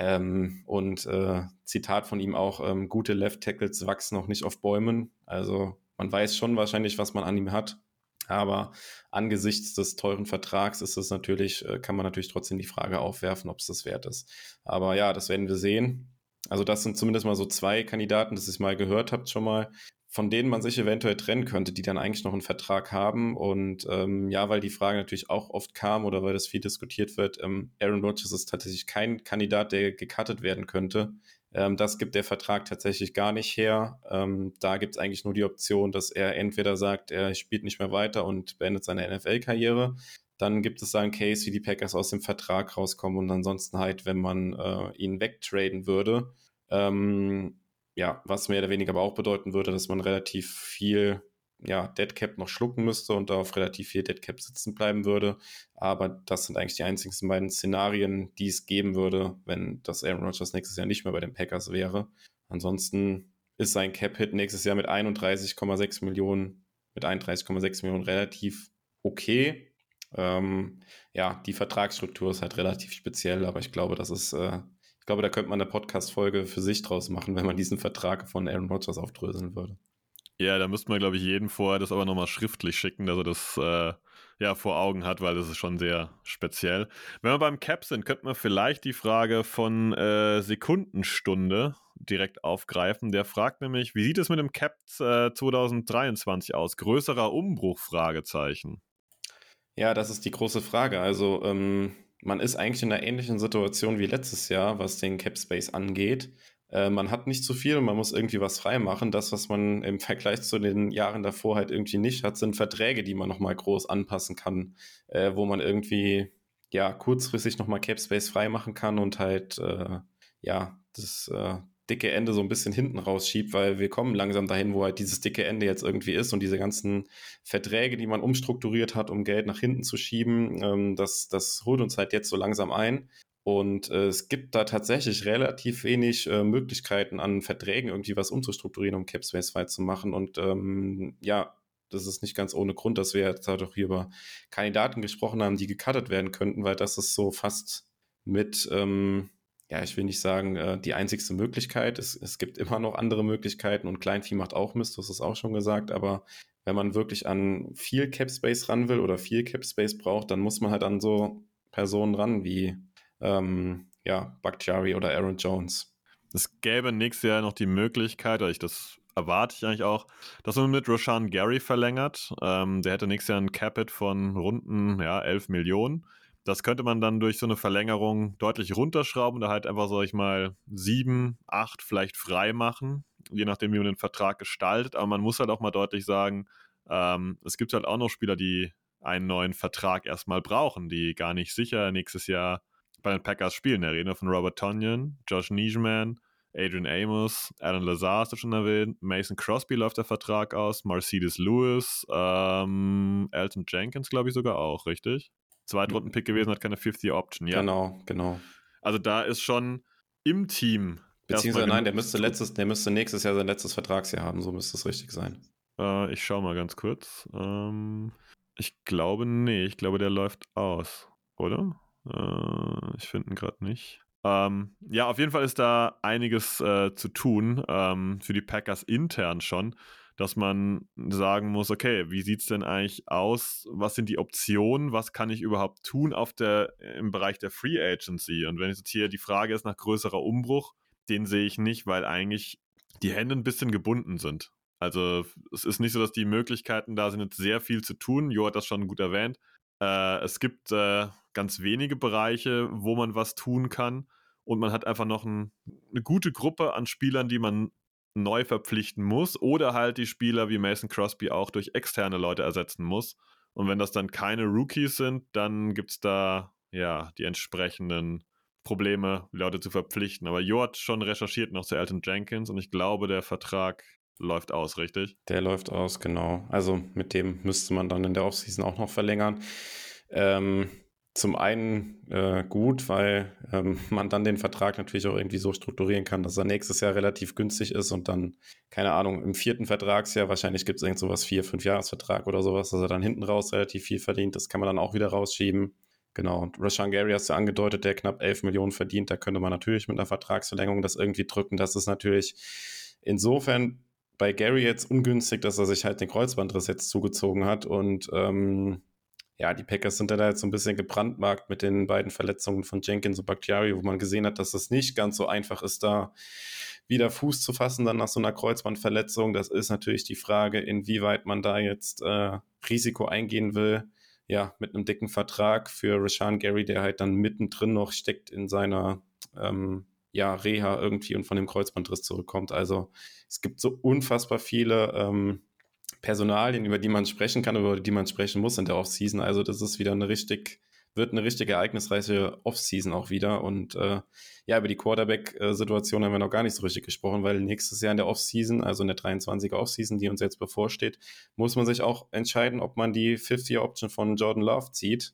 Zitat von ihm auch, gute Left Tackles wachsen noch nicht auf Bäumen. Also man weiß schon wahrscheinlich, was man an ihm hat, aber angesichts des teuren Vertrags kann man natürlich trotzdem die Frage aufwerfen, ob es das wert ist. Aber ja, das werden wir sehen. Also das sind zumindest mal so zwei Kandidaten, das ihr mal gehört habt schon mal, von denen man sich eventuell trennen könnte, die dann eigentlich noch einen Vertrag haben. Und weil die Frage natürlich auch oft kam oder weil das viel diskutiert wird, Aaron Rodgers ist tatsächlich kein Kandidat, der gecuttet werden könnte. Das gibt der Vertrag tatsächlich gar nicht her. Da gibt es eigentlich nur die Option, dass er entweder sagt, er spielt nicht mehr weiter und beendet seine NFL-Karriere. Dann gibt es da einen Case, wie die Packers aus dem Vertrag rauskommen, und ansonsten halt, wenn man ihn wegtraden würde. Was mehr oder weniger aber auch bedeuten würde, dass man relativ viel Deadcap noch schlucken müsste und da auf relativ viel Deadcap sitzen bleiben würde. Aber das sind eigentlich die einzigen beiden Szenarien, die es geben würde, wenn das Aaron Rodgers nächstes Jahr nicht mehr bei den Packers wäre. Ansonsten ist sein Cap-Hit nächstes Jahr mit 31,6 Millionen relativ okay. Die Vertragsstruktur ist halt relativ speziell, aber ich glaube, da könnte man eine Podcast-Folge für sich draus machen, wenn man diesen Vertrag von Aaron Rodgers aufdröseln würde. Ja, da müsste man, glaube ich, jeden vorher das aber nochmal schriftlich schicken, dass er das vor Augen hat, weil das ist schon sehr speziell. Wenn wir beim Cap sind, könnte man vielleicht die Frage von Sekundenstunde direkt aufgreifen. Der fragt nämlich, wie sieht es mit dem Cap 2023 aus? Größerer Umbruch? Fragezeichen. Ja, das ist die große Frage. Also man ist eigentlich in einer ähnlichen Situation wie letztes Jahr, was den Cap Space angeht. Man hat nicht zu viel und man muss irgendwie was freimachen. Das, was man im Vergleich zu den Jahren davor halt irgendwie nicht hat, sind Verträge, die man nochmal groß anpassen kann, wo man irgendwie kurzfristig nochmal Cap Space freimachen kann und halt das dicke Ende so ein bisschen hinten rausschiebt, weil wir kommen langsam dahin, wo halt dieses dicke Ende jetzt irgendwie ist, und diese ganzen Verträge, die man umstrukturiert hat, um Geld nach hinten zu schieben, das holt uns halt jetzt so langsam ein. Und es gibt da tatsächlich relativ wenig Möglichkeiten an Verträgen irgendwie was umzustrukturieren, um Capspace frei zu machen. Und das ist nicht ganz ohne Grund, dass wir jetzt halt auch hier über Kandidaten gesprochen haben, die gecuttet werden könnten, weil das ist so fast mit ja, ich will nicht sagen, die einzigste Möglichkeit. Es gibt immer noch andere Möglichkeiten und Kleinvieh macht auch Mist, du hast es auch schon gesagt, aber wenn man wirklich an viel Cap Space ran will oder viel Cap Space braucht, dann muss man halt an so Personen ran wie Bakhtiari oder Aaron Jones. Es gäbe nächstes Jahr noch die Möglichkeit, das erwarte ich eigentlich auch, dass man mit Rashan Gary verlängert. Der hätte nächstes Jahr ein Capit von runden 11 Millionen. Das könnte man dann durch so eine Verlängerung deutlich runterschrauben oder halt einfach, sag ich mal, 7, 8 vielleicht frei machen, je nachdem, wie man den Vertrag gestaltet. Aber man muss halt auch mal deutlich sagen, es gibt halt auch noch Spieler, die einen neuen Vertrag erstmal brauchen, die gar nicht sicher nächstes Jahr bei den Packers spielen. Der Rede von Robert Tonyan, Josh Nijman, Adrian Amos, Alan Lazar hast du schon erwähnt, Mason Crosby läuft der Vertrag aus, Mercedes Lewis, Elton Jenkins glaube ich sogar auch, richtig? Zweitrunden-Pick gewesen, hat keine Fifth-Year-Option, ja. Genau. Also da ist schon im Team beziehungsweise nein, der müsste nächstes Jahr sein letztes Vertragsjahr haben, so müsste es richtig sein. Ich schau mal ganz kurz. Ich glaube, der läuft aus, oder? Ich finde ihn gerade nicht. Ja, auf jeden Fall ist da einiges zu tun, für die Packers intern schon, dass man sagen muss, okay, wie sieht es denn eigentlich aus? Was sind die Optionen? Was kann ich überhaupt tun im Bereich der Free Agency? Und wenn jetzt hier die Frage ist nach größerer Umbruch, den sehe ich nicht, weil eigentlich die Hände ein bisschen gebunden sind. Also es ist nicht so, dass die Möglichkeiten da sind, jetzt sehr viel zu tun. Jo hat das schon gut erwähnt. Es gibt ganz wenige Bereiche, wo man was tun kann. Und man hat einfach noch eine gute Gruppe an Spielern, die man neu verpflichten muss. Oder halt die Spieler wie Mason Crosby auch durch externe Leute ersetzen muss. Und wenn das dann keine Rookies sind, dann gibt es da die entsprechenden Probleme, Leute zu verpflichten. Aber Jo hat schon recherchiert noch zu Elton Jenkins und ich glaube, der Vertrag läuft aus, richtig? Der läuft aus, genau. Also mit dem müsste man dann in der Offseason auch noch verlängern. Zum einen gut, weil man dann den Vertrag natürlich auch irgendwie so strukturieren kann, dass er nächstes Jahr relativ günstig ist und dann, keine Ahnung, im 4. Vertragsjahr, wahrscheinlich gibt es irgend sowas 4-5-Jahres-Vertrag oder sowas, dass er dann hinten raus relativ viel verdient. Das kann man dann auch wieder rausschieben. Genau, und Rashan Gary hast du angedeutet, der knapp 11 Millionen verdient. Da könnte man natürlich mit einer Vertragsverlängerung das irgendwie drücken. Das ist natürlich insofern bei Gary jetzt ungünstig, dass er sich halt den Kreuzbandriss jetzt zugezogen hat und die Packers sind da jetzt so ein bisschen gebrandmarkt mit den beiden Verletzungen von Jenkins und Bakhtiari, wo man gesehen hat, dass es nicht ganz so einfach ist, da wieder Fuß zu fassen dann nach so einer Kreuzbandverletzung. Das ist natürlich die Frage, inwieweit man da jetzt Risiko eingehen will. Ja, mit einem dicken Vertrag für Rashan Gary, der halt dann mittendrin noch steckt in seiner Reha irgendwie und von dem Kreuzbandriss zurückkommt. Also es gibt so unfassbar viele Personalien, über die man sprechen kann, über die man sprechen muss in der Offseason. Also das ist wieder wird eine richtig ereignisreiche Offseason auch wieder. Und über die Quarterback-Situation haben wir noch gar nicht so richtig gesprochen, weil nächstes Jahr in der Offseason, also in der 23er Offseason, die uns jetzt bevorsteht, muss man sich auch entscheiden, ob man die Fifth-Year-Option von Jordan Love zieht.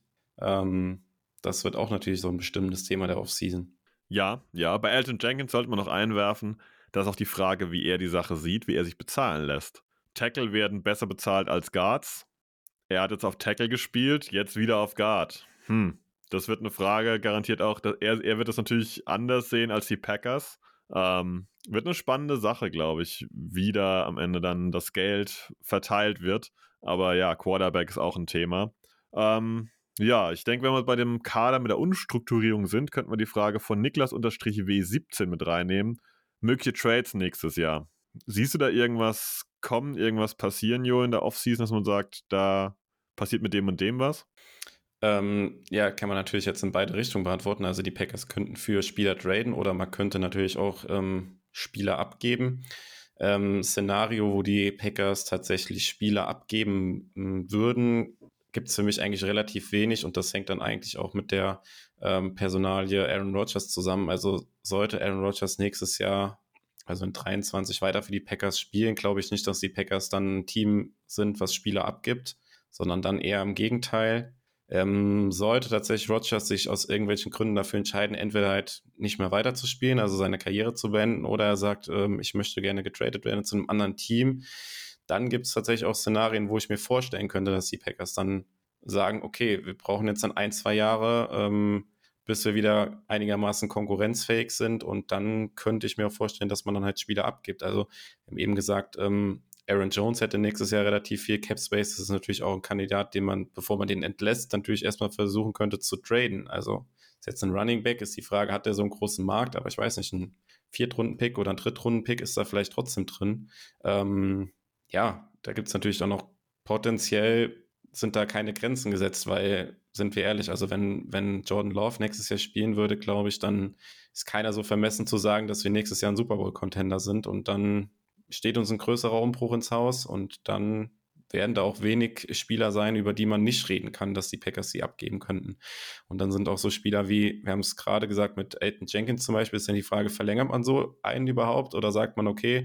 Das wird auch natürlich so ein bestimmendes Thema der Offseason. Ja, bei Elton Jenkins sollte man noch einwerfen, dass auch die Frage, wie er die Sache sieht, wie er sich bezahlen lässt. Tackle werden besser bezahlt als Guards. Er hat jetzt auf Tackle gespielt, jetzt wieder auf Guard. Das wird eine Frage, garantiert auch. Er wird das natürlich anders sehen als die Packers. Wird eine spannende Sache, glaube ich, wie da am Ende dann das Geld verteilt wird. Aber ja, Quarterback ist auch ein Thema. Ich denke, wenn wir bei dem Kader mit der Umstrukturierung sind, könnten wir die Frage von Niklas-W17 mit reinnehmen. Mögliche Trades nächstes Jahr. Siehst du da irgendwas kommen, irgendwas passieren, Jo, in der Offseason, dass man sagt, da passiert mit dem und dem was? Kann man natürlich jetzt in beide Richtungen beantworten. Also die Packers könnten für Spieler traden oder man könnte natürlich auch Spieler abgeben. Szenario, wo die Packers tatsächlich Spieler abgeben würden, gibt es für mich eigentlich relativ wenig und das hängt dann eigentlich auch mit der Personalie Aaron Rodgers zusammen. Also sollte Aaron Rodgers nächstes Jahr, also in 23, weiter für die Packers spielen, glaube ich nicht, dass die Packers dann ein Team sind, was Spieler abgibt, sondern dann eher im Gegenteil. Sollte tatsächlich Rodgers sich aus irgendwelchen Gründen dafür entscheiden, entweder halt nicht mehr weiterzuspielen, also seine Karriere zu beenden, oder er sagt, ich möchte gerne getradet werden zu einem anderen Team, dann gibt es tatsächlich auch Szenarien, wo ich mir vorstellen könnte, dass die Packers dann sagen, okay, wir brauchen jetzt dann 1-2 Jahre bis wir wieder einigermaßen konkurrenzfähig sind. Und dann könnte ich mir auch vorstellen, dass man dann halt Spieler abgibt. Also wir haben eben gesagt, Aaron Jones hätte nächstes Jahr relativ viel Cap Space. Das ist natürlich auch ein Kandidat, den man, bevor man den entlässt, natürlich erstmal versuchen könnte zu traden. Also ist jetzt ein Running Back, ist die Frage, hat der so einen großen Markt? Aber ich weiß nicht, ein Viertrunden-Pick oder ein Drittrunden-Pick ist da vielleicht trotzdem drin. Ja, da gibt es natürlich auch noch potenziell sind da keine Grenzen gesetzt, weil, sind wir ehrlich, also wenn Jordan Love nächstes Jahr spielen würde, glaube ich, dann ist keiner so vermessen zu sagen, dass wir nächstes Jahr ein Super Bowl-Contender sind und dann steht uns ein größerer Umbruch ins Haus und dann werden da auch wenig Spieler sein, über die man nicht reden kann, dass die Packers sie abgeben könnten. Und dann sind auch so Spieler wie, wir haben es gerade gesagt, mit Elgton Jenkins zum Beispiel, ist dann die Frage, verlängert man so einen überhaupt oder sagt man, okay,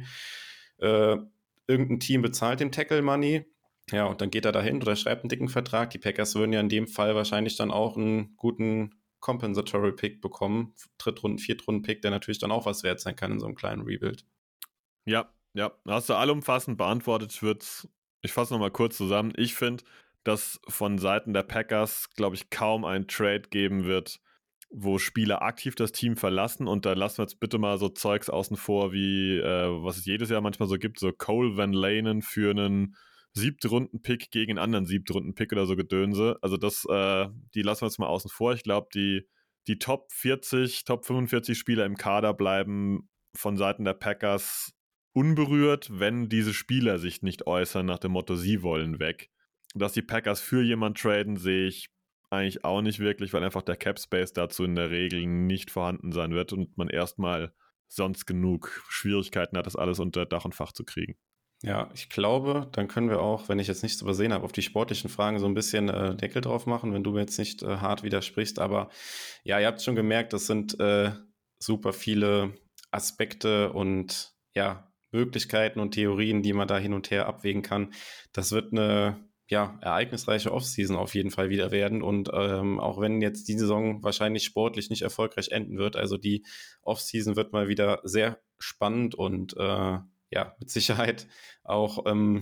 irgendein Team bezahlt dem Tackle Money, ja, und dann geht er dahin oder schreibt einen dicken Vertrag. Die Packers würden ja in dem Fall wahrscheinlich dann auch einen guten Compensatory Pick bekommen, Drittrunden-, Viertrunden-Pick, der natürlich dann auch was wert sein kann in so einem kleinen Rebuild. Ja, hast du allumfassend beantwortet. Ich fasse nochmal kurz zusammen. Ich finde, dass von Seiten der Packers, glaube ich, kaum ein Trade geben wird, wo Spieler aktiv das Team verlassen, und da lassen wir jetzt bitte mal so Zeugs außen vor, wie was es jedes Jahr manchmal so gibt, so Cole Van Lanen für einen 7-Runden-Pick gegen einen anderen 7-Runden-Pick oder so Gedönse. Also die lassen wir jetzt mal außen vor. Ich glaube, die Top 40, Top 45 Spieler im Kader bleiben von Seiten der Packers unberührt, wenn diese Spieler sich nicht äußern nach dem Motto, sie wollen weg. Dass die Packers für jemanden traden, sehe ich eigentlich auch nicht wirklich, weil einfach der Cap-Space dazu in der Regel nicht vorhanden sein wird und man erstmal sonst genug Schwierigkeiten hat, das alles unter Dach und Fach zu kriegen. Ja, ich glaube, dann können wir auch, wenn ich jetzt nichts übersehen habe, auf die sportlichen Fragen so ein bisschen Deckel drauf machen, wenn du mir jetzt nicht hart widersprichst. Aber ja, ihr habt schon gemerkt, das sind super viele Aspekte und ja, Möglichkeiten und Theorien, die man da hin und her abwägen kann. Das wird eine ereignisreiche Offseason auf jeden Fall wieder werden. Und auch wenn jetzt die Saison wahrscheinlich sportlich nicht erfolgreich enden wird, also die Offseason wird mal wieder sehr spannend und mit Sicherheit auch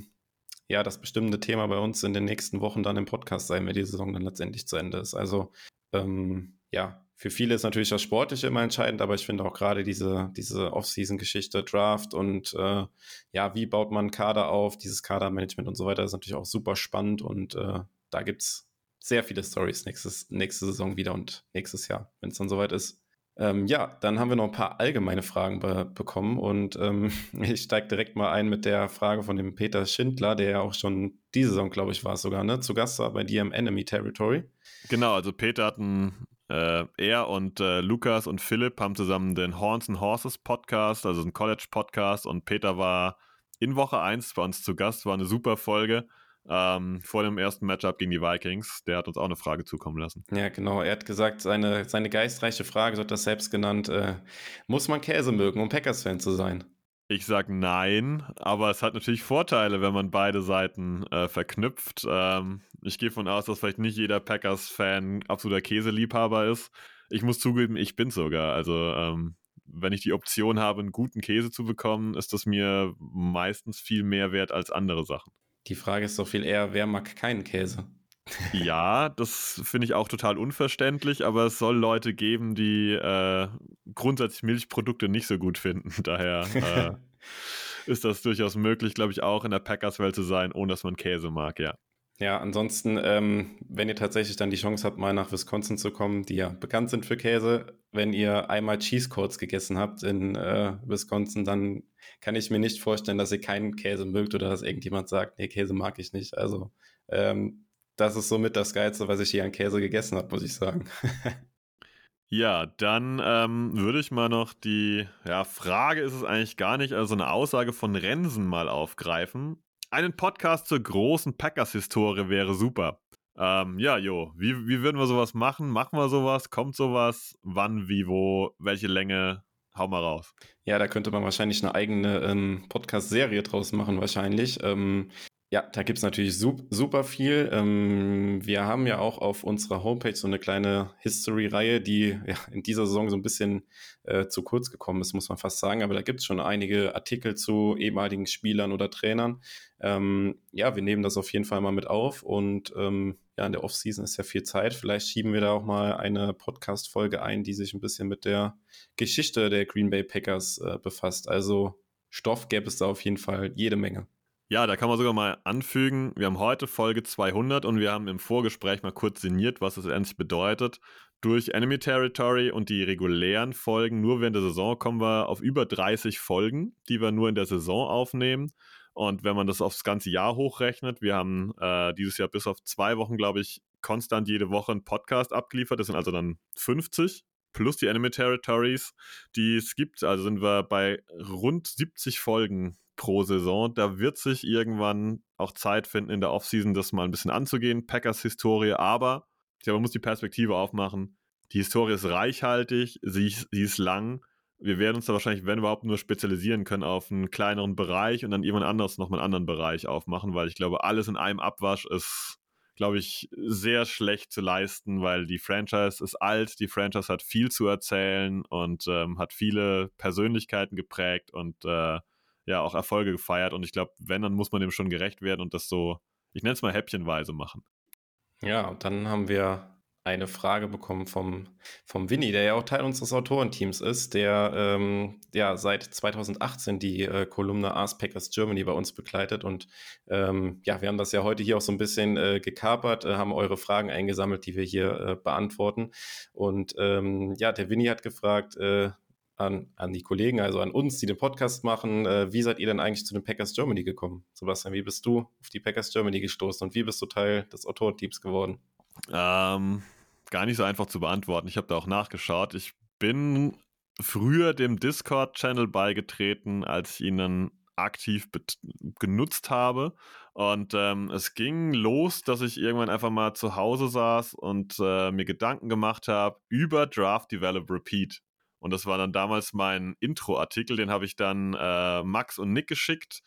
das bestimmende Thema bei uns in den nächsten Wochen dann im Podcast sein, wenn die Saison dann letztendlich zu Ende ist. Also für viele ist natürlich das Sportliche immer entscheidend, aber ich finde auch gerade diese Off-Season-Geschichte, Draft und wie baut man Kader auf, dieses Kadermanagement und so weiter, ist natürlich auch super spannend und da gibt es sehr viele Storys nächste Saison wieder und nächstes Jahr, wenn es dann soweit ist. Dann haben wir noch ein paar allgemeine Fragen bekommen und ich steige direkt mal ein mit der Frage von dem Peter Schindler, der ja auch schon diese Saison, glaube ich, war es sogar, ne, zu Gast war bei dir im Enemy Territory. Genau, also Peter hatten er und Lukas und Philipp haben zusammen den Horns and Horses Podcast, also ein College-Podcast, und Peter war in Woche 1 bei uns zu Gast, war eine super Folge. Vor dem ersten Matchup gegen die Vikings. Der hat uns auch eine Frage zukommen lassen. Ja, genau. Er hat gesagt, seine geistreiche Frage, so hat er das selbst genannt, muss man Käse mögen, um Packers-Fan zu sein? Ich sag nein, aber es hat natürlich Vorteile, wenn man beide Seiten verknüpft. Ich gehe von aus, dass vielleicht nicht jeder Packers-Fan absoluter Käseliebhaber ist. Ich muss zugeben, ich bin sogar. Also wenn ich die Option habe, einen guten Käse zu bekommen, ist das mir meistens viel mehr wert als andere Sachen. Die Frage ist doch viel eher, wer mag keinen Käse? Ja, das finde ich auch total unverständlich, aber es soll Leute geben, die grundsätzlich Milchprodukte nicht so gut finden. Daher ist das durchaus möglich, glaube ich, auch in der Packers-Welt zu sein, ohne dass man Käse mag, ja. Ja, ansonsten, wenn ihr tatsächlich dann die Chance habt, mal nach Wisconsin zu kommen, die ja bekannt sind für Käse, wenn ihr einmal Cheese Curds gegessen habt in Wisconsin, dann kann ich mir nicht vorstellen, dass ihr keinen Käse mögt oder dass irgendjemand sagt, nee, Käse mag ich nicht. Also das ist somit das Geilste, was ich hier an Käse gegessen habe, muss ich sagen. Ja, dann würde ich mal noch die Frage ist es eigentlich gar nicht, also eine Aussage von Rensen mal aufgreifen. Einen Podcast zur großen Packers-Historie wäre super. Wie würden wir sowas machen? Machen wir sowas? Kommt sowas? Wann, wie, wo? Welche Länge? Hau mal raus. Ja, da könnte man wahrscheinlich eine eigene Podcast-Serie draus machen, wahrscheinlich. Ja, da gibt es natürlich super viel. Wir haben ja auch auf unserer Homepage so eine kleine History-Reihe, die ja in dieser Saison so ein bisschen zu kurz gekommen ist, muss man fast sagen. Aber da gibt es schon einige Artikel zu ehemaligen Spielern oder Trainern. Ja, wir nehmen das auf jeden Fall mal mit auf. Und ja, in der Offseason ist ja viel Zeit. Vielleicht schieben wir da auch mal eine Podcast-Folge ein, die sich ein bisschen mit der Geschichte der Green Bay Packers befasst. Also Stoff gäbe es da auf jeden Fall jede Menge. Ja, da kann man sogar mal anfügen, wir haben heute Folge 200 und wir haben im Vorgespräch mal kurz sinniert, was es endlich bedeutet. Durch Enemy Territory und die regulären Folgen nur während der Saison kommen wir auf über 30 Folgen, die wir nur in der Saison aufnehmen. Und wenn man das aufs ganze Jahr hochrechnet, wir haben dieses Jahr bis auf 2 Wochen, glaube ich, konstant jede Woche einen Podcast abgeliefert. Das sind also dann 50 plus die Enemy Territories, die es gibt. Also sind wir bei rund 70 Folgen pro Saison. Da wird sich irgendwann auch Zeit finden, in der Offseason das mal ein bisschen anzugehen. Packers Historie, aber ich glaube, man muss die Perspektive aufmachen. Die Historie ist reichhaltig, sie ist lang. Wir werden uns da wahrscheinlich, wenn überhaupt, nur spezialisieren können auf einen kleineren Bereich und dann jemand anderes nochmal einen anderen Bereich aufmachen, weil ich glaube, alles in einem Abwasch ist, glaube ich, sehr schlecht zu leisten, weil die Franchise ist alt, die Franchise hat viel zu erzählen und hat viele Persönlichkeiten geprägt und ja, auch Erfolge gefeiert. Und ich glaube, wenn, dann muss man dem schon gerecht werden und das so, ich nenne es mal häppchenweise machen. Ja, und dann haben wir eine Frage bekommen vom Winnie, der ja auch Teil unseres Autorenteams ist, der ja seit 2018 die Kolumne Ask Packers Germany bei uns begleitet. Und ja, wir haben das ja heute hier auch so ein bisschen gekapert, haben eure Fragen eingesammelt, die wir hier beantworten. Und ja, der Winnie hat gefragt, an die Kollegen, also an uns, die den Podcast machen, wie seid ihr denn eigentlich zu den Packers Germany gekommen? Sebastian, wie bist du auf die Packers Germany gestoßen und wie bist du Teil des Autorenteams geworden? Gar nicht so einfach zu beantworten. Ich habe da auch nachgeschaut. Ich bin früher dem Discord-Channel beigetreten, als ich ihn dann aktiv genutzt habe. Und es ging los, dass ich irgendwann einfach mal zu Hause saß und mir Gedanken gemacht habe über Draft, Develop, Repeat. Und das war dann damals mein Intro-Artikel, den habe ich dann Max und Nick geschickt.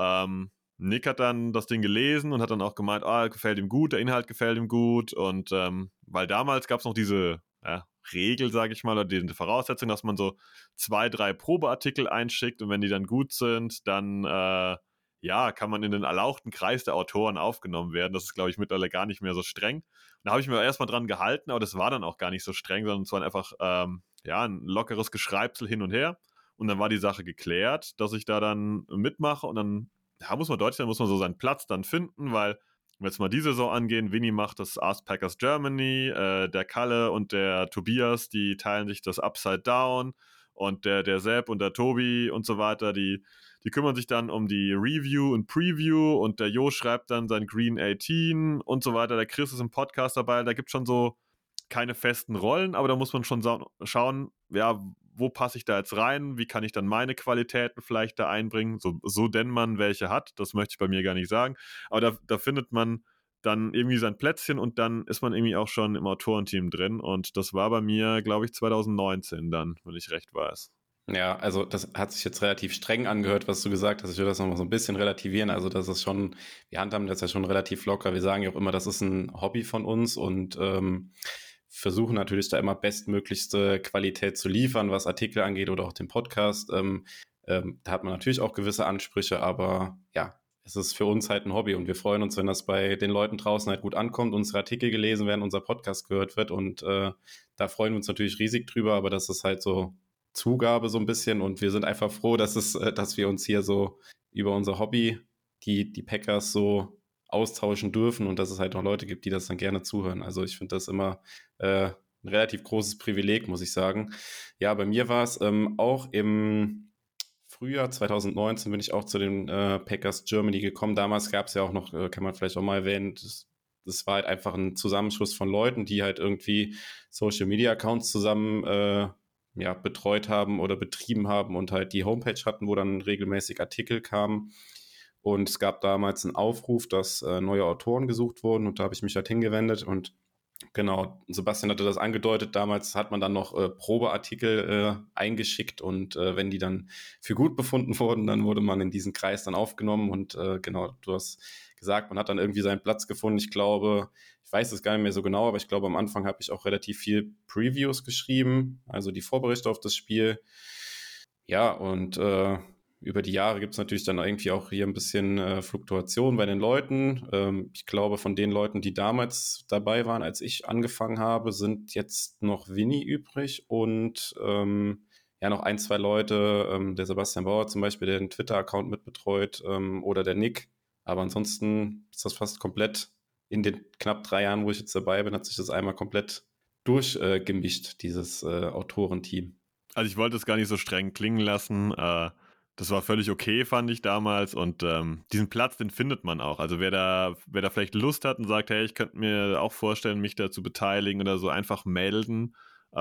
Nick hat dann das Ding gelesen und hat dann auch gemeint, gefällt ihm gut, der Inhalt gefällt ihm gut. Und weil damals gab es noch diese Regel, sage ich mal, oder die Voraussetzung, dass man so 2, 3 Probeartikel einschickt und wenn die dann gut sind, dann kann man in den erlauchten Kreis der Autoren aufgenommen werden. Das ist, glaube ich, mittlerweile gar nicht mehr so streng. Da habe ich mir erstmal dran gehalten, aber das war dann auch gar nicht so streng, sondern es war einfach ein lockeres Geschreibsel hin und her. Und dann war die Sache geklärt, dass ich da dann mitmache und dann muss man so seinen Platz dann finden, weil, wenn wir jetzt mal die Saison angehen, Winnie macht das Ask Packers Germany, der Kalle und der Tobias, die teilen sich das Upside Down und der Sepp und der Tobi und so weiter, die kümmern sich dann um die Review und Preview und der Jo schreibt dann sein Green 18 und so weiter, der Chris ist im Podcast dabei, da gibt es schon so keine festen Rollen, aber da muss man schon schauen, ja, wo passe ich da jetzt rein, wie kann ich dann meine Qualitäten vielleicht da einbringen, so denn man welche hat, das möchte ich bei mir gar nicht sagen, aber da findet man dann irgendwie sein Plätzchen und dann ist man irgendwie auch schon im Autorenteam drin und das war bei mir, glaube ich, 2019 dann, wenn ich recht weiß. Ja, also das hat sich jetzt relativ streng angehört, was du gesagt hast. Ich will das nochmal so ein bisschen relativieren. Also das ist schon, wir handhaben das ja schon relativ locker. Wir sagen ja auch immer, das ist ein Hobby von uns und versuchen natürlich da immer bestmöglichste Qualität zu liefern, was Artikel angeht oder auch den Podcast. Da hat man natürlich auch gewisse Ansprüche, aber ja, es ist für uns halt ein Hobby und wir freuen uns, wenn das bei den Leuten draußen halt gut ankommt, unsere Artikel gelesen werden, unser Podcast gehört wird und da freuen wir uns natürlich riesig drüber, aber das ist halt so Zugabe so ein bisschen und wir sind einfach froh, dass wir uns hier so über unser Hobby, die Packers so austauschen dürfen und dass es halt auch Leute gibt, die das dann gerne zuhören. Also ich finde das immer ein relativ großes Privileg, muss ich sagen. Ja, bei mir war es auch im Frühjahr 2019 bin ich auch zu den Packers Germany gekommen. Damals gab es ja auch noch, kann man vielleicht auch mal erwähnen, das war halt einfach ein Zusammenschluss von Leuten, die halt irgendwie Social-Media-Accounts zusammen betreut haben oder betrieben haben und halt die Homepage hatten, wo dann regelmäßig Artikel kamen. Und es gab damals einen Aufruf, dass neue Autoren gesucht wurden und da habe ich mich halt hingewendet und Genau, Sebastian hatte das angedeutet, damals hat man dann noch Probeartikel eingeschickt und wenn die dann für gut befunden wurden, dann wurde man in diesen Kreis dann aufgenommen und genau, du hast gesagt, man hat dann irgendwie seinen Platz gefunden. Ich glaube, ich weiß es gar nicht mehr so genau, aber ich glaube, am Anfang habe ich auch relativ viel Previews geschrieben, also die Vorberichte auf das Spiel. Ja, und über die Jahre gibt es natürlich dann irgendwie auch hier ein bisschen Fluktuation bei den Leuten. Ich glaube, von den Leuten, die damals dabei waren, als ich angefangen habe, sind jetzt noch Winnie übrig und ja, noch ein, zwei Leute, der Sebastian Bauer zum Beispiel, der den Twitter-Account mitbetreut, oder der Nick. Aber ansonsten ist das fast komplett in den knapp 3 Jahren, wo ich jetzt dabei bin, hat sich das einmal komplett durchgemischt, dieses Autorenteam. Also ich wollte es gar nicht so streng klingen lassen. Das war völlig okay, fand ich damals. Und diesen Platz, den findet man auch. Also wer da vielleicht Lust hat und sagt, hey, ich könnte mir auch vorstellen, mich da zu beteiligen oder so, einfach melden.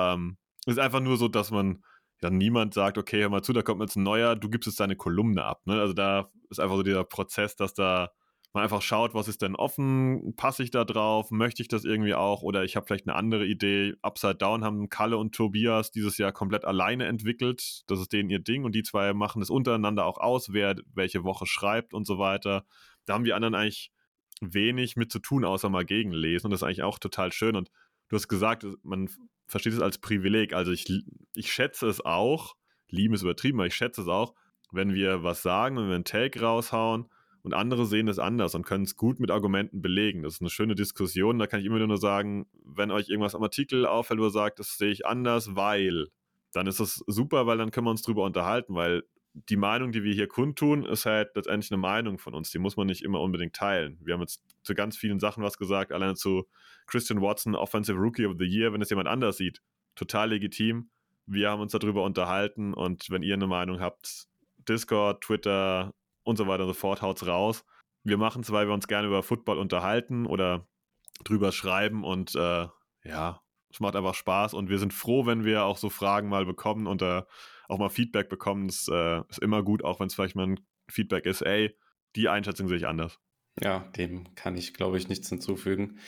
Ist einfach nur so, dass man ja niemand sagt, okay, hör mal zu, da kommt jetzt ein neuer, du gibst jetzt deine Kolumne ab. Ne? Also da ist einfach so dieser Prozess, dass da man einfach schaut, was ist denn offen, passe ich da drauf, möchte ich das irgendwie auch oder ich habe vielleicht eine andere Idee. Upside Down haben Kalle und Tobias dieses Jahr komplett alleine entwickelt. Das ist denen ihr Ding und die zwei machen es untereinander auch aus, wer welche Woche schreibt und so weiter. Da haben die anderen eigentlich wenig mit zu tun, außer mal gegenlesen und das ist eigentlich auch total schön und du hast gesagt, man versteht es als Privileg. Also ich schätze es auch, lieben ist übertrieben, aber ich schätze es auch, wenn wir was sagen, wenn wir einen Take raushauen und andere sehen es anders und können es gut mit Argumenten belegen. Das ist eine schöne Diskussion. Da kann ich immer nur sagen, wenn euch irgendwas am Artikel auffällt, oder sagt, das sehe ich anders, weil, dann ist das super, weil dann können wir uns drüber unterhalten, weil die Meinung, die wir hier kundtun, ist halt letztendlich eine Meinung von uns. Die muss man nicht immer unbedingt teilen. Wir haben jetzt zu ganz vielen Sachen was gesagt, alleine zu Christian Watson, Offensive Rookie of the Year, wenn es jemand anders sieht. Total legitim. Wir haben uns darüber unterhalten und wenn ihr eine Meinung habt, Discord, Twitter und so weiter und so fort, haut's raus. Wir machen es, weil wir uns gerne über Football unterhalten oder drüber schreiben und ja, es macht einfach Spaß und wir sind froh, wenn wir auch so Fragen mal bekommen und auch mal Feedback bekommen. Das ist immer gut, auch wenn es vielleicht mal ein Feedback ist, ey, die Einschätzung sehe ich anders. Ja, dem kann ich, glaube ich, nichts hinzufügen.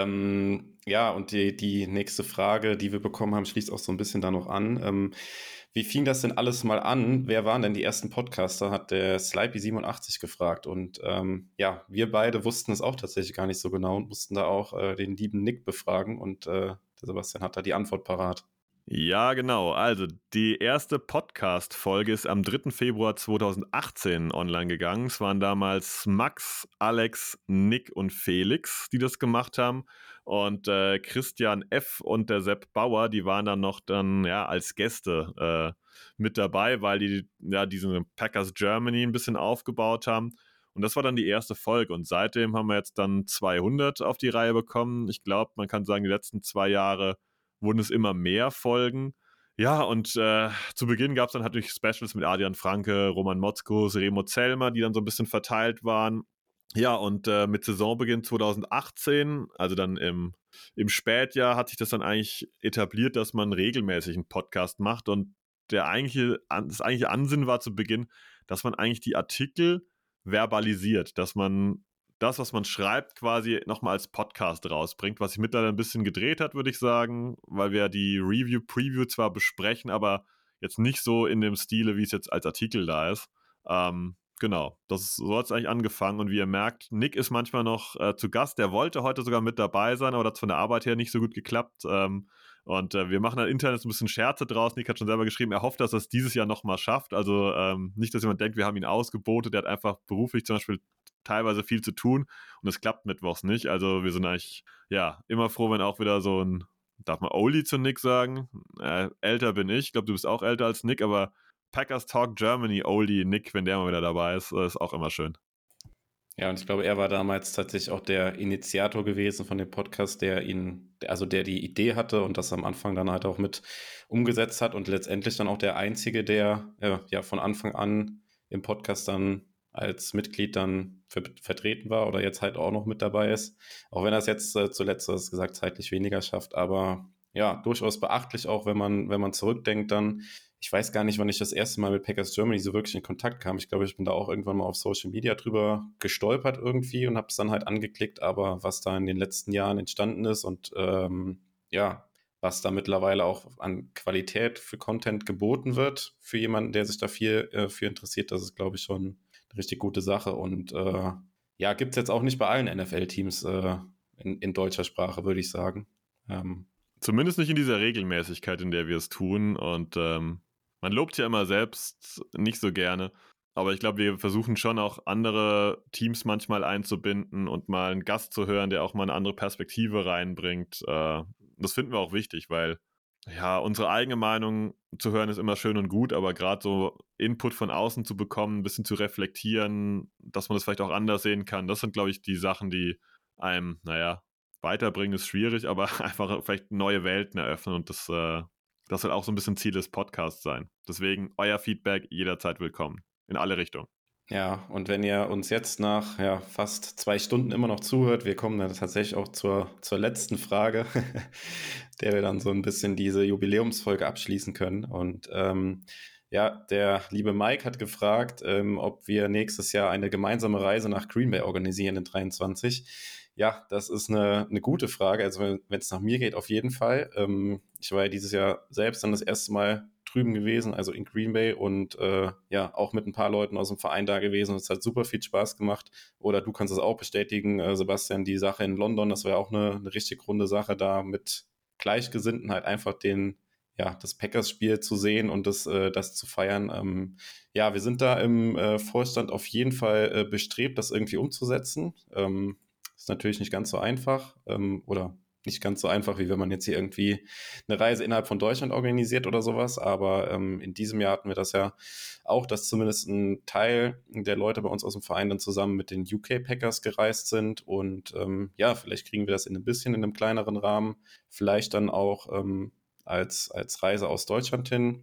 Ja, und die nächste Frage, die wir bekommen haben, schließt auch so ein bisschen da noch an. Wie fing das denn alles mal an? Wer waren denn die ersten Podcaster? Hat der Slipey87 gefragt. Und ja, wir beide wussten es auch tatsächlich gar nicht so genau und mussten da auch den lieben Nick befragen. Und der Sebastian hat da die Antwort parat. Ja, genau. Also die erste Podcast-Folge ist am 3. Februar 2018 online gegangen. Es waren damals Max, Alex, Nick und Felix, die das gemacht haben. Und Christian F. und der Sepp Bauer, die waren dann noch als Gäste mit dabei, weil die ja diese Packers Germany ein bisschen aufgebaut haben. Und das war dann die erste Folge. Und seitdem haben wir jetzt dann 200 auf die Reihe bekommen. Ich glaube, man kann sagen, die letzten 2 Jahre wurden es immer mehr Folgen. Ja, und zu Beginn gab es dann natürlich Specials mit Adrian Franke, Roman Motzkus, Remo Zellmer, die dann so ein bisschen verteilt waren. Ja, und mit Saisonbeginn 2018, also dann im Spätjahr, hat sich das dann eigentlich etabliert, dass man regelmäßig einen Podcast macht. Und das eigentliche Ansinnen war zu Beginn, dass man eigentlich die Artikel verbalisiert, dass man das, was man schreibt, quasi nochmal als Podcast rausbringt, was sich mittlerweile ein bisschen gedreht hat, würde ich sagen, weil wir die Preview zwar besprechen, aber jetzt nicht so in dem Stile, wie es jetzt als Artikel da ist. Genau, so hat es eigentlich angefangen und wie ihr merkt, Nick ist manchmal noch zu Gast, der wollte heute sogar mit dabei sein, aber das hat von der Arbeit her nicht so gut geklappt. Und wir machen dann intern ein bisschen Scherze draus. Nick hat schon selber geschrieben, er hofft, dass er es dieses Jahr nochmal schafft. Also nicht, dass jemand denkt, wir haben ihn ausgebotet. Der hat einfach beruflich zum Beispiel teilweise viel zu tun und es klappt mittwochs nicht. Also wir sind eigentlich ja immer froh, wenn auch wieder so ein, darf man Oli zu Nick sagen? Älter bin ich glaube, du bist auch älter als Nick, aber Packers Talk Germany, Oli, Nick, wenn der mal wieder dabei ist auch immer schön. Ja, und ich glaube, er war damals tatsächlich auch der Initiator gewesen von dem Podcast, der die Idee hatte und das am Anfang dann halt auch mit umgesetzt hat und letztendlich dann auch der Einzige, der ja von Anfang an im Podcast dann als Mitglied dann vertreten war oder jetzt halt auch noch mit dabei ist. Auch wenn er es jetzt zuletzt, das gesagt, zeitlich weniger schafft. Aber ja, durchaus beachtlich, auch wenn man zurückdenkt dann. Ich weiß gar nicht, wann ich das erste Mal mit Packers Germany so wirklich in Kontakt kam. Ich glaube, ich bin da auch irgendwann mal auf Social Media drüber gestolpert irgendwie und habe es dann halt angeklickt. Aber was da in den letzten Jahren entstanden ist und ja, was da mittlerweile auch an Qualität für Content geboten wird, für jemanden, der sich da viel für interessiert, das ist, glaube ich, schon eine richtig gute Sache. Und ja, gibt es jetzt auch nicht bei allen NFL-Teams in deutscher Sprache, würde ich sagen. Zumindest nicht in dieser Regelmäßigkeit, in der wir es tun. Und man lobt ja immer selbst nicht so gerne. Aber ich glaube, wir versuchen schon auch andere Teams manchmal einzubinden und mal einen Gast zu hören, der auch mal eine andere Perspektive reinbringt. Das finden wir auch wichtig, weil ja, unsere eigene Meinung zu hören ist immer schön und gut, aber gerade so Input von außen zu bekommen, ein bisschen zu reflektieren, dass man das vielleicht auch anders sehen kann, das sind, glaube ich, die Sachen, die einem, naja, weiterbringen ist schwierig, aber einfach vielleicht neue Welten eröffnen und das soll auch so ein bisschen Ziel des Podcasts sein. Deswegen euer Feedback jederzeit willkommen. In alle Richtungen. Ja, und wenn ihr uns jetzt nach fast 2 Stunden immer noch zuhört, wir kommen dann tatsächlich auch zur letzten Frage, der wir dann so ein bisschen diese Jubiläumsfolge abschließen können. Und ja, der liebe Mike hat gefragt, ob wir nächstes Jahr eine gemeinsame Reise nach Green Bay organisieren in 23. Ja, das ist eine gute Frage. Also wenn es nach mir geht, auf jeden Fall. Ich war ja dieses Jahr selbst dann das erste Mal drüben gewesen, also in Green Bay und ja, auch mit ein paar Leuten aus dem Verein da gewesen. Es hat super viel Spaß gemacht. Oder du kannst es auch bestätigen, Sebastian, die Sache in London, das war ja auch eine richtig runde Sache, da mit Gleichgesinnten halt einfach das Packers-Spiel zu sehen und das zu feiern. Ja, wir sind da im Vorstand auf jeden Fall bestrebt, das irgendwie umzusetzen. Ist natürlich nicht ganz so einfach oder nicht ganz so einfach, wie wenn man jetzt hier irgendwie eine Reise innerhalb von Deutschland organisiert oder sowas. Aber in diesem Jahr hatten wir das ja auch, dass zumindest ein Teil der Leute bei uns aus dem Verein dann zusammen mit den UK Packers gereist sind. Und ja, vielleicht kriegen wir das in einem kleineren Rahmen. Vielleicht dann auch als Reise aus Deutschland hin.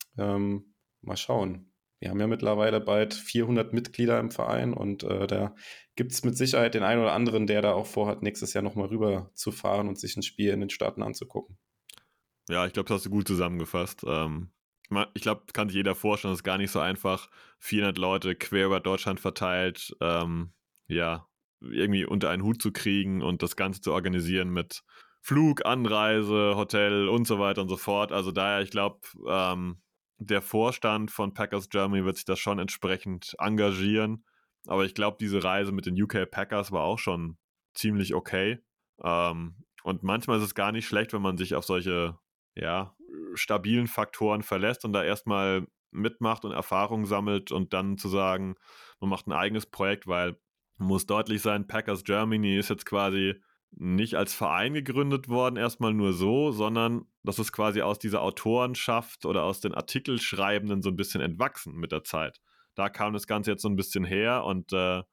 Mal schauen. Wir haben ja mittlerweile bald 400 Mitglieder im Verein und da gibt es mit Sicherheit den einen oder anderen, der da auch vorhat, nächstes Jahr nochmal rüber zu fahren und sich ein Spiel in den Staaten anzugucken. Ja, ich glaube, das hast du gut zusammengefasst. Ich glaube, kann sich jeder vorstellen, es ist gar nicht so einfach, 400 Leute quer über Deutschland verteilt, ja, irgendwie unter einen Hut zu kriegen und das Ganze zu organisieren mit Flug, Anreise, Hotel und so weiter und so fort. Also daher, ich glaube, der Vorstand von Packers Germany wird sich da schon entsprechend engagieren. Aber ich glaube, diese Reise mit den UK Packers war auch schon ziemlich okay. Und manchmal ist es gar nicht schlecht, wenn man sich auf solche stabilen Faktoren verlässt und da erstmal mitmacht und Erfahrung sammelt und dann zu sagen, man macht ein eigenes Projekt, weil muss deutlich sein, Packers Germany ist jetzt quasi nicht als Verein gegründet worden, erstmal nur so, sondern das ist quasi aus dieser Autorenschaft oder aus den Artikelschreibenden so ein bisschen entwachsen mit der Zeit. Da kam das Ganze jetzt so ein bisschen her und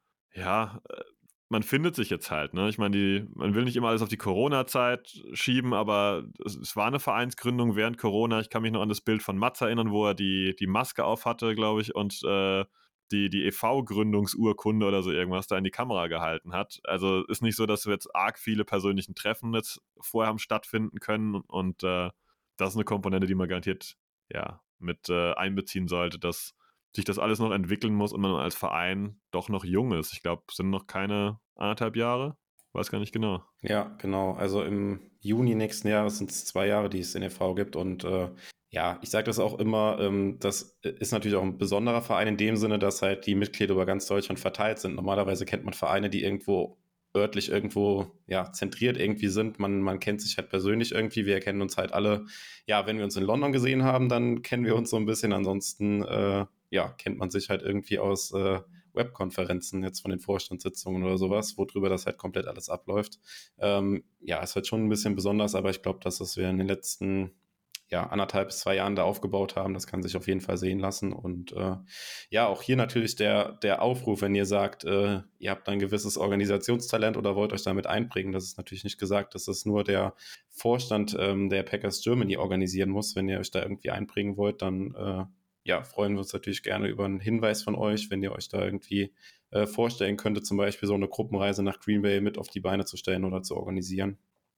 man findet sich jetzt halt, ne? Ich meine, man will nicht immer alles auf die Corona-Zeit schieben, aber es war eine Vereinsgründung während Corona. Ich kann mich noch an das Bild von Mats erinnern, wo er die Maske auf hatte, glaube ich, und die e.V.-Gründungsurkunde oder so irgendwas da in die Kamera gehalten hat. Also ist nicht so, dass wir jetzt arg viele persönlichen Treffen jetzt vorher haben stattfinden können und das ist eine Komponente, die man garantiert mit einbeziehen sollte, dass sich das alles noch entwickeln muss und man als Verein doch noch jung ist. Ich glaube, es sind noch keine 1,5 Jahre. Weiß gar nicht genau. Ja, genau. Also im Juni nächsten Jahres sind es 2 Jahre, die es in e.V. gibt und ja, ich sage das auch immer, das ist natürlich auch ein besonderer Verein in dem Sinne, dass halt die Mitglieder über ganz Deutschland verteilt sind. Normalerweise kennt man Vereine, die örtlich irgendwo zentriert irgendwie sind. Man kennt sich halt persönlich irgendwie. Wir kennen uns halt alle. Ja, wenn wir uns in London gesehen haben, dann kennen wir uns so ein bisschen. Ansonsten kennt man sich halt irgendwie aus Webkonferenzen jetzt von den Vorstandssitzungen oder sowas, worüber das halt komplett alles abläuft. Ist halt schon ein bisschen besonders, aber ich glaube, dass das wir in den letzten 1,5 bis 2 Jahren da aufgebaut haben. Das kann sich auf jeden Fall sehen lassen. Und auch hier natürlich der Aufruf, wenn ihr sagt, ihr habt ein gewisses Organisationstalent oder wollt euch damit einbringen. Das ist natürlich nicht gesagt, dass das nur der Vorstand der Packers Germany organisieren muss. Wenn ihr euch da irgendwie einbringen wollt, dann freuen wir uns natürlich gerne über einen Hinweis von euch, wenn ihr euch da irgendwie vorstellen könntet, zum Beispiel so eine Gruppenreise nach Green Bay mit auf die Beine zu stellen oder zu organisieren.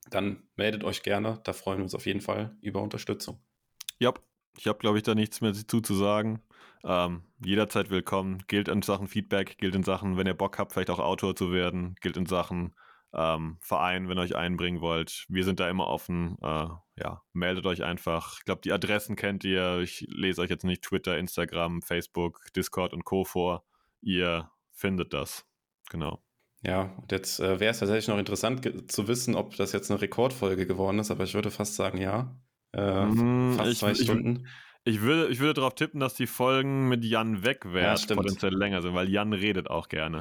dann meldet euch gerne. Da freuen wir uns auf jeden Fall über Unterstützung. Ja, ich habe, glaube ich, da nichts mehr zu sagen. Jederzeit willkommen. Gilt in Sachen Feedback, gilt in Sachen, wenn ihr Bock habt, vielleicht auch Autor zu werden, gilt in Sachen Verein, wenn ihr euch einbringen wollt. Wir sind da immer offen. Meldet euch einfach. Ich glaube, die Adressen kennt ihr. Ich lese euch jetzt nicht Twitter, Instagram, Facebook, Discord und Co. vor. Ihr findet das. Genau. Ja, und jetzt wäre es tatsächlich noch interessant zu wissen, ob das jetzt eine Rekordfolge geworden ist, aber ich würde fast sagen, ja. Fast 2 Stunden. Ich würde darauf tippen, dass die Folgen mit Jan Wegwert potenziell länger sind, weil Jan redet auch gerne.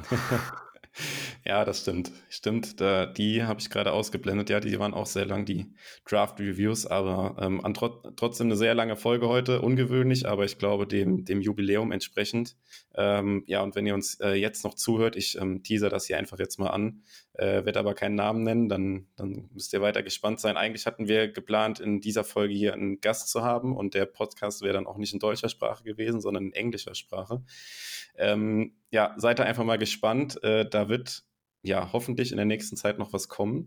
Ja, das stimmt. Die habe ich gerade ausgeblendet. Ja, die waren auch sehr lang, die Draft-Reviews, aber trotzdem eine sehr lange Folge heute. Ungewöhnlich, aber ich glaube, dem Jubiläum entsprechend. Und wenn ihr uns jetzt noch zuhört, ich teaser das hier einfach jetzt mal an, werde aber keinen Namen nennen, dann müsst ihr weiter gespannt sein. Eigentlich hatten wir geplant, in dieser Folge hier einen Gast zu haben und der Podcast wäre dann auch nicht in deutscher Sprache gewesen, sondern in englischer Sprache. Seid da einfach mal gespannt. Da wird hoffentlich in der nächsten Zeit noch was kommen.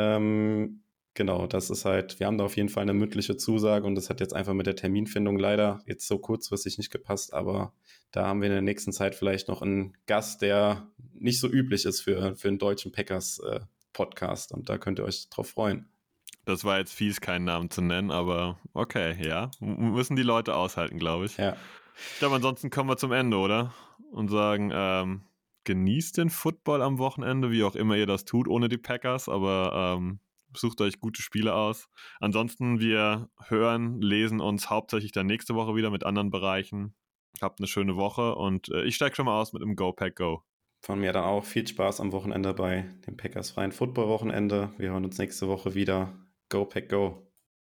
Genau, das ist halt, wir haben da auf jeden Fall eine mündliche Zusage und das hat jetzt einfach mit der Terminfindung leider jetzt so kurzfristig nicht gepasst, aber da haben wir in der nächsten Zeit vielleicht noch einen Gast, der nicht so üblich ist für einen deutschen Packers-Podcast und da könnt ihr euch drauf freuen. Das war jetzt fies, keinen Namen zu nennen, aber okay, ja. Müssen die Leute aushalten, glaube ich. Ja. Ich glaube, ansonsten kommen wir zum Ende, oder? Und sagen, genießt den Football am Wochenende, wie auch immer ihr das tut, ohne die Packers, aber sucht euch gute Spiele aus. Ansonsten, wir lesen uns hauptsächlich dann nächste Woche wieder mit anderen Bereichen. Habt eine schöne Woche und ich steige schon mal aus mit einem Go Pack Go. Von mir dann auch viel Spaß am Wochenende bei dem Packers freien Football-Wochenende. Wir hören uns nächste Woche wieder. Go Pack Go!